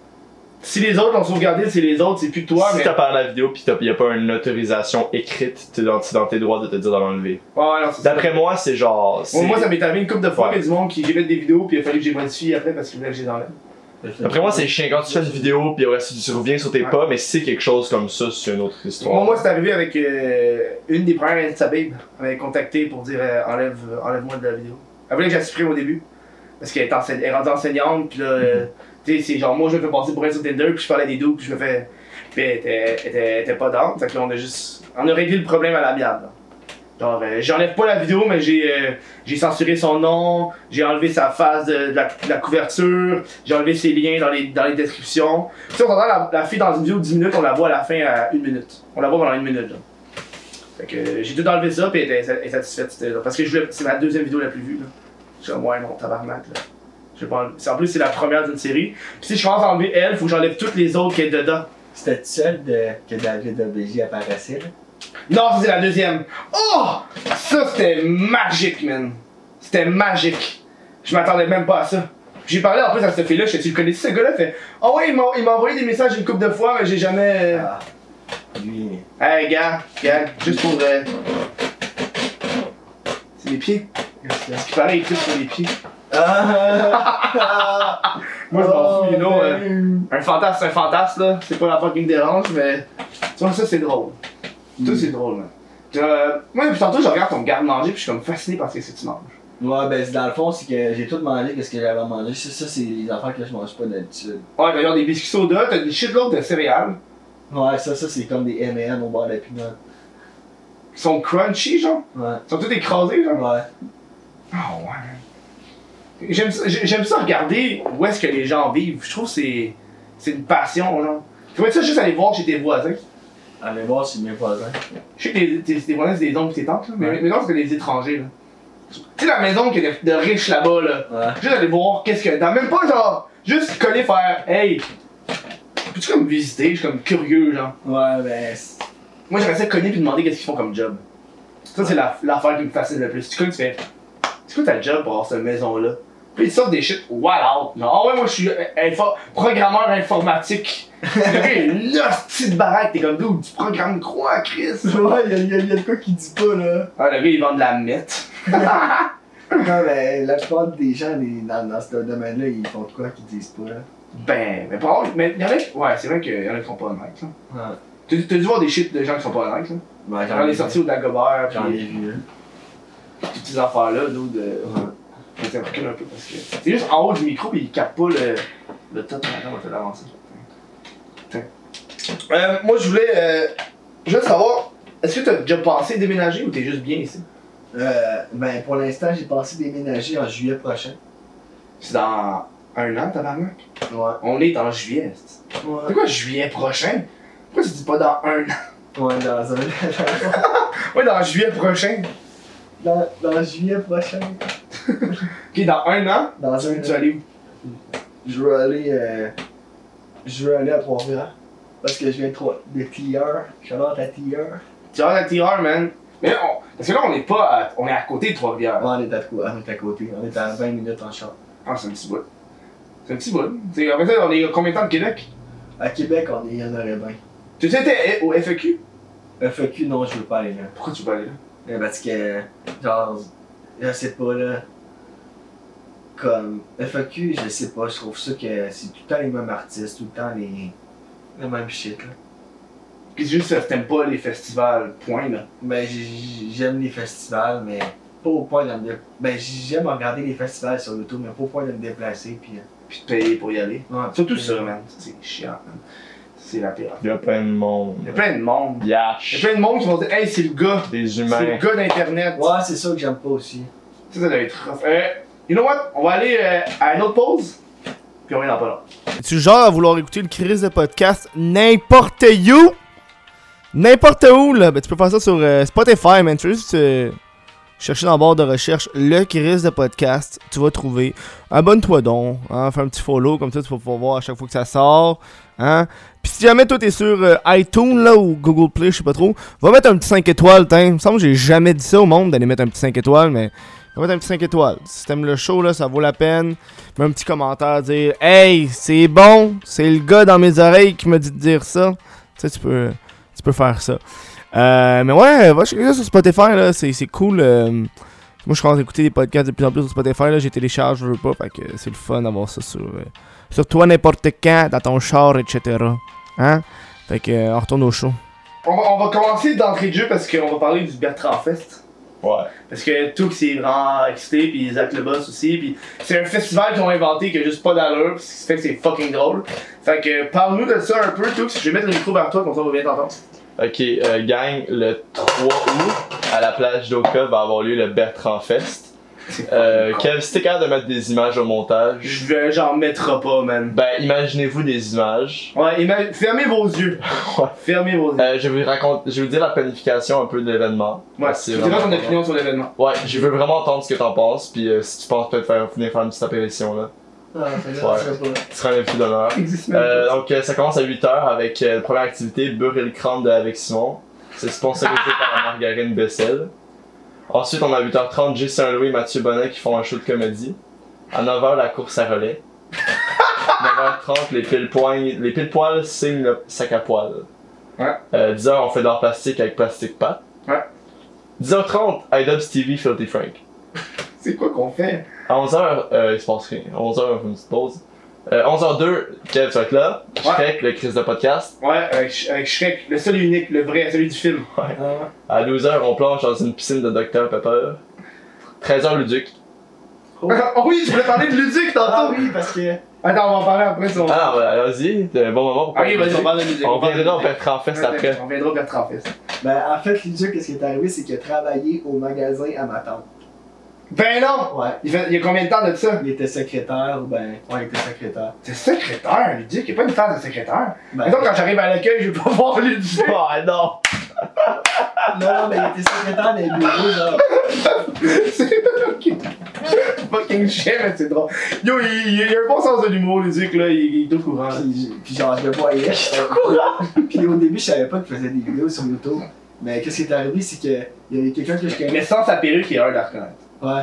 Si les autres l'ont sauvegardé, c'est les autres, c'est plus toi, si mais. t'as parlé la vidéo pis t'as- y a pas une autorisation écrite, t'es dans, t'es dans tes droits de te dire de l'enlever. Ouais, ouais, non, c'est ça. D'après moi, c'est genre. Bon, c'est- moi, ça m'est arrivé une couple de fois Ouais. qu'il y a du monde qui j'ai fait des vidéos, puis il a fallu que j'ai modifié après parce qu'il voulait que je les enlève. D'après moi, c'est chiant quand tu fais une vidéo pis après, tu reviens sur tes Ouais. pas, mais si c'est quelque chose comme ça, c'est une autre histoire. Moi, moi c'est arrivé avec euh, une des premières Insta Babe. Elle m'avait contacté pour dire euh, enlève, euh, enlève-moi de la vidéo. Elle voulait que je la supprime au début. Parce qu'elle est, enseigne- elle est rendue enseignante, puis là, euh, tu sais, c'est genre moi je me fais passer pour elle sur Tinder, puis je parlais des dos, puis je me fais. Puis elle était, elle était, elle était pas down. Fait que là, on a juste. On a réglé le problème à l'amiable. là. Genre, euh, j'enlève pas la vidéo, mais j'ai euh, j'ai censuré son nom, j'ai enlevé sa face de, de la, de la couverture, j'ai enlevé ses liens dans les, dans les descriptions. Tu sais, on entend la, la fille dans une vidéo de dix minutes, on la voit à la fin à une minute. On la voit pendant une minute. Là. Fait que euh, j'ai tout enlevé ça, puis elle était elle est satisfaite. c'était- Parce que je voulais- c'est ma deuxième vidéo la plus vue. Là. Je suis comme, ouais, non, tabarnak. Là. Je vais pas enlever- c'est- En plus, c'est la première d'une série. Puis si je commence à enlever elle, faut que j'enlève toutes les autres qui est dedans. C'était seul de, que David O B J apparaissait, là. Non, ça c'est la deuxième. Oh! Ça c'était magique, man. C'était magique. Je m'attendais même pas à ça. J'ai parlé en plus à cette fille-là, je sais, tu le connais, ce gars-là fait oh ouais, il m'a il m'a envoyé des messages une couple de fois, mais j'ai jamais. euh, Ah. Lui. Hey, gars, gars, juste pour. euh, C'est les pieds. Ce qui paraît, il tripe sur les pieds. Ah! Moi, je m'en fous, you know. euh, ben. un fantasme, c'est un fantasme, là. C'est pas l'affaire qui me dérange, mais. Tu vois, ça, c'est drôle. Ça, c'est drôle, man. Euh, moi, depuis tantôt, je regarde ton garde-manger, puis je suis comme fasciné par ce que tu manges. Ouais, ben, c'est- dans le fond, c'est que j'ai tout mangé, qu'est-ce que j'avais mangé. Ça, ça c'est les affaires que je mange pas d'habitude. Ouais, t'as genre des biscuits soda, t'as des shitloads de céréales. Ouais, ça, ça, c'est comme des M and M au bord de la pinot. Qui sont crunchy, genre. Ouais. Ils sont tous écrasés, genre. Ouais. Ah ouais. J'aime ça, j'ai- j'aime ça regarder où est-ce que les gens vivent. Je trouve que c'est c'est une passion, genre. Tu vois ça juste aller voir chez tes voisins. Allez voir si mes voisins. Je sais que tes, tes, tes voisins, c'est des oncles et tes tantes, là. Mais Ouais. mais non, c'est des étrangers, là. Tu sais, la maison qui est de, de riches là-bas, là. Ouais. Juste aller voir qu'est-ce que. Dans même pas, genre, juste coller, faire hey. Peux-tu comme visiter? Je suis comme curieux, genre. Ouais, ben. c'est- Moi, j'aimerais ça cogner puis demander qu'est-ce qu'ils font comme job. Ça, c'est la- l'affaire qui me fascine le plus. Tu cognes, tu fais. C'est quoi ta job pour avoir cette maison-là? Puis ils sortent des shit wow! Ah ouais, moi je suis euh, info- programmeur informatique. Le gars, il a une hostie de baraque. T'es comme d'où? Tu programmes quoi, Chris? Ouais, y'a y a, y a de quoi qui dit pas, là. Ah, le gars, il vend de la meth. Non, mais la plupart des gens les- dans, dans ce domaine-là, ils font de quoi qu'ils disent pas, là. Ben, mais pour avoir- mais y'en a. Ouais, c'est vrai qu'il y en a qui sont pas honnêtes, là. Ouais. T'as t'as dû voir des shit de gens qui sont pas honnêtes, là. Ben, Genre les sorties au Dagobert, J'en ai pis vu, là. toutes ces affaires-là, d'où de. Ouais. Je vais recule un peu parce que. C'est juste en haut du micro, pis il capte pas le. Le top. Attends, on va te l'avancer. Tiens. Euh, moi, je voulais. Euh, je voulais savoir, est-ce que t'as déjà pensé déménager ou t'es juste bien ici? Euh, ben, pour l'instant, j'ai pensé déménager en juillet prochain. C'est dans un an, tabarnak? Ouais. On est en juillet. C'est Ouais. c'est quoi juillet prochain? Pourquoi tu dis pas dans un an? Ouais, dans un. Ouais, dans juillet prochain. dans, dans juillet prochain. Ok, dans un an, Dans tu un. veux aller où? Je veux aller. Euh, je veux aller à Trois-Rivières. Parce que je viens de, Trois- de T R. Je suis allé à T R. Tu vas à la tireur, man. Mais on, parce que là, on est pas à, on est à côté de Trois-Rivières. Ouais, on est à, co- on est à côté. On est à vingt minutes en char. Ah, c'est un petit bout. C'est un petit bout. T'sais, après ça, on est à combien de temps de Québec? À Québec, on est, il y en aurait bien. Tu étais au F E Q? F A Q, non, je veux pas aller là. Pourquoi tu veux pas aller là? Euh, Parce que, genre, je sais pas là. Comme F A Q, je sais pas, je trouve ça que c'est tout le temps les mêmes artistes, tout le temps les. le même shit là. Puis c'est juste que t'aimes pas les festivals, point là. Ben, j- j'aime les festivals, mais pas au point de me. dé- Ben, j'aime regarder les festivals sur YouTube, mais pas au point de me déplacer, puis. Puis de payer pour y aller. Ouais, Surtout ça, man. Ça, c'est chiant, man. c'est la pire. Il y a plein de monde. Il y a plein de monde. Il y Yash. a plein de monde qui vont dire, hey, c'est le gars. Des C'est humains. le gars d'Internet. Ouais, c'est ça que j'aime pas aussi. Ça, ça doit être rough. Euh, you know what? On va aller euh, à une autre pause. Puis on revient dans pas long. Es-tu le genre à vouloir écouter le Chris de podcast n'importe où? N'importe où, là? Ben, tu peux faire ça sur euh, Spotify, man. Tu veux juste euh, chercher dans la barre de recherche le Chris de podcast. Tu vas trouver. Abonne-toi donc. Hein? Fais un petit follow, comme ça tu vas pouvoir voir à chaque fois que ça sort. Hein? Puis si jamais toi t'es sur euh, iTunes là, ou Google Play, je sais pas trop, va mettre un petit cinq étoiles. Il me semble que j'ai jamais dit ça au monde d'aller mettre un petit cinq étoiles, mais va mettre un petit cinq étoiles. Si t'aimes le show, là, ça vaut la peine. Mets un petit commentaire, dire hey, c'est bon, c'est le gars dans mes oreilles qui m'a dit de dire ça. Tu sais, tu peux, tu peux faire ça. Euh, mais ouais, va checker ça sur Spotify, là, c'est, c'est cool. Euh, moi, je commence à écouter des podcasts de plus en plus sur Spotify, là, j'ai télécharge, je veux pas, fait que c'est le fun d'avoir ça sur, euh, sur toi n'importe quand, dans ton char, et cetera. Hein? Fait que, euh, on retourne au show. On va, on va commencer d'entrée de jeu parce qu'on va parler du Bertrand Fest. Ouais. Parce que Toux est vraiment excité, puis Zach le boss aussi, puis c'est un festival qu'ils ont inventé qui a juste pas d'allure, pis ce qui fait que c'est fucking drôle. Fait que parle-nous de ça un peu, Toux, je vais mettre le micro vers toi, comme ça on va bien t'entendre. Ok, euh, gang, le trois août, à la plage d'Oka va avoir lieu le Bertrand Fest. Euh, Kev, si t'es capable de mettre des images au montage, Je vais, j'en mettrai pas, man. ben imaginez-vous des images. Ouais, ima- fermez vos yeux. Ouais. Fermez vos yeux. Euh, je vais vous raconter, je vais vous dire la planification un peu de l'événement. ouais, c'est tu diras vraiment ton important. opinion sur l'événement. Ouais, je veux vraiment entendre ce que t'en penses, puis euh, si tu penses peut-être faire, venir faire une petite apparition là, Ah, ça Ouais. serait pas. tu seras un invité d'honneur. Existe même Euh, pas. donc euh, ça commence à huit heures avec euh, la première activité, beurre et le crâne de Avec Simon. C'est sponsorisé par la margarine Bessel. Ensuite on a à huit heures trente J. Saint-Louis et Mathieu Bonnet qui font un show de comédie. À neuf heures la course à relais. neuf heures trente les pile-poils les pile-poils signent le sac à poil. Ouais. Euh, dix heures on fait d'art plastique avec Plastic Pat. Ouais. dix heures trente iDubbbz T V Filthy Frank. C'est quoi qu'on fait? À onze heures, euh, il se passe rien. À onze heures, on fait une petite pause. Euh, onze heures deux, Kev, tu vas être là. Shrek, le Chris de podcast. Ouais, avec, Sh- avec Shrek, le seul et unique, le vrai, celui du film. Ah, À douze heures, on plonge dans une piscine de docteur Pepper. treize heures, Luduc. oh. Oh oui, je voulais parler de Luduc tantôt! Ah oui, parce que. Attends, on va en parler après. Si on... Ah, ouais, allons-y, c'est un bon moment pour Ok, parler de vas-y, on Luduc. parle de Luduc. On parle de viendra au Luduc. Bertrand Fest après. On viendra au Bertrand Fest. Ben, en fait, Luduc, qu'est-ce qui est arrivé, c'est qu'il a travaillé au magasin à ma tante. Ben non! Ouais. Il, fait, il y a combien de temps de ça? Il était secrétaire, ou ben. Ouais, il était secrétaire. C'est secrétaire, Luduc, il n'y a pas une phase de secrétaire. Ben, Mettons, quand j'arrive à l'accueil, je vais pas voir Luduc. Oh non! non, non, mais il était secrétaire dans les bureaux, genre. C'est fucking... fucking chien, mais c'est drôle. Yo, il, il, il a un bon sens de l'humour, Luduc, là, il, il est au courant. Puis, puis genre, je le voyais. Puis au début, je savais pas qu'il faisait des vidéos sur YouTube. Mais qu'est-ce qui est arrivé, c'est que il y avait quelqu'un que je connais. Mais sans sa perruque, il est hard à reconnaître. Ouais.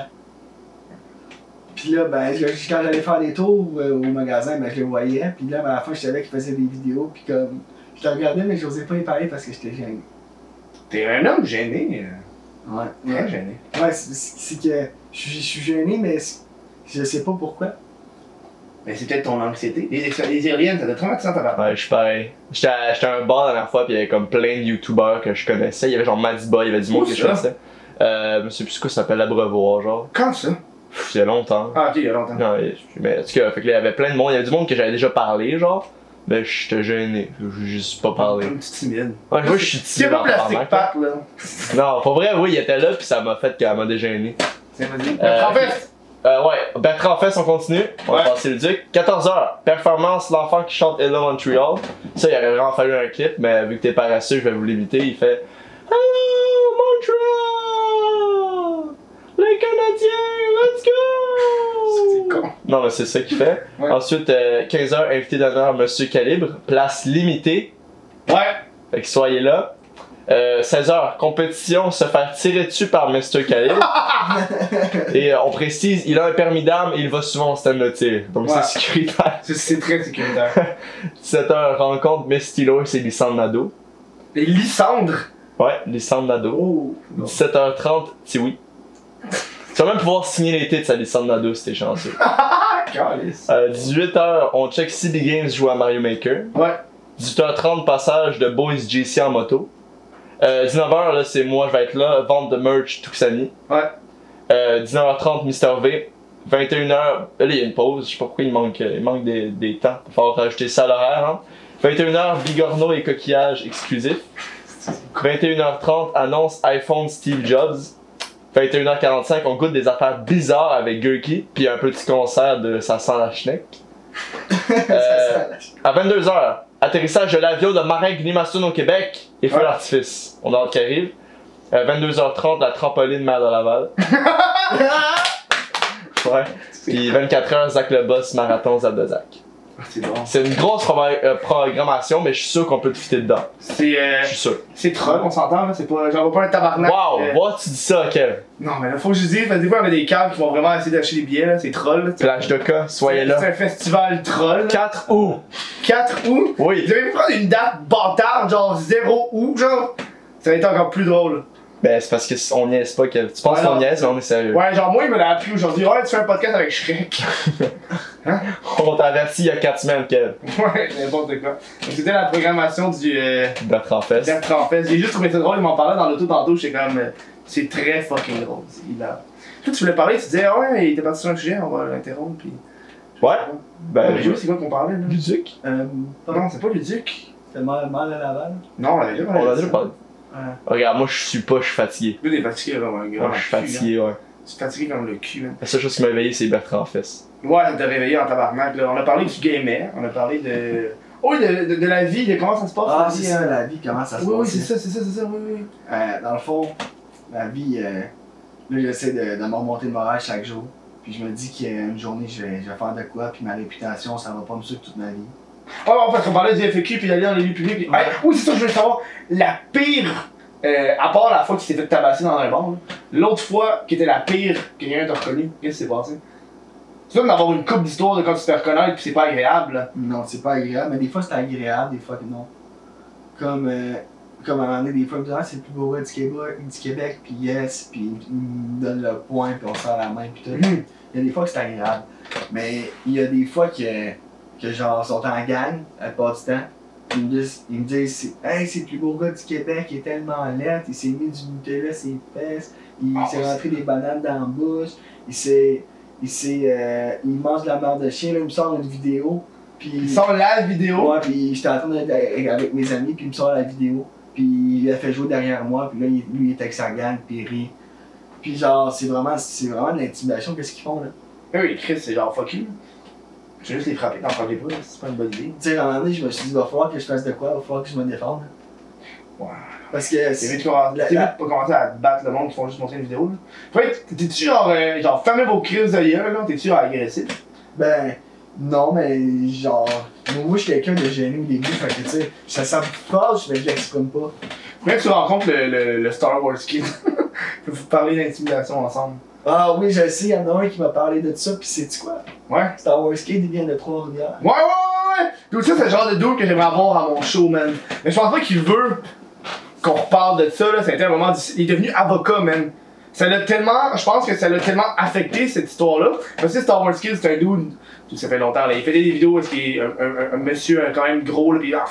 Puis là, ben, je- quand j'allais faire des tours euh, au magasin, ben, je le voyais. Puis là, ben, à la fin, je savais qu'il faisait des vidéos. Puis comme, je le regardais, mais je n'osais pas y parler parce que j'étais gêné. T'es un homme gêné. Ouais. euh, Très Ouais, gêné. ouais c'est, c'est que je suis, je suis gêné, mais c'est- je sais pas pourquoi. Mais c'est peut-être ton anxiété. Les, ex- les Irliennes, ça doit traumatiser ta part. Ouais, je suis pareil. J'étais à, j'étais à un bar la dernière fois, pis il y avait comme plein de youtubeurs que je connaissais. Il y avait genre Madiba, il y avait du monde Où que je ça? connaissais. Euh, je sais plus ce que ça s'appelle, l'Abreuvoir, genre. Quand ça? Pff, il y a longtemps. Ah, ok, il y a longtemps. Non, mais, mais en tout cas, fait que là, il y avait plein de monde. Il y avait du monde que j'avais déjà parlé, genre. Mais j'étais gêné. J'ai juste pas parlé. Un petit timide. Ouais, moi, je suis C'est timide pas en plastique tabarnak, pat, là. là. Non, pour vrai, oui, il était là, pis ça m'a fait qu'elle m'a dégêné. Tiens, vas-y. Euh, En fait, Euh, ouais, Bertrand Fest, on continue. On va Ouais. passer le duc. quatorze heures, performance, l'enfant qui chante Hello Montreal. Ça, il aurait vraiment fallu un clip, mais vu que t'es paresseux, je vais vous l'imiter. Il fait Hello Montreal! Les Canadiens, let's c'est go! con. Non, mais c'est ça qu'il fait. Ouais. Ensuite, euh, quinze heures, invité d'honneur, Monsieur Calibre. Place limitée. Ouais. Fait que soyez là. Euh, seize heures, compétition, se faire tirer dessus par Mister Calibre. Et euh, on précise, il a un permis d'armes et il va souvent au stand de tir. Donc Ouais. c'est sécuritaire. C'est- C'est très sécuritaire. dix-sept heures, rencontre Miss Steeler et Lysandre Nadeau. Et Lysandre. Ouais, Lysandre Nadeau. Oh! dix-sept heures trente, Tiwi. Tu vas même pouvoir signer les titres à Lysandre Nadeau si t'es chanceux. Ah, calice. Euh, dix-huit heures, on check C B Games joue à Mario Maker. Ouais. dix-huit heures trente, passage de Boys J C en moto. Euh, dix-neuf heures, là, c'est moi, je vais être là. Vente de merch Tuxani. Ouais. Euh, dix-neuf heures trente, Mister V. vingt et une heures, là, il y a une pause. Je sais pas pourquoi il manque, il manque des, des temps. Il va falloir rajouter ça à l'horaire. Hein. vingt et une heures, bigorneau et coquillage exclusif. vingt et une heures trente, annonce iPhone Steve Jobs. vingt et une heures quarante-cinq, on goûte des affaires bizarres avec Gurky, puis un petit concert de Ça sent la schneck. Euh, à vingt-deux heures, atterrissage de l'avion de Marin Gnimaston au Québec et feu Ouais. d'artifice. On a hâte qu'il arrive. Euh, vingt-deux heures trente, la trampoline Mère de Laval. Ouais. Puis vingt-quatre heures, Zach le Boss, marathon Zabdezac. Ah, c'est bon. C'est une grosse pro- euh, programmation, mais je suis sûr qu'on peut te fitter dedans. C'est euh, Je suis sûr. c'est troll, on s'entend là, c'est pas. J'en vois pas un tabarnak. Wow, euh, wow, tu dis ça, Kev. Non, mais là, faut que je dise, parce que des fois, on a des caves qui vont vraiment essayer d'acheter des billets, là, c'est troll. Là, Plage de cas, soyez C'est là. un festival troll. quatre août. quatre août. Oui. Vous avez pu prendre une date bâtarde, genre zéro août, genre. Ça va être encore plus drôle. Ben, c'est parce qu'on niaise pas, Kev. Tu penses Ouais, qu'on non. niaise, mais on est sérieux. Ouais, genre, moi, il me l'a appris aujourd'hui. Ouais, tu fais un podcast avec Shrek. On t'a averti il y a quatre semaines, Kev. Ouais, n'importe quoi. Donc, c'était la programmation du euh, Bertrand Fest. Bertrand Fest. J'ai juste trouvé ça drôle, il m'en parlait dans l'auto tantôt. J'étais comme. euh, c'est très fucking drôle. C'est hilarant. Toi, tu voulais parler, tu disais, ah ouais, il était parti sur un sujet, on va l'interrompre. Puis. Ouais. Ouais, Ben, mais j'ai vu c'est quoi qu'on parlait, là. Luduc. Euh, Non, c'est pas Luduc. C'était mal, mal à Laval. Non, on avait déjà parlé. On a de déjà ça. parlé. Ouais. Regarde, moi je suis pas, je suis fatigué. Lui, t'es fatigué, vraiment, un gars. Moi je suis fatigué, ouais. Tu es fatigué comme le cul, man. La seule chose qui m'a éveillé, c'est Bertrand Fest. Ouais, ça t'a réveillé en tabarnak, là. On a parlé du gamer, on a parlé de. Oh, oui, de, de, de la vie, de comment ça se passe. Ah, la c'est vie, ça, hein. la vie, comment ça se Oui, oui, passe. c'est ça, c'est ça, c'est ça, oui, oui. Euh, dans le fond, la vie, euh, là, j'essaie de, de me remonter le moral chaque jour. Puis je me dis qu'une journée, je vais, je vais faire de quoi, puis ma réputation, ça va pas me suivre toute ma vie. Oh, non, parce qu'on parlait du F A Q puis d'aller dans les lieux publics. Puis... Ouais. Hey, oui, c'est ça que je voulais savoir. La pire, euh, à part la fois qu'il s'est fait tabasser dans un bar, là, l'autre fois qui était la pire que quelqu'un t'a reconnu, qu'est-ce qui s'est passé? C'est comme d'avoir une coupe d'histoire de quand tu te fais reconnaître puis c'est pas agréable. Là. Non, c'est pas agréable, mais des fois c'est agréable, des fois que non. Comme, euh, comme à un moment donné, des fois, ah, c'est le plus beau gars du Québec, du Québec, puis yes, puis il me donne le point, puis on serre la main, puis tout. Mhm. Il y a des fois que c'est agréable. Mais il y a des fois que, que genre, sont en gang, à part du temps. Ils me disent, ils me disent hey, c'est le plus beau gars du Québec, il est tellement laid, il s'est mis du Nutella sur les fesses, il Oh, s'est rentré des bananes dans la bouche, il s'est. Il s'est. Euh, il mange de la merde de chien, là, il me sort une vidéo. Puis. Ils sont la vidéo. Ouais, puis j'étais en train d'être avec mes amis, puis il me sort la vidéo. Puis il a fait jouer derrière moi, puis là, il, lui, il était avec sa gang, puis il rit. Puis genre, c'est vraiment, c'est vraiment de l'intimidation, qu'est-ce qu'ils font là? Eux, les Chris, c'est genre fuck you. Je vais juste les frapper, t'en frappez pas, là, c'est pas une bonne idée. Tu sais, à un moment donné, je me suis dit, il va falloir que je fasse de quoi, il va falloir que je me défende. Ouais. Parce que. C'est vite commencer, La- c'est la- vite pas commencer à battre le monde qui font juste montrer une vidéo. Là. Faut être- t'es-tu genre, euh, genre, fermez vos crises de gueule, là, t'es-tu genre agressif? Ben, non, mais genre. Moi, je suis quelqu'un de gêné au début, fait que tu sais, ça, ça me fâche, mais je l'exprime pas. Faudrait que tu rencontres le, le, le Star Wars Kid. Faut parler d'intimidation ensemble. Ah oui, je sais, il y en a un qui m'a parlé de ça, pis c'est-tu quoi? Ouais. Star Wars Kid, il vient de Trois-Rivières. Ouais, ouais, ouais, ouais! Tout ça, c'est le genre de dude que j'aimerais avoir à mon show, man. Mais je pense pas qu'il veut qu'on reparle de ça, là. Ça a été un moment. difficile. Il est devenu avocat, man. Ça l'a tellement. Je pense que ça l'a tellement affecté, cette histoire-là. Parce que Star Wars Kid, c'est un dude. Ça fait longtemps, là. Il fait des vidéos où il est un, un, un monsieur euh, quand même gros, là. Pis là.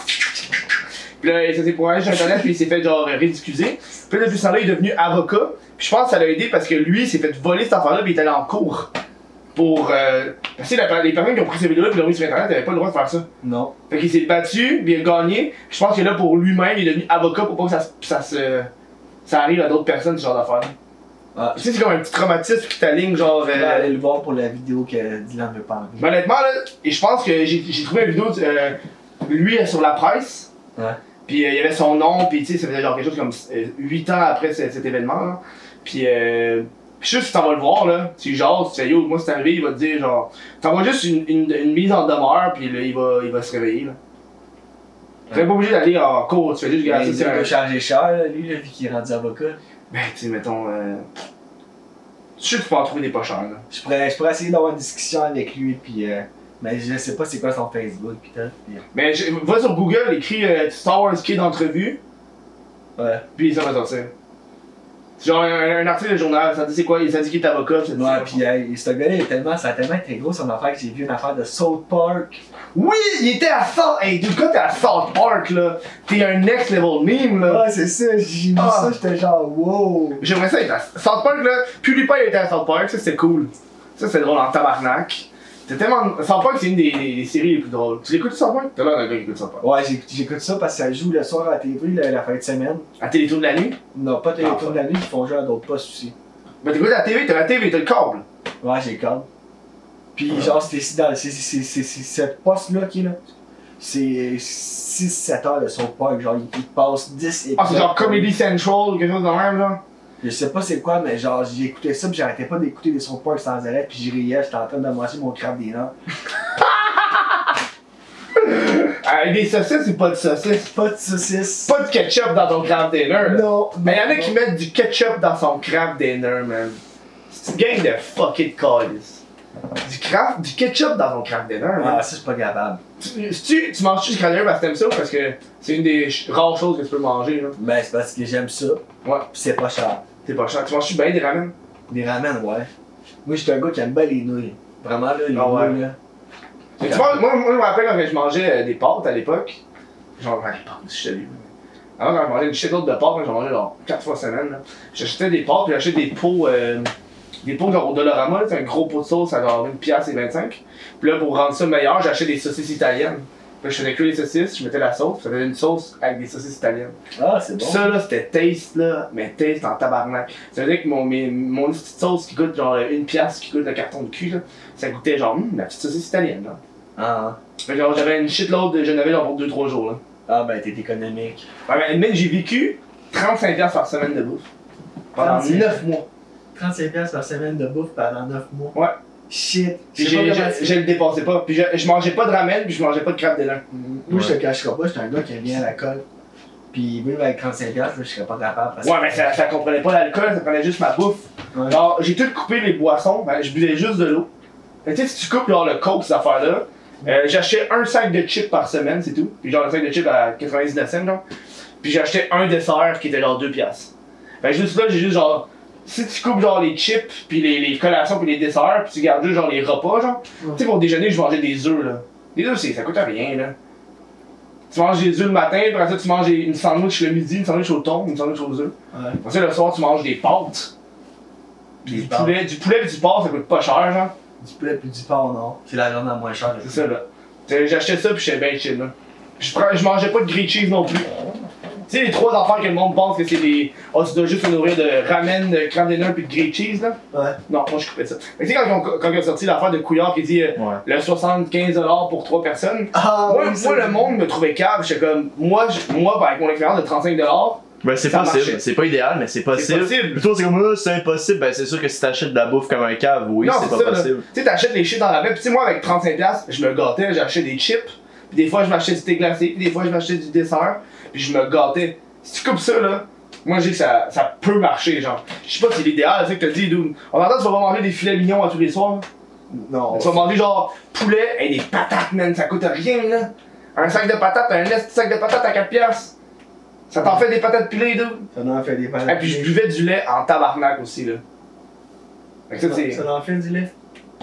Puis là, ça s'est promené sur internet, puis il s'est fait genre ridiculiser. Puis là, depuis ce temps-là, il est devenu avocat. Puis je pense que ça l'a aidé parce que lui, il s'est fait voler cette affaire-là, puis il est allé en cours. Pour. Euh, parce que la- les personnes qui ont pris ces vidéos-là, puis l'ont mis sur internet, n'avaient pas le droit de faire ça. Non. Fait qu'il s'est battu, puis il a gagné. Puis je pense que là, pour lui-même, il est devenu avocat pour pas que ça, se- ça se. Ça arrive à d'autres personnes, ce genre d'affaires. Ah, Tu sais, c'est comme un petit traumatisme qui t'aligne, genre. je vais Euh, aller le voir pour la vidéo que Dylan veut parler. Mais honnêtement, là, et je pense que j'ai j'ai trouvé une vidéo de euh, lui euh, sur la presse. Ouais. Puis euh, il y avait son nom, puis tu sais, ça faisait genre quelque chose comme huit ans après ce- cet événement. Là. Puis euh, je suis sûr que si t'en vas le voir, là, tu jases, tu fais yo, moi c'est arrivé, il va te dire genre. T'envoies juste une, une, une mise en demeure, puis là, il va, il va se réveiller. Là. Tu n'es pas obligé d'aller en cours, tu fais juste Il regarder ça. va c'est un- changer cher, là, lui, là, vu qu'il est rendu avocat. Ben, tu sais, mettons. Euh... Je suis sûr que tu peux en trouver des pas chers, là. Je pourrais, je pourrais essayer d'avoir une discussion avec lui, puis. Euh, mais je sais pas c'est quoi son Facebook, pis tout. Puis, Mais je- va sur Google, écris euh, Star Wars Kid entrevue, ouais. puis ça va sortir. C'est genre un, un article de journal, ça dit c'est quoi, ça dit qu'il est avocat, ça dit Ouais, pis hey, ce gars-là, il est tellement, ça a tellement été gros son affaire que j'ai vu une affaire de South Park. Oui, il était à South. Hey, dude, quand t'es à South Park, là, t'es un next level meme, là. Ouais, c'est ça, j'ai vu Ah. ça, j'étais genre wow. J'aimerais ça être à South Park, là. PewDiePie était à South Park, ça c'était cool. Ça c'était drôle en tabarnak. T'es tellement. South Park, c'est une des, des, des séries les plus drôles. Tu l'écoutes South Park? T'as l'air d'un gars qui écoute South Park. Ouais, j'écoute, j'écoute ça parce que ça joue le soir à la T V la, la fin de semaine. À Télétoon de la nuit? Non, pas Télétoon Ah, de la nuit, ils font jouer à d'autres postes aussi. Ben t'écoutes la T V, t'as la T V, t'as le câble. Ouais, j'ai le câble. Puis Ouais. genre, c'était dans c'est, c'est, c'est, c'est, cette poste-là qui est là. C'est six sept heures de South Park, genre il, il passe dix épisodes. Ah, c'est genre Comedy Central ou quelque chose de même, genre? Je sais pas c'est quoi, mais genre j'ai écouté ça pis j'arrêtais pas d'écouter des South Park sans arrêt pis j'y riais, j'étais en train de manger mon crabe des dents. Avec des saucisses, c'est pas de saucisses. Pas de saucisses. Pas de ketchup dans ton crab dinner. Non. Mais y'en a non. qui mettent du ketchup dans son crab dinner, man. C'est une gang de fucking calice. Du crab, du ketchup dans ton crab dinner, man. Ah, ça je suis pas capable. Tu, tu, tu manges-tu du crab dinner parce que t'aimes ça ou parce que c'est une des ch- rares choses que tu peux manger, là? Ben c'est parce que j'aime ça. Ouais. Pis c'est pas cher. T'es pas cher. Tu manges-tu bien des ramen? Des ramen, ouais. Moi j'étais un gars qui aime bien les nouilles. Vraiment là, les Ah ouais. nouilles là. Mais tu vois, moi, moi, je me rappelle quand je mangeais euh, des pâtes à l'époque. Genre, ouais, les pâtes, je te dis. Avant, quand je mangeais une shitload de pâtes, moi, j'en mangeais genre quatre fois semaine. là. J'achetais des pâtes, puis j'achetais des pots, euh, des pots genre au Dollarama, là, c'est un gros pot de sauce à genre une pièce et vingt-cinq. Puis là, pour rendre ça meilleur, j'achetais des saucisses italiennes. Puis là, je faisais cuire les saucisses, je mettais la sauce, ça faisait une sauce avec des saucisses italiennes. Ah, c'est Puis bon. ça, là, c'était taste, là, mais taste en tabarnak. Ça veut dire que mon, mes, mon petite sauce qui coûte genre une pièce, qui coûte le carton de cul, là, ça goûtait genre, hum, la petite saucisse italienne, là. Ah, Fait que genre, j'avais une shitload de Geneviève genre pour deux trois jours, là. ah ben t'es économique. Ouais, mais admets, j'ai vécu trente-cinq piastres par semaine de bouffe. Pendant trente-cinq. neuf mois. trente-cinq piastres par semaine de bouffe pendant neuf mois. Ouais. Shit. Puis Je sais pas j'ai- comment je, c'est. je le dépassais pas. Puis je, je mangeais pas de ramen, puis je mangeais pas de crabe dinner. Moi, je te cacherai pas, j'étais un gars qui aime bien l'alcool. Puis même avec trente-cinq piastres, là, je serais pas capable. Parce Ouais, mais ça, ça comprenait pas l'alcool, ça prenait juste ma bouffe. Ouais. Alors, j'ai tout coupé les boissons, ben, je buvais juste de l'eau. Mais tu sais, si tu coupes genre le coke, cette affaire-là, euh, j'achetais un sac de chips par semaine, c'est tout. Puis genre, un sac de chips à quatre-vingt-dix-neuf cents, genre. Puis j'achetais un dessert qui était genre deux piastres. Fait que juste là, j'ai juste genre. Si tu coupes genre les chips, puis les, les collations, puis les desserts, puis tu gardes juste genre les repas, genre. Ouais. Tu sais, pour déjeuner, je mangeais des œufs, là. Les œufs, c'est- ça coûte rien, là. Tu manges des œufs le matin, puis après ça, tu manges une sandwich le midi, une sandwich au thon, une sandwich aux œufs. Ouais. Après ça, le soir, tu manges des pâtes. Des Du pâtes. poulet, du poulet pis du porc, ça coûte pas cher, genre. Du poulet plus du porc, non. C'est la viande la moins chère. C'est ça, là. T'sais, j'achetais ça pis j'étais bien chill, là. Pis je, prends- je mangeais pas de grilled cheese non plus. Tu sais, les trois affaires que le monde pense que c'est des. Oh, tu dois juste te nourrir de ramen, de crème dinner pis de grilled cheese, là. Ouais. Non, moi je coupais ça. Mais tu sais, quand, on- quand ils ont sorti l'affaire de Couillard qui dit euh, Ouais. le soixante-quinze dollars pour trois personnes, Ah, moi, oui, ça, moi le monde me trouvait cave. J'étais comme, moi, je- moi, avec mon expérience de trente-cinq dollars, Ben c'est Ça possible, marchait. c'est pas idéal, mais c'est c'est possible. possible. Plutôt c'est comme ah, c'est impossible, ben c'est sûr que si t'achètes de la bouffe comme un cave, oui, Non, c'est c'est pas ça, là. possible. Tu sais, t'achètes les chips dans la main, pis tu sais, moi, avec trente-cinq piastres, je me gâtais, j'achetais des chips, pis des fois, je m'achetais du thé glacé, pis des fois, je m'achetais du dessert, pis je me gâtais. Si tu coupes ça, là, moi, je dis que ça, ça peut marcher, genre. Je sais pas si c'est l'idéal, c'est ça que t'as dit, dude. On entend, tu vas pas manger des filets mignons à tous les soirs. Non. Tu vas manger, genre, poulet et des patates, man, ça coûte rien, là. Un sac de patates, un esti de sac de patates à quatre piastres. Ça t'en fait des patates pilées, dude. Ça en fait des patates. Et puis, je buvais du lait en tabarnak aussi, là. Fait que ça, Ça, c'est. ça en fait du lait.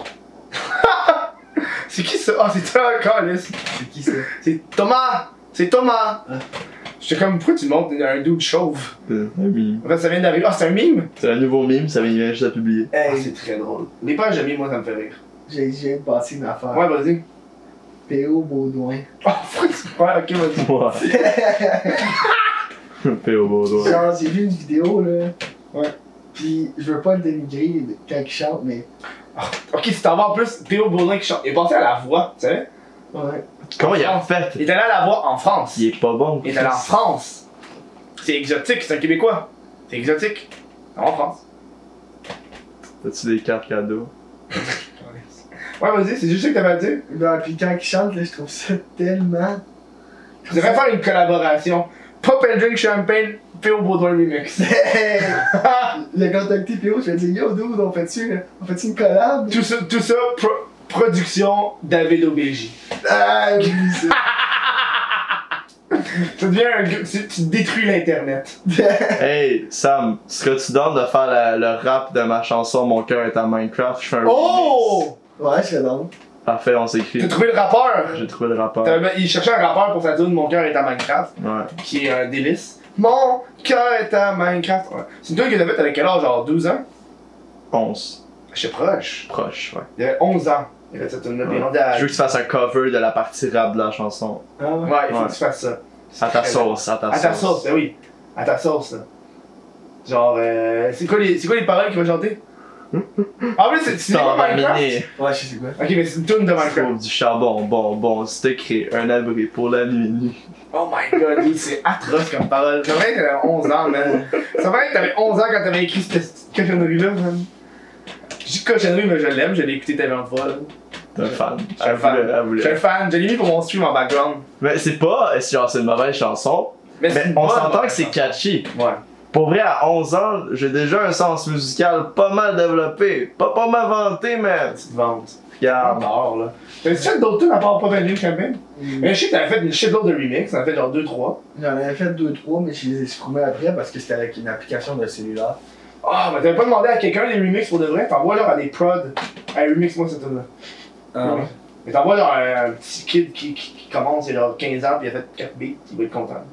C'est qui ça? Ah, c'est toi, Carlis. C'est qui ça? C'est Thomas! C'est Thomas! Ah. J'étais comme, pourquoi tu montes un dude chauve? Euh, un meme. En fait, ça vient d'arriver. Ah, c'est un mime? C'est un nouveau meme, ça vient juste à publier. Ah, Hey, c'est très drôle. Les pages de mime, moi, ça me fait rire. j'ai j'ai passé une affaire. Ouais, vas-y. P O Baudouin. Oh, pourquoi tu. Ouais, ok, vas-y. Ouais. P O Baudouin. Genre, j'ai vu une vidéo là. Ouais. Puis, je veux pas le dénigrer quand il chante, mais. Ok, si t'en vas en plus, Théo Bourdin qui chante. Il est passé à la voix, tu sais? Ouais. Comment il a France. fait? Il est allé à la voix en France. Il est pas bon. Il est allé en France. C'est exotique, c'est un Québécois. C'est exotique. En France. T'as-tu des cartes cadeaux? Ouais, vas-y, c'est juste ça que t'avais à dire. Ben, puis quand il chante, là, je trouve ça tellement. Tu devrais faire une collaboration. Pop and Drink Champagne, Théo Baudouin Remix. Hey! Le contacté P O, je vais dire, yo, dude, on fait-tu on fait une collab? Tout ça, tout ça pro- production David Obégi. Ah, oui, ça. Tu deviens un gars- tu, tu détruis l'internet. Hey, Sam, serais-tu down de faire la- le rap de ma chanson Mon cœur est à Minecraft? Je fais un Oh! Ouais, je serais donc. remix. Parfait, on s'écrit. T'as trouvé le rappeur? J'ai trouvé le rapport. T'as- Il cherchait un rappeur pour sa tune Mon cœur est à Minecraft, Ouais. qui est un délice. Mon cœur est à Minecraft. Ouais. C'est une tune que t'as faite avec quel âge? Genre douze ans? onze. J'étais proche. Proche, ouais. Il avait onze ans. Il a fait cette tune-là. Puis il est rendu à... Je veux que tu fasses un cover de la partie rap de la chanson. Ah ouais? Ouais, il faut Ouais. que tu fasses ça. À ta sauce, à ta À sauce. ta sauce, ben oui. À ta sauce, là. Genre, euh, c'est quoi les, c'est quoi les paroles qu'il va chanter? Ah oui, c'est, c'est T'en pas vas Minecraft? miner. Ouais, je sais c'est quoi. Ok, mais c'est une tune de Minecraft. Trouve du charbon, bon, bon, si te crée un abri pour la nuit. Oh my god, dude, c'est atroce comme parole. Ça vrai que t'avais onze ans, man. Ça vrai que t'avais onze ans quand t'avais écrit cette petite cochonnerie-là, man. Je dis cochonnerie, mais je l'aime, je l'ai écouté tellement de fois, là. T'es un fan. Je suis un fan. Avoue-le, Je suis un avoue-le. fan, je l'ai mis pour mon stream en background. Mais c'est pas, est-ce genre c'est une mauvaise chanson, Mais, mais une on bonne s'entend que c'est chanson. catchy. Ouais. Pour vrai, à onze ans, j'ai déjà un sens musical pas mal développé. Pas pas m'inventer, mais Petite vente. regarde. J'adore, là. T'as fait d'autres tunes à part Pop and Drink Champagne? Mais je sais que t'avais fait une shitload de remix, t'en as fait genre deux trois. J'en avais fait deux trois, mais je les ai supprimés après parce que c'était avec une application de cellulaire. Ah, mais t'avais pas demandé à quelqu'un des remix pour de vrai? T'envoies genre à des prods. Hey, remix moi cette tune là. Ah ouais? Mais t'envoies genre un, un petit kid qui, qui, qui commence, il a genre quinze ans, pis il a fait quatre beats, il va être content.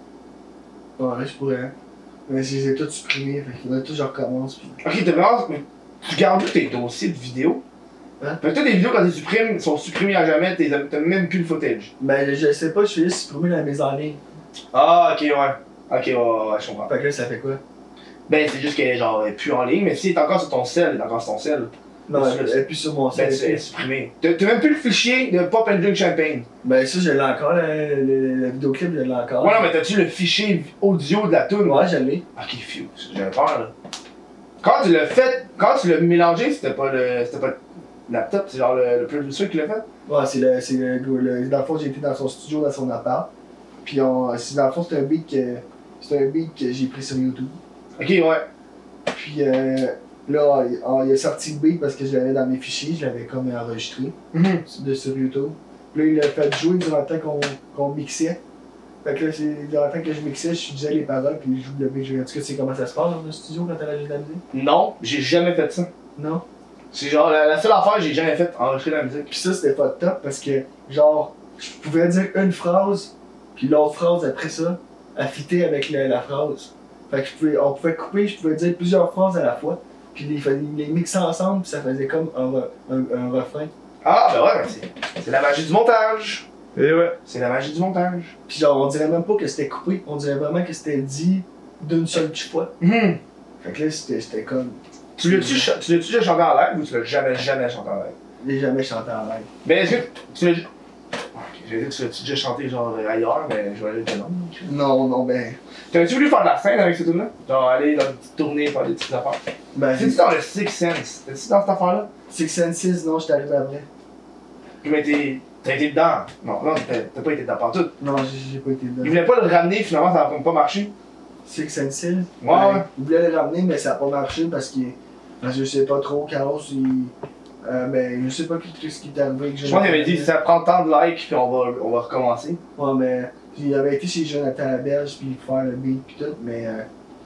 Ouais, je pourrais. Mais je les ai tous supprimés, fait qu'il faudrait tout que je recommence. Puis... Ok, t'as vraiment. mais Tu gardes où tes dossiers de vidéos? Hein? Fait que toi, des vidéos quand tu supprimes sont supprimées à jamais, t'es- t'as même plus le footage. Ben, je sais pas, je suis juste supprimé la mise en ligne. Ah, ok, ouais. Ok, ouais, ouais, ouais, je comprends. Fait que là, ça fait quoi? Ben, c'est juste qu'elle est genre elle est plus en ligne, mais si elle est encore sur ton sel, elle est encore sur ton sel. Non, Ben, elle tu- elle est plus sur mon Ben, site. tu elle est supprimée. T'as t'as même plus le fichier de Pop and Drink Champagne. Ben, ça, je l'ai encore, le, le, le vidéoclip, je l'ai encore. Ouais, non, mais t'as-tu le fichier audio de la tune? Ouais, je l'ai. Ok, phew, j'avais peur là. Quand tu l'as fait, quand tu l'as mélangé, c'était pas le. C'était pas le laptop, c'est genre le, le producer qui l'a fait? Ouais, c'est le, c'est le, le- dans le fond, j'ai été dans son studio, dans son appart. Puis, on, c'est- dans le fond, c'est un beat que, c'est un beat que j'ai pris sur YouTube. Ok, ouais. Puis, euh, là, il, ah, il a sorti le beat parce que je l'avais dans mes fichiers, je l'avais comme enregistré Mhm. de, sur YouTube. Puis là, il l'a fait jouer durant le temps qu'on, qu'on mixait. Fait que là, c'est, durant le temps que je mixais, je disais les paroles, puis je joue le beat. En tout cas, c'est comment ça se passe dans le studio quand t'as la musique? Non, j'ai jamais fait ça. Non? C'est genre la, la seule affaire que j'ai jamais fait, enregistrer la musique. Puis ça, c'était pas top parce que, genre, je pouvais dire une phrase, puis l'autre phrase après ça, elle fitait avec la, la phrase. Fait que je pouvais, on pouvait couper, je pouvais dire plusieurs phrases à la fois, puis il fallait les mixer ensemble, puis ça faisait comme un, re- un, un refrain. Ah, ben ouais, c'est, c'est la magie du montage. Et ouais. C'est la magie du montage. Puis genre, on dirait même pas que c'était coupé, on dirait vraiment que c'était dit d'une seule fois. Mhm. Fait que là, c'était, c'était comme, Tu l'as-tu cha- tu l'as-tu déjà chanté en live ou tu l'as jamais, jamais chanté en live? j'ai jamais chanté en live. Ben, est-ce que tu l'as. Ok, j'allais dire que tu l'as-tu déjà chanté genre ailleurs, mais je vais dire que non. Non, non, ben, T'aurais-tu voulu faire de la scène avec ce tune là? Genre aller dans une petite tournée, faire des petites affaires. ben, C'est-tu dans le Six Sense? T'es-tu dans cette affaire-là? Six Sense six, non, j'étais arrivé après. Puis mais t'es. T'as été dedans. Non, non, t'as t'as pas été dedans partout. Non, j'ai, j'ai pas été Ils dedans. voulaient pas le ramener, finalement, ça a comme pas marché. Six Sense six? Ouais, ouais. Il voulait le ramener, mais ça a pas marché parce qu'il. Parce que je sais pas trop, Carlos, il. Euh, ben, je sais pas qu'est-ce qui est arrivé avec Je pense qu'il avait dit ça prend tant de likes, puis on va, on va recommencer. Ouais, mais. Il avait été chez Jonathan Laberge, puis faire le beat, pis tout, mais. Euh,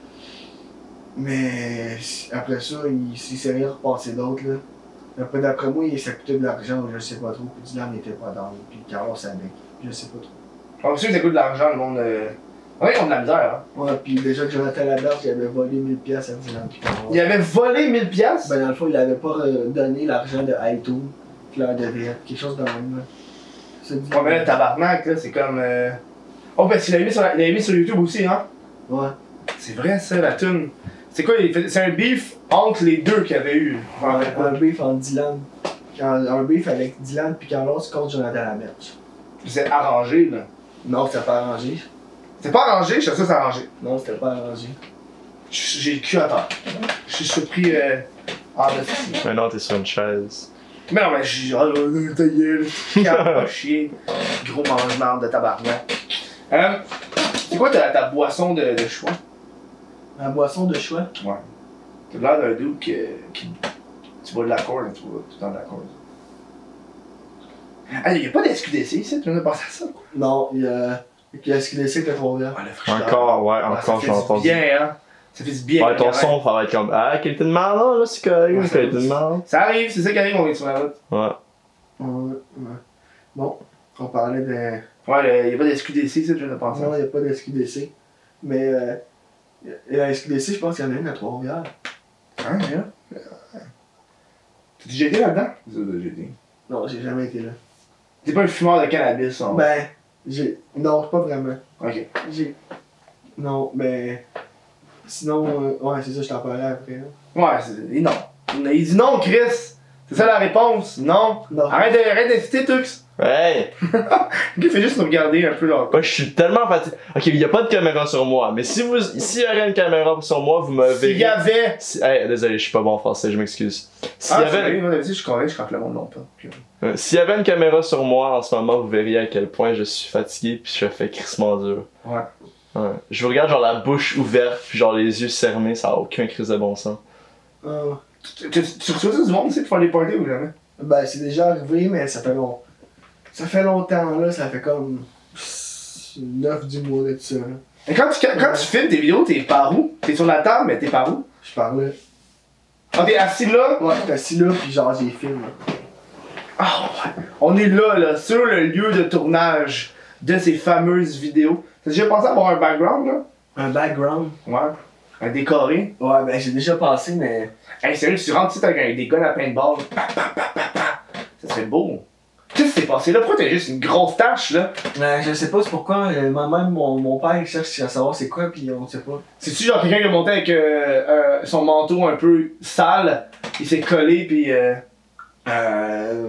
mais. Après ça, il, il s'est rien repassé d'autre, là. Après, d'après moi, il- ça coûtait de l'argent, je sais pas trop, puis Dylan n'était pas dans, puis Carlos avec. Je sais pas trop. En plus, ça coûte de l'argent, le monde. Euh... Ouais, ils ont de la misère, hein. Ouais, puis déjà que Jonathan Laberge, il avait volé mille piastres à Dylan, puis Carlos. Il avait volé mille piastres. Ben, dans le fond, il avait pas euh, donné l'argent de iTunes, qu'il leur devait, quelque chose de même, là. Ça dit- Ouais, mais là, tabarnak, là, c'est comme. Euh... Oh, ben, il l'avait mis, sur la- il l'avait mis sur YouTube aussi, hein. Ouais. C'est vrai, ça, la tune. C'est quoi, il fait- c'est un beef entre les deux qu'il y avait eu. Je m'en rappelle Un, un pas. beef entre Dylan. Un, un beef avec Dylan puis Carlos contre Jonathan Laberge. C'est arrangé, là. Non, c'était pas arrangé. C'est pas arrangé, je sais ça, c'est arrangé. Non, c'était pas arrangé. J'ai le cul à terre. Je suis surpris euh, en dessus. Maintenant, t'es sur une chaise. Mais non, mais je suis genre, euh, ta gueule, calme, pas chier. Gros mange-marde de tabarnak. Euh, c'est quoi ta, ta boisson de, de choix? Un boisson de choix. Ouais. T'as l'air d'un dude qui, qui. Tu bois de la corde, tu bois tout le temps de la corde. Ah, y'a pas d'S Q D C ici, tu viens de penser à ça? Non, il y a. Il y a ce qu'il essaie de trop bien. Ah, le frigidaire. Encore, ouais, Ah, encore, ça j'ai fait entendu. du bien, hein? Ça fait du bien. Ouais, ton quand même. son, ça va être comme ah, qualité de merde, là, là, c'est correct, Ouais, qualité ça- de merde. Ça arrive, c'est ça qui arrive, on est sur la route. Ouais. Ouais, ouais. Bon, on parlait de. Ouais, le- y'a pas d'S Q D C ici, tu viens de penser. Non, il n'y a pas de S Q D C. Mais. Euh, et la S Q D C, je pense qu'il y en a une à Trois-Rivières. Hein, hein? T'as déjà été là-dedans? C'est ça, j'ai été. Non, j'ai jamais été là. T'es pas un fumeur de cannabis, en vrai? Ben, j'ai. Non, pas vraiment. Ok. J'ai. Non, mais. Sinon, euh, ouais, c'est ça, je t'en parlais après. Là. Ouais, c'est... il dit non. Il dit non, Chris! C'est ça la réponse, non? Non. Arrête de- arrête d'inciter, Tux! Hey! Il fait juste nous regarder un peu là. Moi, je suis tellement fatigué. Ok, il y a pas de caméra sur moi, mais si vous, s'il y avait une caméra sur moi, vous me S'il y verriez. avait. Si- Hey, désolé, je suis pas bon en français, je m'excuse. S'il Ah, y c'est avait, vrai, moi d'habitude je suis correct, je crois que le monde non pas. Ok. euh, s'il y avait une caméra sur moi en ce moment, vous verriez à quel point je suis fatigué puis je fais crissement dur. Ouais. Ouais. Je vous regarde genre la bouche ouverte puis genre les yeux fermés, ça a aucun crise de bon sens. Ah. Tu, tu, tu reçois du monde, tu sais, pour faire des parties ou jamais? Ben, c'est déjà arrivé, mais ça fait long. Ça fait longtemps, là, ça fait comme. neuf dix mois de ça, là. Et quand tu, quand tu filmes tes vidéos, t'es par où? T'es sur la table, mais t'es par où? Je parlais. Ah, t'es assis là? Ouais, j'étais assis là, pis genre, j'ai filmé. Ah ouais. On est là, là, sur le lieu de tournage de ces fameuses vidéos. T'as déjà pensé à avoir un background, là? Un background. Ouais. Un décoré. Ouais, ben, j'ai déjà pensé, mais. Hey, sérieux, tu rentres ici avec des guns à paintball. Pa, pa, pa, pa, pa. Ça serait beau. Qu'est-ce qui s'est passé là? Pourquoi t'as juste une grosse tache, là? Mais je sais pas c'est pourquoi, euh, moi-même, mon, mon père, il cherche à savoir c'est quoi, pis on sait pas. C'est-tu genre quelqu'un qui est monté avec euh, euh, son manteau un peu sale, il s'est collé pis euh... Euh.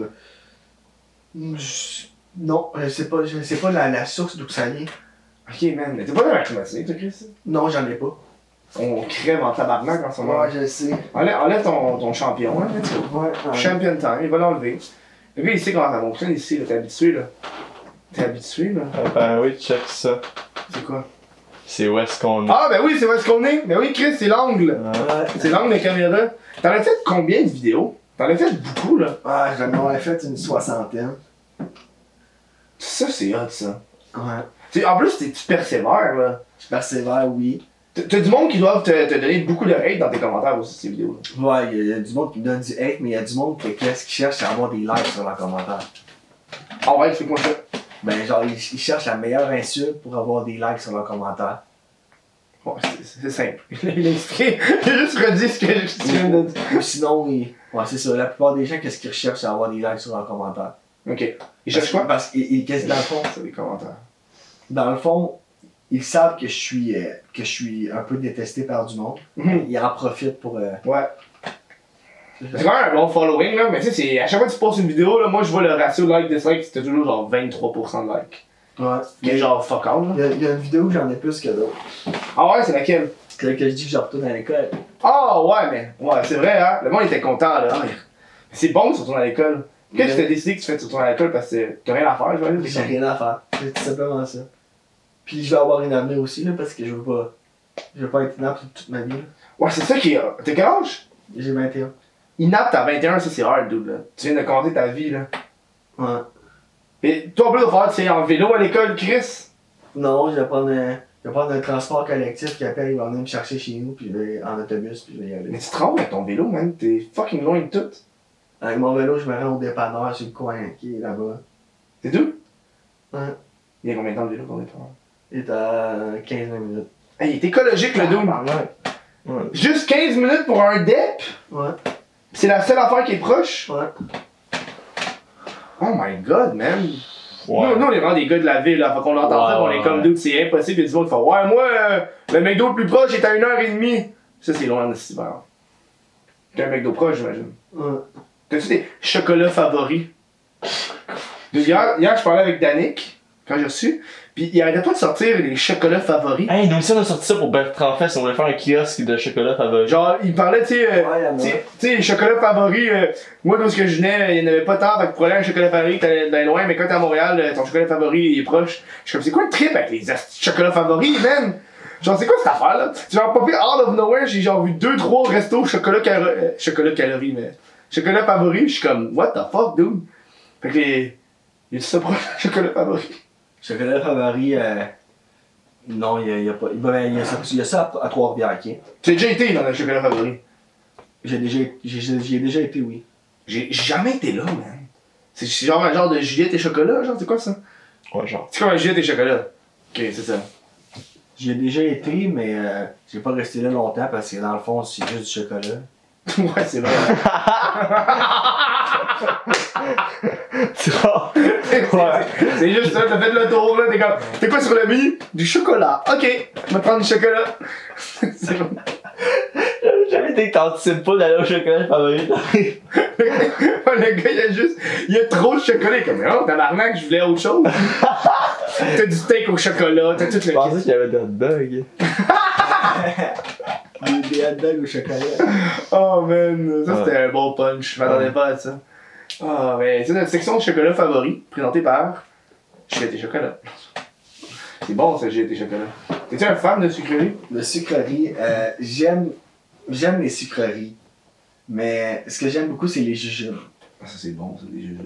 je- Non, je sais pas, je sais pas la, la source d'où ça vient. Ok man, mais t'es pas dans la climatique, toi Chris? Non, j'en ai pas. On crève en tabarnak en ce moment. Ouais, je sais. Enlève, enlève ton, ton champion, hein, let's go. Ouais, ouais. Champion time, il va l'enlever. Le gars il sait comment ça fonctionne ici, là, t'es habitué là. T'es habitué là. Euh, ben oui, check ça. C'est quoi? C'est où est-ce qu'on est. Ah ben oui, c'est où est-ce qu'on est? Ben oui Chris, c'est l'angle. Ouais. C'est l'angle des caméras. T'en as fait combien de vidéos? T'en as fait beaucoup là. Ouais, j'en ai fait une soixantaine. Ça c'est hot ça. Ouais. T'sais, en plus, t'es- tu persévères là. Je persévère, oui. T'as t'as du monde qui doivent te, te donner beaucoup de hate dans tes commentaires aussi, ces vidéos là. Ouais, il y, a- y a du monde qui me donne du hate, mais il y a du monde qui, qu'est-ce qui cherche à avoir des likes sur leurs commentaires. Ah ouais, fais-moi ça. Ben, genre, ils, ils cherchent la meilleure insulte pour avoir des likes sur leurs commentaires. Ouais, c'est- c'est simple. Il a expliqué. Il a juste redit ce que je tu viens de dire. Ou sinon, ils... ouais, c'est ça. La plupart des gens, qu'est-ce qu'ils recherchent, c'est avoir des likes sur leurs commentaires. Ok. Il cherche quoi? Parce qu'ils, ils- qu'est-ce dans le fond, C'est des commentaires. dans le fond, ils savent que je suis, euh, que je suis un peu détesté par du monde. Mhm. Ils en profitent pour. Euh... Ouais. C'est quand même un bon following là, mais tu sais, c'est- à chaque fois que tu postes une vidéo là, moi je vois le ratio like-dislike, c'était toujours genre vingt-trois pour cent de like. Ouais. Mais genre fuck all là. Il y, a, il y a une vidéo où j'en ai plus que d'autres. Ah ouais, c'est laquelle? C'est là que je dis que je retourne à l'école. Ah ouais, mais ouais, c'est vrai hein. Le monde était content là. Ah, mais c'est bon que tu retournes à l'école. Pourquoi tu t'es décidé que tu fais tu retournes à l'école parce que t'as rien à faire, je vois. J'ai rien à faire. C'est tout simplement ça. Puis je vais avoir une avenir aussi, là, parce que je veux pas. Je veux pas être inapte toute ma vie. Là. Ouais, c'est ça qui est. T'as quel âge? J'ai vingt et un. Inapte à vingt et un, ça c'est hard, dude là. Tu viens de compter ta vie là. Ouais. Et toi en plus, il va falloir que tu ailles en vélo à l'école, Chris. Non, je vais prendre un, je vais prendre un transport collectif qui appelle, il va venir me chercher chez nous, puis je vais en autobus, puis je vais y aller. Mais tu te rends où avec ton vélo, man? T'es fucking loin de tout. Avec mon vélo, je me rends au dépanneur sur le coin qui est là-bas. C'est tout? Ouais. Il y a combien de temps de vélo qu'on est pas? Il est à quinze vingt minutes. Hey, il est écologique le dude. Ouais. Ouais. Juste quinze minutes pour un dep? Ouais. C'est la seule affaire qui est proche? Ouais. Oh my god, man. Ouais. Nous, nous, on est vraiment des gars de la ville, là. Fait qu'on entend Ouais, ça, on est ouais, comme ouais. dude, c'est impossible. Et du monde qui fait, ouais, moi, euh, le McDo le plus proche est à une heure trente. Ça, c'est loin de Cyber. T'as un McDo proche, j'imagine. Ouais. T'as-tu des chocolats favoris? Hier, hier, je parlais avec Danick, quand j'ai reçu, pis il arrêtait pas de sortir les chocolats favoris. Hey, nous aussi on a sorti ça pour Bertrand Fest, on voulait faire un kiosque de chocolat favori. Genre, il me parlait, tu sais, euh, Ouais, y en a. tu sais- tu sais, les chocolats favoris, euh, moi, d'où ce que je venais, il n'y en avait pas tant, fait que pour aller à un chocolat favori, t'allais d'aller loin, mais quand t'es à Montréal, euh, ton chocolat favori, il est proche. Je suis comme, c'est quoi le trip avec les asti de chocolats favoris, man? Genre, c'est quoi cette affaire-là? C'est genre, pas fait out of nowhere, j'ai genre vu deux, trois restos chocolat calo- euh, chocolat calories, mais chocolat favori, je suis comme, what the fuck, dude? Fait que les, il y a ça pour chocolat favori. Chocolat favori, euh... non, il y a, il y a pas. Ben, il y a ça, il y a ça à, à Trois-Rivières, ok? Tu as déjà été dans le chocolat favori? J'ai déjà, j'ai, j'y ai déjà été, oui. J'ai jamais été là, man. C'est c'est genre un genre de Juliette et chocolat, genre, c'est quoi ça? Ouais, genre. C'est comme un Juliette et chocolat. Ok, c'est ça. J'y ai déjà été, mais euh, j'ai pas resté là longtemps parce que dans le fond, c'est juste du chocolat. Ouais, c'est vrai. Tu vois? C'est c'est juste ça, t'as fait le tour, là, t'es comme, t'es quoi sur le menu? Du chocolat. Ok, je vais prendre du chocolat. C'est bon. J'avais jamais dit que t'anticipes pas d'aller au chocolat favori. Le gars, il a juste, il a trop de chocolat. Il est comme, oh, tabarnak, je voulais autre chose. T'as du steak au chocolat, t'as tout le Je pensais qu'il y avait des hot dogs. Des, des hot dogs au chocolat. Oh man, ça Ouais. c'était un bon punch, je m'attendais Ouais. pas à ça. Ah, mais c'est notre section de chocolat favori, présentée par G T Chocolat. C'est bon ça, G T Chocolat. T'es-tu un fan de sucrerie? De sucreries, euh, j'aime j'aime les sucreries. Mais ce que j'aime beaucoup, c'est les jujubes. Ah, ça c'est bon, ça, des jeux.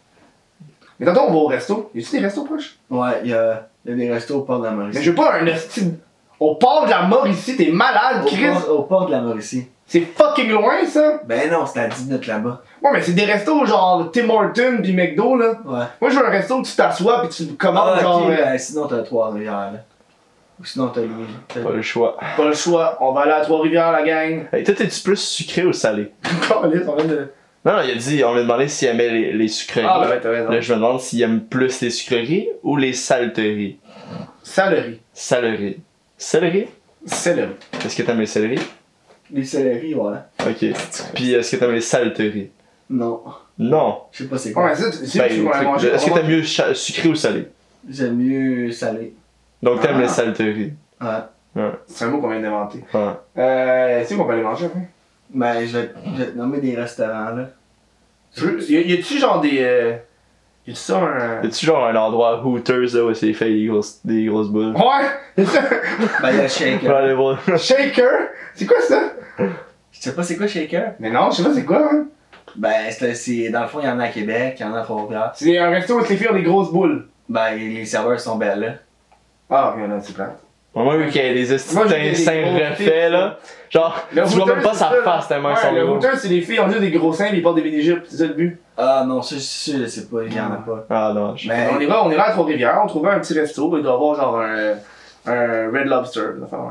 Mais tantôt on va au resto. Y a-tu des restos proches? Ouais, il y a, y a des restos au port de la Mauricie. Mais je veux pas un esti. On part de la Mauricie, t'es malade, Au Chris! port, au port de la Mauricie. C'est fucking loin ça! Ben non, c'est à dix minutes là-bas. Ouais, mais c'est des restos genre Tim Hortons pis McDo là. Ouais. Moi je veux un resto où tu t'assois pis tu commandes Ah, genre. ok, euh, ben, sinon t'as Trois-Rivières, là. Ou sinon t'as Louis. t'as- Pas le choix. Pas le choix, on va aller à Trois-Rivières la gang. Hey, toi, t'es-tu plus sucré ou salé? Calisse, on vient de. Non, non, il a dit, on lui a demandé s'il aimait les, les sucreries. Ah, ben ouais, t'as raison. Là, je me demande s'il aime plus les sucreries ou les saleteries. Salerie. Saleries. Céleri? Céleri. Est-ce que t'aimes les céleris? Les céleris, ouais. Ok. Puis est-ce que t'aimes les saleteries? Non. Non. Je sais pas c'est Ouais, quoi. mais ça, tu sais, Ben, tu vas manger. est-ce que on va- t'aimes mieux cha- sucré ou salé? J'aime mieux salé. Donc t'aimes Ah. les saleteries. Ouais. C'est un mot qu'on vient d'inventer. Ouais. Euh, tu sais qu'on peut aller manger après? Ben, je vais, je vais te nommer des restaurants, là. Y a- y a-tu genre des. Euh... Y a-tu ça un. Y a-tu genre un endroit Hooters là où c'est fait des grosses, des grosses boules? Ouais! Y a-tu Ben, il y a On va Shaker. aller voir. un shaker? C'est quoi ça? Je sais pas c'est quoi Shaker? Mais non, je sais pas c'est quoi, hein? Ben, c'est, c'est- dans le fond, il y en a à Québec, il y en a à Trois-Rivières. C'est un resto où les filles ont des grosses boules. Ben, les serveurs sont belles, là. Ah, ok, là, c'est plate. Moi, vu qu'il y a des Moi, j'ai des estis seins gros refaits fils, là. Genre, Le tu vois Hooters, même pas c'est sa ça, face tellement ils Ouais, sont le gros. Hooters, c'est les filles, on dit des gros seins pis ils portent des mini-jupes, c'est ça le but. Ah non, ça, ça, je sais pas, il y en a pas. Ah non, je... Mais On ira, on ira à Trois-Rivières, on trouvera un petit resto, il doit y avoir genre un. un Red Lobster, là, faire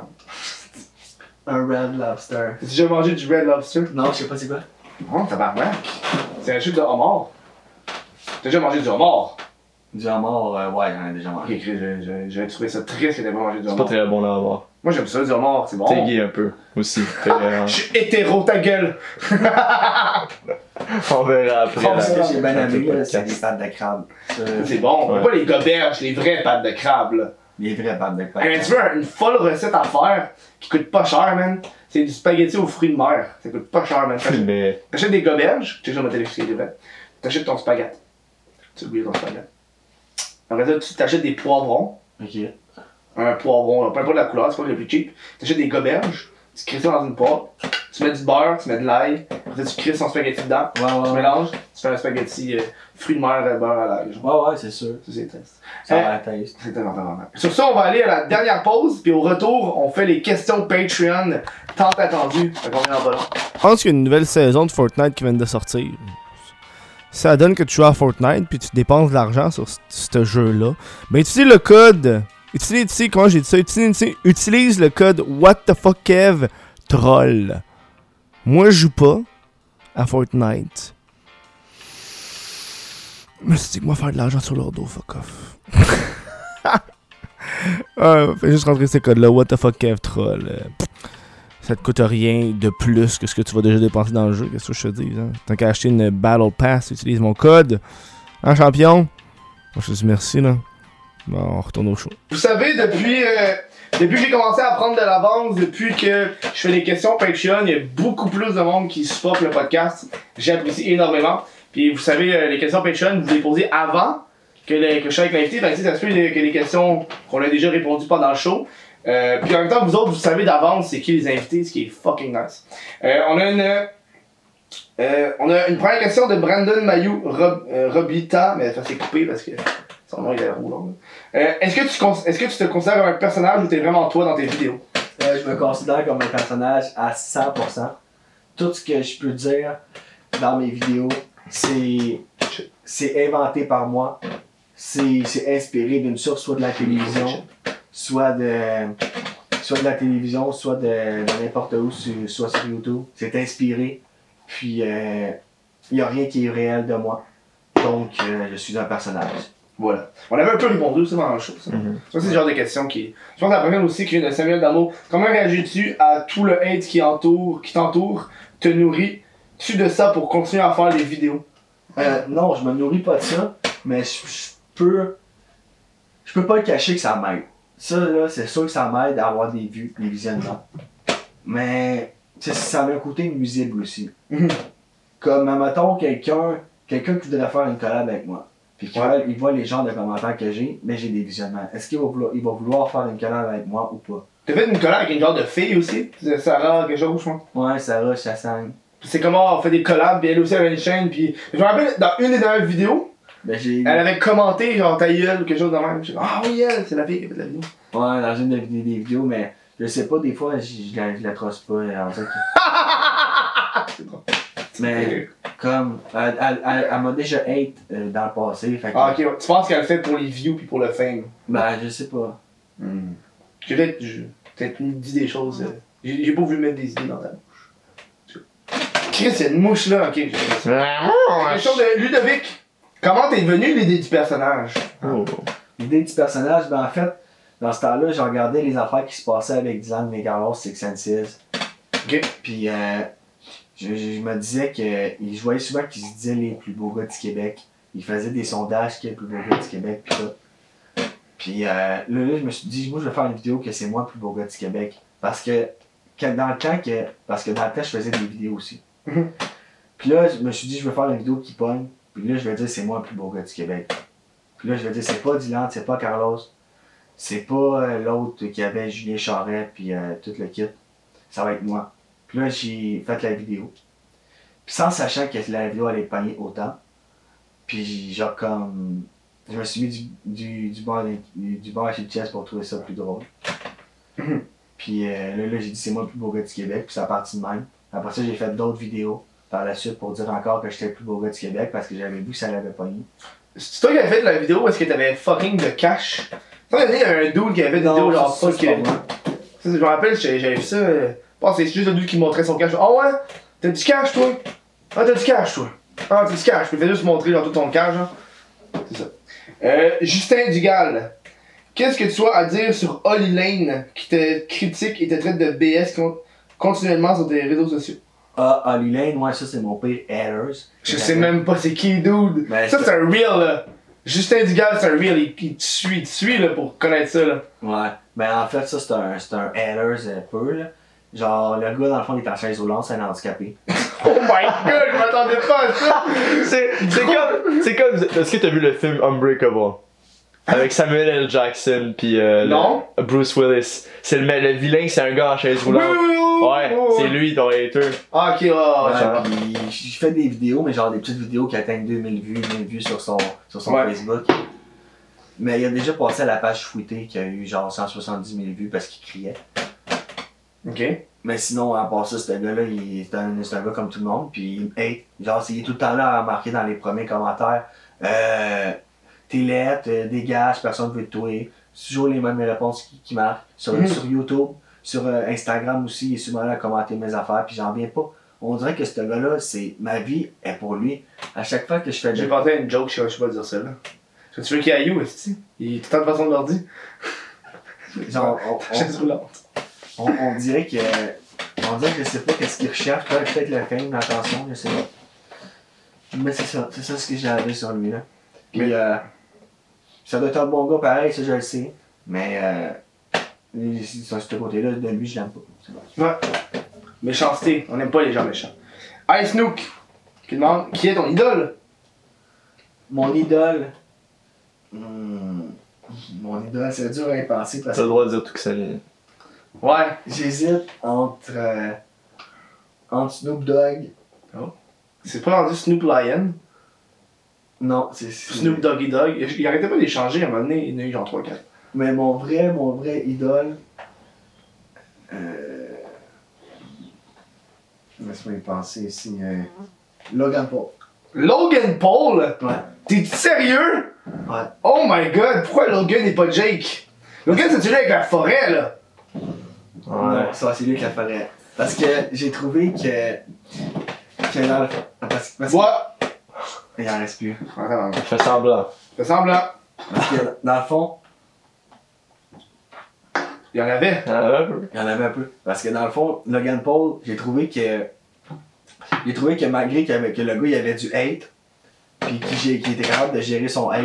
ouais. un Red Lobster. T'as déjà mangé du Red Lobster? Non, je sais pas c'est quoi. Oh, tabarnak! C'est un chip de homard. T'as déjà mangé du homard? Du homard, euh, ouais, j'en ai déjà Ok, mangé. Chris, j'ai- j'ai j'ai trouvé ça triste que t'aies pas mangé du c'est pas homard. très bon là à voir. Moi j'aime ça, du homard, c'est bon. T'es gay un peu aussi. Fait que, euh, Je suis hétéro, ta gueule! on verra après. Oh, là. Ce que j'ai bien Après aimé, le là, c'est podcast. des pâtes de crabe. Ça, C'est bon, Ouais. pas les goberges, les vraies pâtes de crabe là. les vraies pâtes de Hey, crabe. mais tu veux un- une folle recette à faire qui coûte pas cher, man? C'est du spaghetti aux fruits de mer. Ça coûte pas cher, man. T'achètes- Mais T'achètes des goberges, tu sais, je vais mettre les vrai. T'achètes ton spaghetti. Tu oublies ton spaghetti. Après ça, tu t'achètes des poivrons. Ok. Un poivron, peu importe la couleur, c'est pas le plus cheap. T'achètes des goberges, tu crées ça dans une poêle, tu mets du beurre, tu mets de l'ail, après ça, tu crées ton spaghetti dedans, Ouais, ouais. tu ouais. mélanges, tu fais un spaghetti euh, fruits de mer, euh, beurre à l'ail. genre. Ouais, ouais, c'est sûr. Ça, c'est triste. Ça Eh. va la taste. C'est un enfer. Sur ça, on va aller à la dernière pause, puis au retour, on fait les questions Patreon tant attendues. Fait qu'on vient en bas. Je pense qu'il y a une nouvelle saison de Fortnite qui vient de sortir. Ça donne que tu joues à Fortnite puis tu dépenses de l'argent sur c- ce jeu-là. Ben utilise le code. Utilise, tu sais, comment j'ai dit ça? Utilise, utilise le code What the fuck Kev Troll. Moi je joue pas à Fortnite. Mais c'est que moi faire de l'argent sur leur dos, fuck off. Ah, fais juste rentrer ce code-là, What the fuck Kev Troll. Euh, pff, ça te coûte rien de plus que ce que tu vas déjà dépenser dans le jeu, qu'est-ce que je te dis, hein? Tant qu'à acheter une Battle Pass, utilise mon code. Hein, champion? Moi, je te dis merci, là. Bon, on retourne au show. Vous savez, depuis, euh, depuis que j'ai commencé à prendre de l'avance, depuis que je fais des questions Patreon, il y a beaucoup plus de monde qui supporte le podcast. J'apprécie énormément. Puis vous savez, euh, les questions Patreon, vous les posez avant que, les, que je sois avec l'invité. Fait que tu sais, ça se peut que les questions qu'on a déjà répondu pendant le show. Euh, puis en même temps, vous autres, vous savez d'avance c'est qui les invités, ce qui est fucking nice. Euh, on a une... Euh, on a une première question de Brandon Mayou Rob, euh, Robita, mais ça s'est coupé parce que son nom il est roulant. Euh, est-ce, que tu cons- est-ce que tu te considères comme un personnage ou t'es vraiment toi dans tes vidéos? Euh, je me considère comme un personnage à cent pour cent. Tout ce que je peux dire dans mes vidéos, c'est, c'est inventé par moi. C'est, c'est inspiré d'une source, soit de la télévision, soit de, soit de la télévision, soit de, de n'importe où, sur- soit sur YouTube. C'est inspiré. Puis, euh, il n'y a rien qui est réel de moi. Donc, euh, je suis un personnage. Voilà. On avait un peu répondu aussi dans le show, ça. Mhm. Ça, c'est le genre de question qui. Je pense que la première aussi qui vient de Samuel Damo. Comment réagis-tu à tout le hate qui entoure, qui t'entoure, te nourrit? Tu de ça pour continuer à faire des vidéos? Euh, non, je me nourris pas de ça, mais je, je peux. Je peux pas le cacher que ça m'aide. Ça, là, c'est sûr que ça m'aide à avoir des vues, des visionnements. Mais, tu sais, ça a un côté nuisible aussi. Mhm. Comme, mettons, quelqu'un quelqu'un qui voudrait faire une collab avec moi. Puis qu'il voit, il voit les genres de commentaires que j'ai, mais j'ai des visionnements. Est-ce qu'il va vouloir, il va vouloir faire une collab avec moi ou pas? T'as fait une collab avec une genre de fille aussi? C'est Sarah, quelque chose, je pense. Ouais, Sarah Chassagne. C'est comment on fait des collabs, puis elle aussi avait une chaîne, puis. Je me rappelle, dans une des dernières vidéos, Ben, j'ai. elle avait commenté genre ta gueule ou quelque chose de même. Je dis, ah oui, elle, c'est la fille qui a fait la vidéo. Ouais, dans une des, des, des vidéos, mais je sais pas, des fois, je, je, la, je la trosse pas. En fait, C'est drôle. mais, comme, elle, elle, elle, elle m'a déjà hate euh, dans le passé. Fait que, Ah, ok, ouais. Tu penses qu'elle le fait pour les views puis pour le fame? ben, je sais pas. J'ai peut-être je- peut-être dit des choses. euh, J'ai j'ai pas voulu mettre des idées dans ta bouche. Chris, il y a une mouche là, ok. j'ai- Question de Ludovic. Comment t'es venu l'idée du personnage? Oh. L'idée du personnage, ben, en fait, dans ce temps-là, j'ai regardé les affaires qui se passaient avec Dylan Megalos, Six and Six. Ok. Puis, euh, je, je, je me disais que je voyais souvent qu'ils se disaient les plus beaux gars du Québec. Ils faisaient des sondages qui est le plus beau gars du Québec, puis ça. Puis euh, là, là, je me suis dit, moi, je vais faire une vidéo que c'est moi le plus beau gars du Québec. Parce que, que dans le temps, que, parce que dans le temps, je faisais des vidéos aussi. Mhm. Puis là, je me suis dit, je vais faire une vidéo qui pogne. Puis là, je vais dire, c'est moi le plus beau gars du Québec. Puis là, je vais dire, c'est pas Dylan, c'est pas Carlos. C'est pas euh, l'autre qui avait Julien Charret, puis euh, tout le kit. Ça va être moi. Puis là, j'ai fait la vidéo. Puis sans sachant que la vidéo allait pogner autant. Puis genre comme. Je me suis mis du, du, du bar du, du bar chez Chess pour trouver ça plus drôle. Puis euh, là, là j'ai dit c'est moi le plus beau gars du Québec, puis ça a parti de même. Après ça, j'ai fait d'autres vidéos par la suite pour dire encore que j'étais le plus beau gars du Québec parce que j'avais vu que ça l'avait pogné. C'est toi qui avais fait la vidéo où est-ce que t'avais fucking de cash? Tu sais, il y a un dude qui avait fait une vidéo genre ça, fuck. c'est pas euh, moi. ça, Je me rappelle, j'avais j'avais vu ça. euh, Oh, c'est juste le dude qui montrait son cash. Ah ouais? T'as du cash toi? Ah, t'as du cash toi? Ah, t'as du cash. Je me fais juste montrer genre tout ton cash, genre. C'est ça. Euh, Justin Dugal. Qu'est-ce que tu as à dire sur Holly Lane qui te critique et te traite de B S con- continuellement sur tes réseaux sociaux? Ah, Holly Lane, ouais, ça c'est mon pire haters. Je sais même pas c'est qui, dude. Ben, ça, c'est- c'est un real, là. Justin Dugal, c'est un real. Il, il te suit, il te suit, là, pour connaître ça, là. Ouais, ben en fait, ça c'est un, c'est un haters un peu, là. Genre, le gars dans le fond, il est en chaise roulante, c'est un handicapé. Oh my god, je m'attendais pas à ça. C'est c'est comme. C'est comme. Est-ce que t'as vu le film Unbreakable? Avec Samuel L. Jackson pis euh, Non. le- Bruce Willis. C'est le, le vilain, c'est un gars en chaise roulante. Ouais, c'est lui ton hater. Ah, ok, ouais, ouais, Ouais, ouais. puis je fais des vidéos, mais genre des petites vidéos qui atteignent deux mille vues, mille vues sur son, sur son Ouais. Facebook. Mais il a déjà passé à la page fouettée qui a eu genre cent soixante-dix mille vues parce qu'il criait. Ok. Mais sinon, à part ça, ce gars-là, il- c'est un, c'est un gars comme tout le monde. Puis il me hate. Genre, il est tout le temps là à marquer dans les premiers commentaires. Euh, T'es laide, euh, dégage, personne ne veut te tuer. C'est toujours les mêmes réponses qui, qui marquent. Sur, Mhm. sur YouTube, sur euh, Instagram aussi, il est souvent là à commenter mes affaires. Puis j'en viens pas. On dirait que ce gars-là, c'est ma vie est pour lui. À chaque fois que je fais J'ai de pensé à une joke, je sais- je sais pas dire ça, là. Est-ce que tu veux qu'il y ait You, est-ce que il est tout le temps de façon de l'ordi? genre, on, on- Chaise roulante. on, on dirait que. On dirait que je sais pas qu'est-ce qu'il recherche. Peut-être peut-être le fame, l'attention, je sais pas. Mais c'est ça, c'est ça ce que j'ai à dire sur lui là. Puis Mais- euh, ça doit être un bon gars pareil, ça je le sais. Mais euh, lui, sur ce côté-là, de lui, je l'aime pas. C'est bon. Ouais. Méchanceté, on n'aime pas les gens méchants. Ice Nook, qui demande qui est ton idole? Mon idole. Hmm, mon idole, c'est dur à y penser parce T'as que le droit de dire tout que ça vient. Ouais. j'hésite entre. Euh, entre Snoop Dogg. C'est pas rendu Snoop Lion, Non, c'est. c'est- Snoop Doggy Dog. Il, il arrêtait pas de les changer à un moment donné, il y en a eu genre trois quatre. Mais mon vrai, mon vrai idole. Euh... Laisse-moi y penser ici. euh, Logan Paul. Logan Paul? Ouais. T'es sérieux? Ouais. Oh my god, pourquoi Logan n'est pas Jake? Logan, c'est celui avec la forêt, là. Non, ça c'est lui qui la ferait. Parce que j'ai trouvé que. que dans le... parce, parce Bois! qu'il en reste plus. Attends, Il fait semblant. fais semblant. Parce que dans le fond, Il y en avait. Ah, il y en avait un peu. Parce que dans le fond, Logan Paul, j'ai trouvé que. J'ai trouvé que malgré qu'il y avait, que le gars il avait du hate, puis qu'il qu'il était capable de gérer son hate,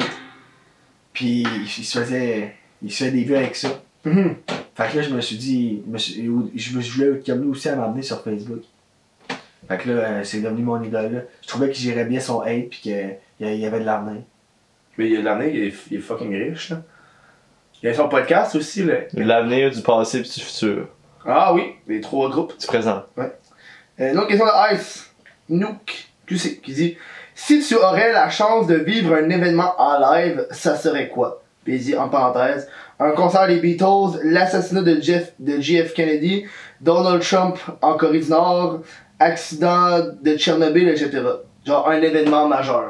puis il se faisait. Il se fait des vues avec ça. Mhm. Fait que là, je me suis dit. Je me suis, je me je voulais comme lui aussi à m'emmener sur Facebook. Fait que là, euh, c'est devenu mon idole. Là. Je trouvais qu'il gérait bien son hate, puis qu'il y avait de l'avenir. Mais il y a de l'année, il est, il est fucking riche, là. Il y a son podcast aussi, là. de l'avenir, du passé et du futur. Ah oui, les trois groupes. Du présent. Euh, une autre question de Ice. Nook, Q C, qui dit si tu aurais la chance de vivre un événement en live, ça serait quoi? Puis il dit en parenthèse un concert des Beatles, l'assassinat de, Jeff, de J F Kennedy, Donald Trump en Corée du Nord, accident de Tchernobyl, et cetera. Genre un événement majeur.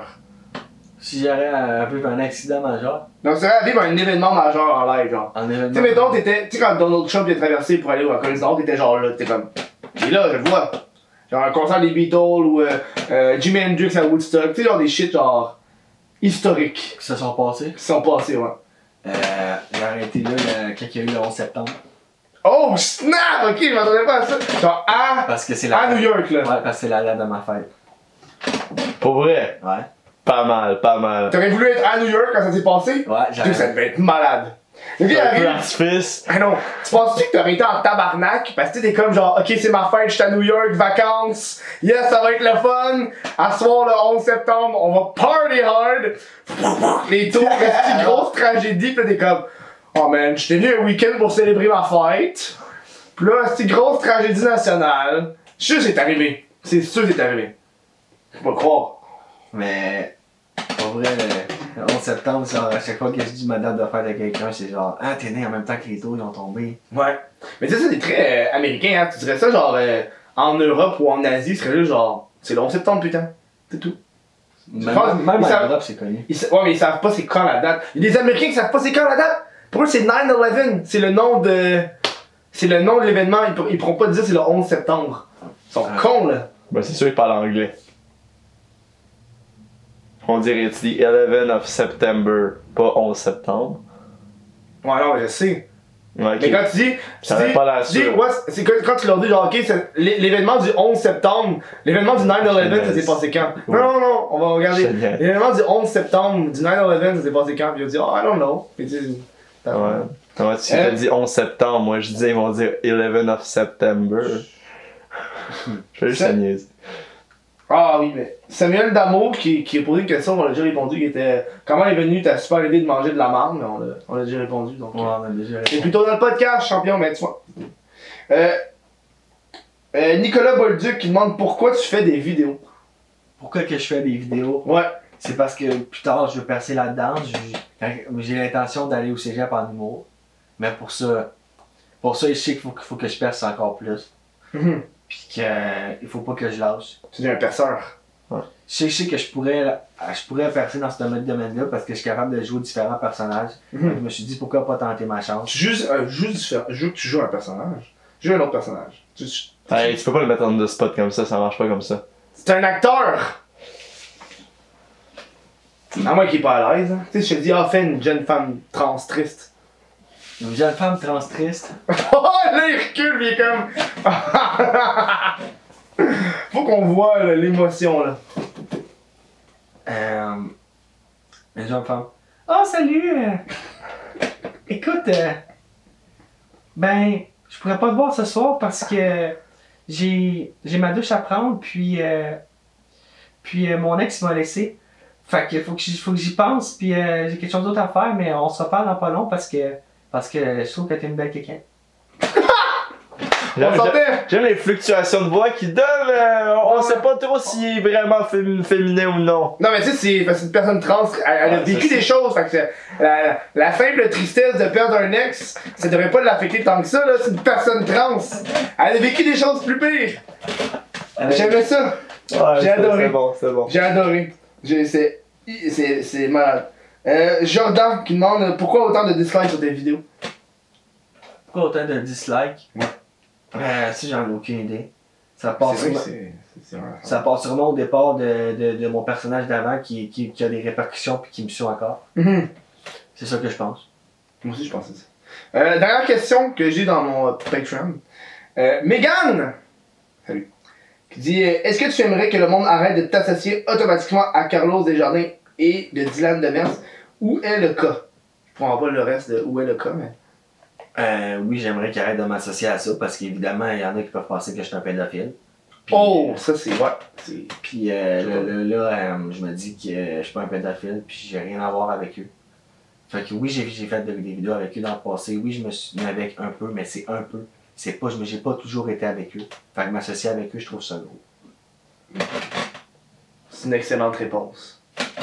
Si j'aurais à vivre un accident majeur, Donc ça serait à vivre un événement majeur en live, genre. en événement. Tu sais, mettons, t'étais. Tu sais, quand Donald Trump est traversé pour aller au Corée du Nord, t'étais genre là, t'étais comme. Et là, je le vois. Genre un concert des Beatles ou euh, euh, Jimi Hendrix à Woodstock, tu sais, genre des shit genre historiques Qui se sont passés. qui sont passés, ouais. Euh, j'aurais été là le, quand il y a eu le onze septembre. Oh snap! Ok, je m'attendais pas à ça. Genre à. Parce que c'est la. À New York, là. Ouais, parce que c'est la date de ma fête. Pour vrai, Ouais. pas mal, pas mal. T'aurais voulu être à New York quand ça s'est passé? Ouais, Dude, ça j'aurais. devait être malade. Le gars Un peu arrive. l'artifice. Ah non, tu penses-tu que t'aurais été en tabarnak? Parce que tu sais, t'es comme genre, ok, c'est ma fête, j'suis à New York, vacances, yes, ça va être le fun. À soir, le onze septembre, on va party hard. Les tours, c'est une grosse tragédie, pis là, t'es comme, oh man, j'étais venu un week-end pour célébrer ma fête. Pis là, c'est une grosse tragédie nationale. Je suis sûr que c'est arrivé. C'est sûr que c'est arrivé. Faut pas croire. Mais. Pour vrai, le, le onze septembre, genre, à chaque fois que je dis ma date de fête à quelqu'un, c'est genre, ah, t'es né en même temps que les tours, ils ont tombé. Ouais. Mais tu sais, ça, c'est très euh, américain, hein. Tu dirais ça, genre, euh, en Europe ou en Asie, ce serait juste genre, c'est le onze septembre, putain. C'est tout. Même, pense- même ils en savent- Europe, c'est connu. Ils sa- ouais, mais ils savent pas c'est quand la date. Il y a des Américains qui savent pas c'est quand la date. Pour eux, c'est nine eleven. C'est le nom de. C'est le nom de l'événement. Ils, pour- ils pourront pas dire c'est le onze septembre. Ils sont Ah. cons, là. Ben, c'est sûr qu'il parle anglais. On dirait it's the eleventh of September, pas onze septembre. Ouais, non, je sais. Ouais, ok. Mais quand tu dis. Tu Ça avait dis, pas l'air tu dis, sûr. ouais, c'est que quand tu leur dis, genre, ok, c'est l'é- l'événement du onze septembre, l'événement du nine eleven, ça s'est passé quand? Oui. Non, non, non, on va regarder. Génial. L'événement du onze septembre, du nine eleven, ça s'est passé quand? Puis ils vont dire, oh, I don't know. Puis tu dis, Ouais. Ouais, tu Euh. t'as dit onze septembre, moi je disais ils vont dire eleven of September. Je vais juste Ça- la niaiser. Ah oui, mais Samuel Damour qui, qui a posé une question, on a déjà répondu, qui était comment est venue ta super idée de manger de la marde, mais on l'a, on l'a déjà répondu. Donc, Ouais, on a déjà c'est répondu. plutôt dans le podcast, champion, mais tu vois. Euh, euh, Nicolas Bolduc qui demande pourquoi tu fais des vidéos. Pourquoi que je fais des vidéos? Ouais. C'est parce que plus tard, je veux percer là-dedans. J'ai- J'ai l'intention d'aller au cégep en humour. Mais pour ça, pour ça, je sais qu'il faut, qu'il faut que je perce encore plus. Mhm. Puis qu'il faut pas que je lâche. Tu es un perceur. Je sais, je sais que je pourrais, je pourrais percer dans ce domaine-là parce que je suis capable de jouer différents personnages. Mhm. Je me suis dit pourquoi pas tenter ma chance. Tu joues, euh, joues différent. Je veux que tu joues un personnage. Je joue un autre personnage. Tu- tu- Hey, tu peux pas le mettre en de spot comme ça, ça marche pas comme ça. C'est un acteur! À moins qu'il est pas à l'aise. Hein. Tu sais, je te dis, ah, fais une jeune femme trans triste. Une jeune femme trans triste. Oh, là, il recule, il est comme. Faut qu'on voit là, l'émotion, là. Euh, une jeune femme. Oh, salut! euh, Écoute, euh, ben, je pourrais pas te voir ce soir parce que j'ai j'ai ma douche à prendre, puis, euh, puis euh, mon ex m'a laissé. Fait que faut que j'y faut que j'y pense, puis euh, j'ai quelque chose d'autre à faire, mais on se reparle dans pas long parce que, parce que je trouve que t'es une belle quelqu'un. On J'aime- s'entend? J'aime les fluctuations de voix qui donnent, euh, on sait pas trop s'il est vraiment fém- féminin ou non. Non, mais tu sais, c'est parce que c'est une personne trans, elle, elle a Ouais, vécu ça, des choses, fait que c'est- la, la faible tristesse de perdre un ex, ça devrait pas l'affecter tant que ça, là, c'est une personne trans. Elle a vécu des choses plus pires. J'aimais ça. Ouais, J'ai c'est- adoré. C'est bon, c'est bon. J'ai adoré. J'ai- C'est c'est- c'est malade. Euh, Jordan qui demande euh, pourquoi autant de dislikes sur tes vidéos. Pourquoi autant de dislikes? Ouais. Euh, si j'en ai aucune idée. Ça part, C'est vrai que sûrement, c'est. c'est- c'est vrai. ça part sûrement au départ de, de, de mon personnage d'avant qui, qui, qui a des répercussions puis qui me suit encore. Mhm. C'est ça que je pense. Moi aussi, je pensais ça. Euh, dernière question que j'ai dans mon Patreon. Euh, Mégane! Salut. Qui dit euh, est-ce que tu aimerais que le monde arrête de t'associer automatiquement à Carlos Desjardins et de Dylan Demers? Où est le cas? Je ne comprends pas le reste de où est le cas, mais. Euh, oui, j'aimerais qu'il arrête de m'associer à ça parce qu'évidemment, il y en a qui peuvent penser que je suis un pédophile. Puis, Oh, euh, ça c'est. Ouais. C'est. Puis euh, là, là, là, euh, je me dis que euh, je suis pas un pédophile puis j'ai rien à voir avec eux. Fait que oui, j'ai, j'ai fait de- des vidéos avec eux dans le passé. Oui, je me suis mis avec un peu, mais c'est un peu. C'est pas, je me- j'ai pas toujours été avec eux. Fait que m'associer avec eux, je trouve ça gros. C'est une excellente réponse.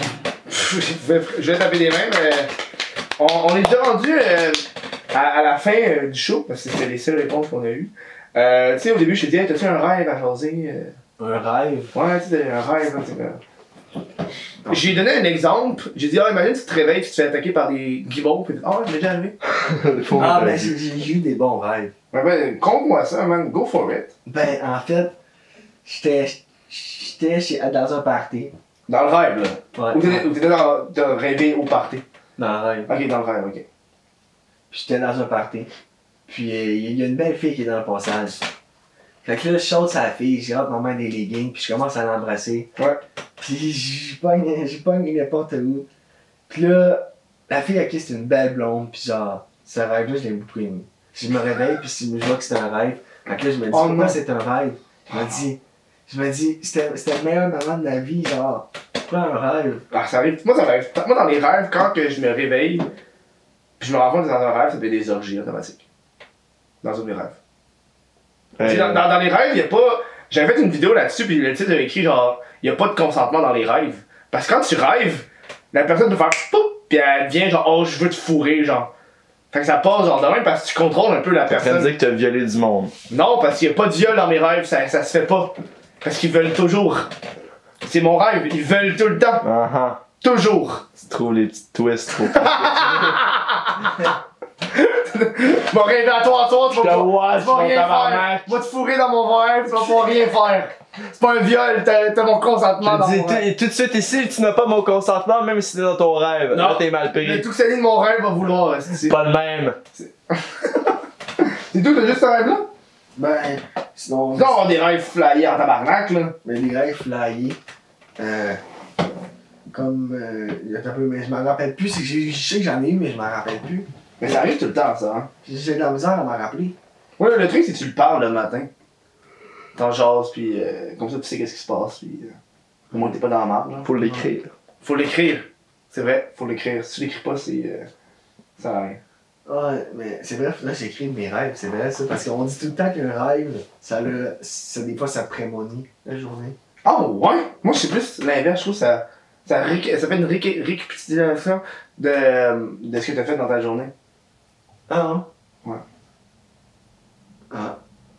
je, vais, je vais taper des mains, mais. On, on est déjà rendu euh, à, à la fin euh, du show, parce que c'était les seules réponses qu'on a eues. Euh, tu sais, au début, je t'ai dit, hey, t'as-tu un rêve à jaser? euh? Un rêve. Ouais, tu sais, un rêve, hein, c'est comme. J'ai donné un exemple. J'ai dit, ah, imagine, tu te réveilles, tu te fais attaquer par des guibots, pis ah, ouais, ça m'est déjà arrivé. Faut Ah, me ben dire. j'ai, j'ai eu des bons rêves. Ouais, ben, conte-moi ça, man, go for it. Ben, en fait, j'étais, j'étais chez, dans un party. Dans le rêve, là. Ouais. Ou t'étais, ou t'étais dans, t'as rêvé au party. Dans le rêve. Ok, dans le rêve, ok. J'étais dans un party. Puis il y a une belle fille qui est dans le passage. Fait que là, je saute sa fille, j'ai rentre ma main des leggings, puis je commence à l'embrasser. Ouais. Puis je pogne, je pogne n'importe où. Puis là, la fille à qui c'est une belle blonde, puis genre, ce rêve-là, je l'ai beaucoup aimé. Je me réveille, puis je vois que c'est un rêve. Fait que là, je me dis, Oh pourquoi non. c'est un rêve? Je me dis, je me dis, c'était, c'était le meilleur moment de ma vie, genre, pourquoi un rêve? Ah, ça arrive. Moi, ça m'arrive. Moi, dans les rêves, quand que je me réveille, puis je me rends compte que dans un rêve, ça fait des orgies automatiques. Dans un des rêves. Tu sais, Hey, Dans, dans, dans les rêves, il y a pas. J'avais fait une vidéo là-dessus, puis le titre avait écrit genre, il y a pas de consentement dans les rêves. Parce que quand tu rêves, la personne peut faire poup, puis elle vient genre, oh, je veux te fourrer, genre. Fait que ça passe genre de même parce que tu contrôles un peu la T'es en train de personne. dire que t'as violé du monde. Non, parce qu'il y a pas de viol dans mes rêves, ça, ça se fait pas. Parce qu'ils veulent toujours. C'est mon rêve, ils veulent tout le temps. Ah ah. Toujours. Tu trouves les petits twists trop. Mon rêve à toi, à toi, tu Je te vas pas. watch, Tu vas mon rien faire. tabarnak. Je vais te fourrer dans mon rêve, tu vas pas rien faire. C'est pas un viol, t'as t'as mon consentement dans Je mon te dis, rêve. tout, tout de suite ici, tu n'as pas mon consentement, même si c'est dans ton rêve. Non. Là, t'es mal Le pris. tout salut de mon rêve va vouloir. C'est C'est pas le même. C'est tout, t'as juste ce rêve-là? Ben, sinon, Non, on a des rêves flyés en tabarnak, là. mais les rêves flyés, euh, comme, euh, attends un peu, mais je m'en rappelle plus, c'est que j'ai- je sais que j'en ai eu, mais je m'en rappelle plus. Mais ça arrive tout le temps, ça, hein. J'ai de la misère à m'en rappeler. Ouais, le truc, c'est que tu le parles le matin. T'en jases, puis euh, comme ça, tu sais qu'est-ce qui se passe, puis euh, au moins t'es pas dans la marde, là. Faut l'écrire. Faut l'écrire. C'est vrai, faut l'écrire. Si tu l'écris pas, c'est. Euh, ça sert à rien. Ouais, mais c'est vrai, là j'écris mes rêves, c'est vrai ça, parce qu'on dit tout le temps qu'un rêve, ça, le, ça des fois ça prémonit la journée. Ah ouais? Moi, c'est plus l'inverse, je trouve ça. Ça, ré- ça fait une ré- récapitulation de, de ce que t'as fait dans ta journée. Ah non? Ouais. Ah.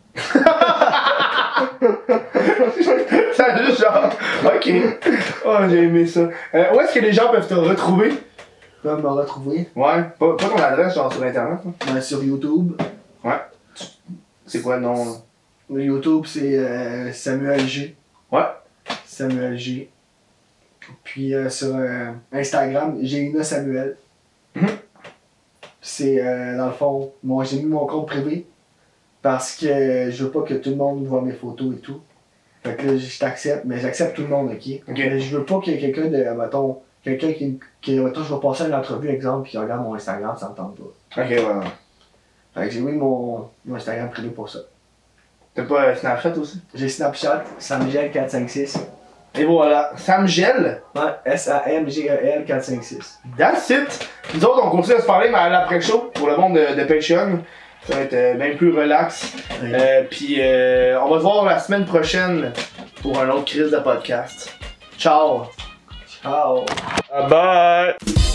Ça juste genre. Ok. Oh, j'ai aimé ça. Euh, où est-ce que les gens peuvent te retrouver? Tu peux me retrouver Ouais. Pas, pas ton adresse, genre sur internet. Hein? ben, sur YouTube. C'est quoi le nom? là? Le YouTube c'est euh, Samuel G. Ouais. Samuel G. Puis euh, sur euh, Instagram, Gélina Samuel. Mhm. C'est euh, dans le fond, moi j'ai mis mon compte privé parce que euh, je veux pas que tout le monde voit mes photos et tout. Fait que là, je t'accepte, mais j'accepte tout le monde, ok? Ok. Mais je veux pas qu'il y ait quelqu'un de, mettons, quelqu'un qui, qui mettons, je vais passer une entrevue, exemple, puis qui regarde mon Instagram, ça me tente pas. Ok, ouais. Fait que j'ai mis mon, mon Instagram privé pour ça. T'as pas euh, Snapchat aussi? J'ai Snapchat, Samgel quatre cinq six. Et voilà. Samgel. Ouais, S A M G E L quatre cinq six. That's it. Nous autres, on continue à se parler, mais à l'après-show, pour le monde de, de Patreon. Ça va être euh, bien plus relax. Euh, Puis euh, on va se voir la semaine prochaine pour un autre crise de podcast. Ciao! Ciao! Bye bye!